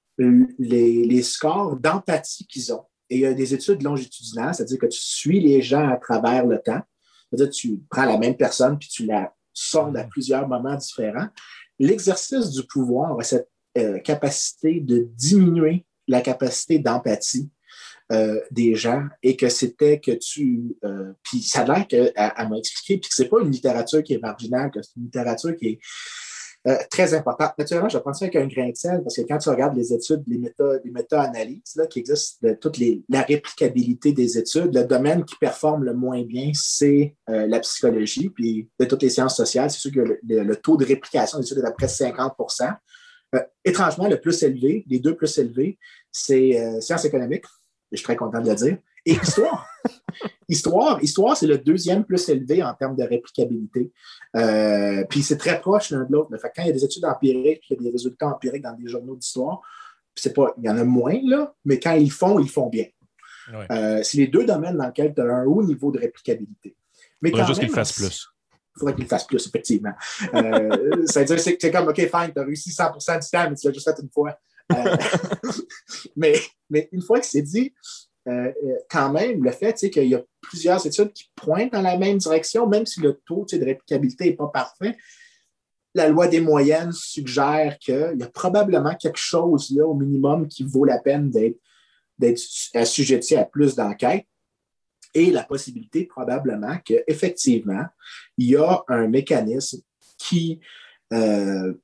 S2: les, les scores d'empathie qu'ils ont. Et il y a des études longitudinales, c'est-à-dire que tu suis les gens à travers le temps, c'est-à-dire que tu prends la même personne puis tu la sonde à plusieurs moments différents. L'exercice du pouvoir a cette euh, capacité de diminuer la capacité d'empathie euh, des gens et que c'était que tu... Euh, puis ça a l'air qu'elle m'a expliqué, puis que c'est pas une littérature qui est marginale, que c'est une littérature qui est euh, très importante. Naturellement, je prends ça avec un grain de sel parce que quand tu regardes les études, les, méta, les méta-analyses là, qui existent, de toutes les, la réplicabilité des études, le domaine qui performe le moins bien, c'est euh, la psychologie. Puis de toutes les sciences sociales, c'est sûr que le, le, le taux de réplication des études est d'à peu près cinquante pour cent. Euh, étrangement, le plus élevé, les deux plus élevés, c'est euh, sciences économiques. Je suis très content de le dire. Et histoire. histoire, histoire, c'est le deuxième plus élevé en termes de réplicabilité. Euh, puis c'est très proche l'un de l'autre. Fait que quand il y a des études empiriques, puis il y a des résultats empiriques dans des journaux d'histoire, c'est pas, il y en a moins, là, mais quand ils font, ils font bien. Ouais. Euh, c'est les deux domaines dans lesquels tu as un haut niveau de réplicabilité.
S3: Mais il faudrait juste qu'ils le fassent plus.
S2: Il faudrait qu'ils le fassent plus, effectivement. euh, ça veut dire c'est, c'est comme, OK, fine, tu as réussi cent pour cent du temps, mais tu l'as juste fait une fois. Euh, mais, mais une fois que c'est dit, Euh, quand même, le fait qu'il y a plusieurs études qui pointent dans la même direction, même si le taux de réplicabilité n'est pas parfait, la loi des moyennes suggère qu'il y a probablement quelque chose là, au minimum qui vaut la peine d'être, d'être assujetti à plus d'enquêtes et la possibilité probablement qu'effectivement, il y a un mécanisme qui, euh,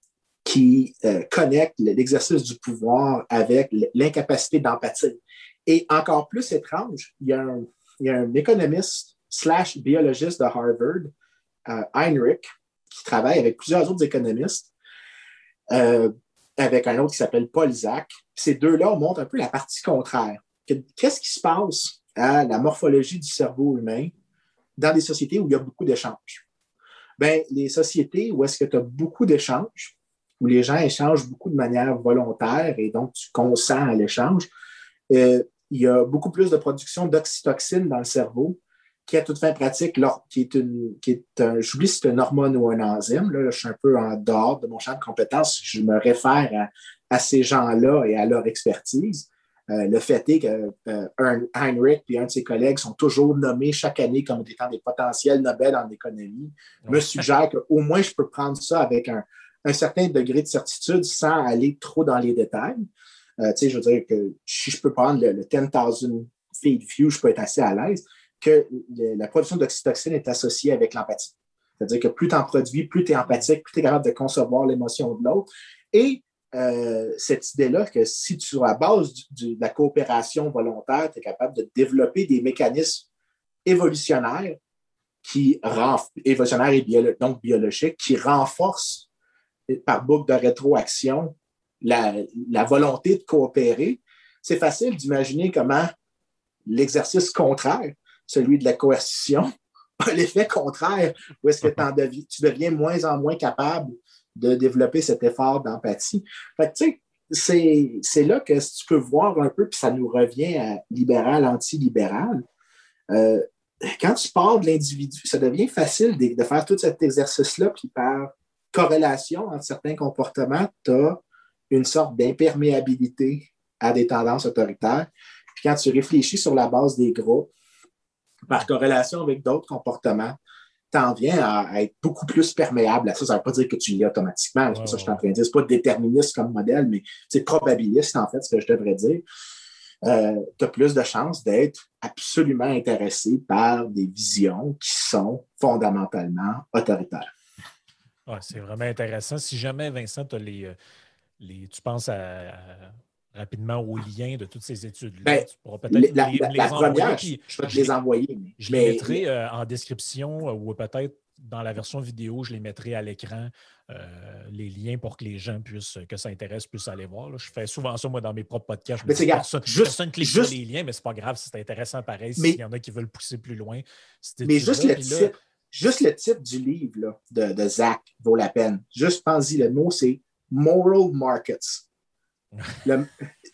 S2: qui euh, connecte l'exercice du pouvoir avec l'incapacité d'empathie. Et encore plus étrange, il y a un, il y a un économiste slash biologiste de Harvard, euh, Heinrich, qui travaille avec plusieurs autres économistes, euh, avec un autre qui s'appelle Paul Zak. Ces deux-là montrent un peu la partie contraire. Qu'est-ce qui se passe à la morphologie du cerveau humain dans des sociétés où il y a beaucoup d'échanges? Bien, les sociétés où est-ce que tu as beaucoup d'échanges, où les gens échangent beaucoup de manière volontaire et donc tu consens à l'échange, euh, il y a beaucoup plus de production d'oxytocine dans le cerveau, qui, à toute fin pratique, qui est une, qui est un, j'oublie si c'est une hormone ou un enzyme. Là, là, je suis un peu en dehors de mon champ de compétences. Je me réfère à, à ces gens-là et à leur expertise. Euh, le fait est que euh, Heinrich et un de ses collègues sont toujours nommés chaque année comme étant des potentiels Nobel en économie. Me suggère qu'au moins je peux prendre ça avec un, un certain degré de certitude sans aller trop dans les détails. Euh, tu sais, je veux dire que si je peux prendre le, le dix mille feet view, je peux être assez à l'aise, que le, la production d'oxytocine est associée avec l'empathie. C'est-à-dire que plus tu en produis, plus tu es empathique, plus tu es capable de concevoir l'émotion de l'autre. Et Euh, cette idée-là que si tu, sur la base du, du, de la coopération volontaire, tu es capable de développer des mécanismes évolutionnaires qui renf- évolutionnaires et biolo- donc biologiques qui renforcent par boucle de rétroaction la, la volonté de coopérer, c'est facile d'imaginer comment l'exercice contraire, celui de la coercition, a l'effet contraire, où est-ce que devi- tu deviens moins en moins capable de développer cet effort d'empathie. Fait que, tu sais, c'est, c'est là que tu peux voir un peu, puis ça nous revient à libéral, anti-libéral. Euh, quand tu pars de l'individu, ça devient facile de, de faire tout cet exercice-là, puis par corrélation entre certains comportements, tu as une sorte d'imperméabilité à des tendances autoritaires. Puis quand tu réfléchis sur la base des groupes, par corrélation avec d'autres comportements, t'en viens à être beaucoup plus perméable à ça. Ça ne veut pas dire que tu l'es automatiquement. C'est pour ça que je suis en train de dire. Ce n'est pas déterministe comme modèle, mais c'est probabiliste, en fait, ce que je devrais dire. Euh, tu as plus de chances d'être absolument intéressé par des visions qui sont fondamentalement autoritaires.
S4: Ouais, c'est vraiment intéressant. Si jamais, Vincent, t'as les, les, tu penses à, à, rapidement aux liens de toutes ces études-là,
S2: ben,
S4: tu pourras peut-être
S2: la,
S4: les,
S2: la,
S4: les
S2: la
S4: envoyer.
S2: Première,
S4: Puis
S2: je vais te
S4: je
S2: les
S4: les
S2: envoyer. Mais,
S4: je
S2: mais,
S4: les mettrai euh, en description euh, ou peut-être dans la version vidéo, je les mettrai à l'écran, euh, les liens pour que les gens puissent, que ça intéresse, puissent aller voir. Là. Je fais souvent ça, moi, dans mes propres podcasts. Je me dis,
S2: gars,
S4: personne,
S2: juste,
S4: personne clique
S2: juste,
S4: sur les liens, mais c'est pas grave, c'est intéressant pareil
S2: mais,
S4: s'il y en a qui veulent pousser plus loin.
S2: Mais juste le,
S4: Puis
S2: titre,
S4: là,
S2: juste le titre du livre là, de, de Zach vaut la peine. Juste pense-y, le mot, c'est « Moral Markets ». Le,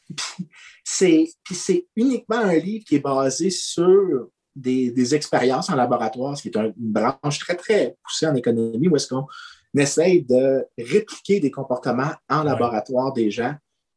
S2: c'est, puis c'est uniquement un livre qui est basé sur des, des expériences en laboratoire, ce qui est un, une branche très, très poussée en économie, où est-ce qu'on essaye de répliquer des comportements en ouais. laboratoire des gens.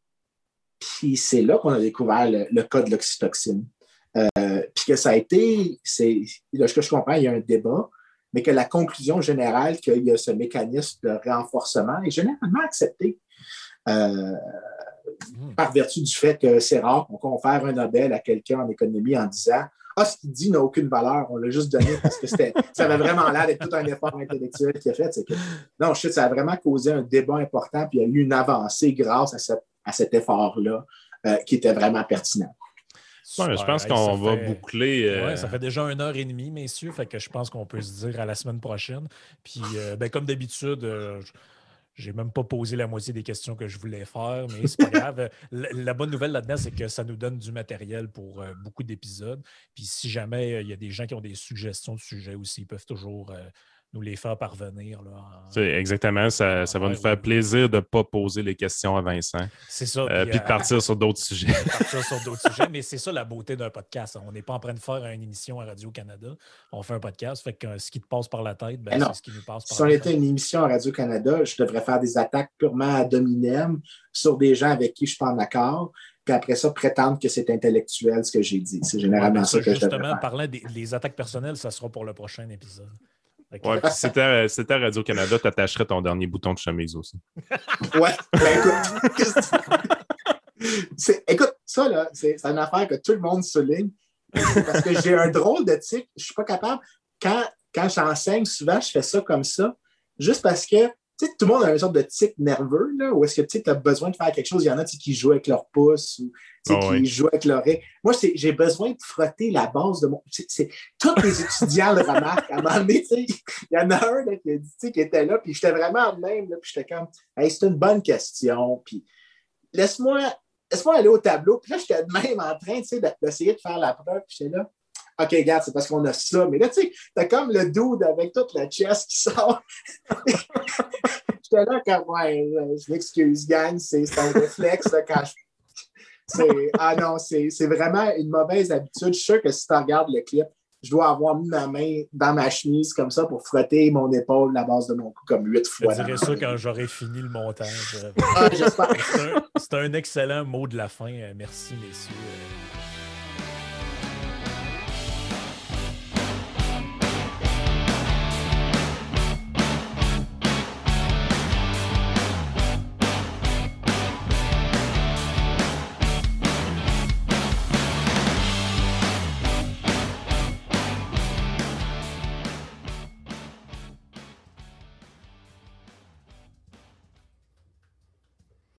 S2: Puis c'est là qu'on a découvert le, le cas de l'oxytocine. Euh, puis que ça a été, c'est, là, ce que je comprends, il y a un débat, mais que la conclusion générale qu'il y a ce mécanisme de renforcement est généralement acceptée. Euh, Mmh. par vertu du fait que c'est rare qu'on confère un Nobel à quelqu'un en économie en disant « Ah, ce qu'il dit n'a aucune valeur, on l'a juste donné parce que c'était, ça avait vraiment l'air d'être tout un effort intellectuel qu'il a fait. » C'est que, non, je sais, ça a vraiment causé un débat important, puis il y a eu une avancée grâce à, ce, à cet effort-là euh, qui était vraiment pertinent.
S3: Ouais, je pense hey, qu'on va fait... boucler. Euh...
S4: Ouais, ça fait déjà une heure et demie, messieurs, fait que je pense qu'on peut se dire à la semaine prochaine. Puis, euh, ben, comme d'habitude, euh, je... J'ai même pas posé la moitié des questions que je voulais faire, mais c'est pas grave. La, la bonne nouvelle là-dedans, c'est que ça nous donne du matériel pour euh, beaucoup d'épisodes. Puis si jamais il euh, y a des gens qui ont des suggestions de sujets aussi, ils peuvent toujours euh, nous les faire parvenir. Là, en...
S3: C'est exactement. Ça, ça va nous faire plaisir de ne pas poser les questions à Vincent.
S4: C'est ça.
S3: Euh, puis, puis de partir à... sur d'autres sujets.
S4: partir sur d'autres sujets, mais c'est ça la beauté d'un podcast. On n'est pas en train de faire une émission à Radio-Canada. On fait un podcast. Fait que euh, ce qui te passe par la tête, ben, c'est ce qui nous passe par
S2: si
S4: la tête.
S2: Si on était une émission à Radio-Canada, je devrais faire des attaques purement ad hominem sur des gens avec qui je ne suis pas en accord. Puis après ça, prétendre que c'est intellectuel ce que j'ai dit. C'est généralement ouais, ça, ça que je devrais faire.
S4: Justement, parlant des les attaques personnelles, ça sera pour le prochain épisode.
S3: Okay. Ouais, puis si c'était, si c'était à Radio-Canada, tu attacherais ton dernier bouton de chemise aussi.
S2: Ouais, ben écoute. c'est, écoute, ça, là, c'est, c'est une affaire que tout le monde souligne. Parce que j'ai un drôle de tic. Je ne suis pas capable. Quand, quand j'enseigne, souvent, je fais ça comme ça. Juste parce que, tu tu sais, tout le monde a une sorte de tic nerveux, là, où est-ce que tu as besoin de faire quelque chose. Il y en a qui jouent avec leur pouce ou oh, qui oui. jouent avec l'oreille. Moi, c'est, j'ai besoin de frotter la base de mon. C'est, c'est... Tous les étudiants le remarquent. À un moment donné, il y en a un là, qui, a dit, qui était là, puis j'étais vraiment de même, là, puis j'étais comme, hey, c'est une bonne question, puis laisse-moi, laisse-moi aller au tableau. Puis là, j'étais de même en train d'essayer de faire la preuve, puis j'étais là. OK, regarde, c'est parce qu'on a ça. Mais là, tu sais, t'as comme le dude avec toute la chest qui sort. J'étais là comme, ouais, je m'excuse, gang, c'est, c'est un réflexe là, quand je. C'est, ah non, c'est, c'est vraiment une mauvaise habitude. Je suis sûr que si tu regardes le clip, je dois avoir mis ma main dans ma chemise comme ça pour frotter mon épaule, la base de mon cou, comme huit fois.
S4: Je dirais ça quand j'aurai fini le montage.
S2: Ah, j'espère.
S4: C'est un, c'est un excellent mot de la fin. Merci, messieurs.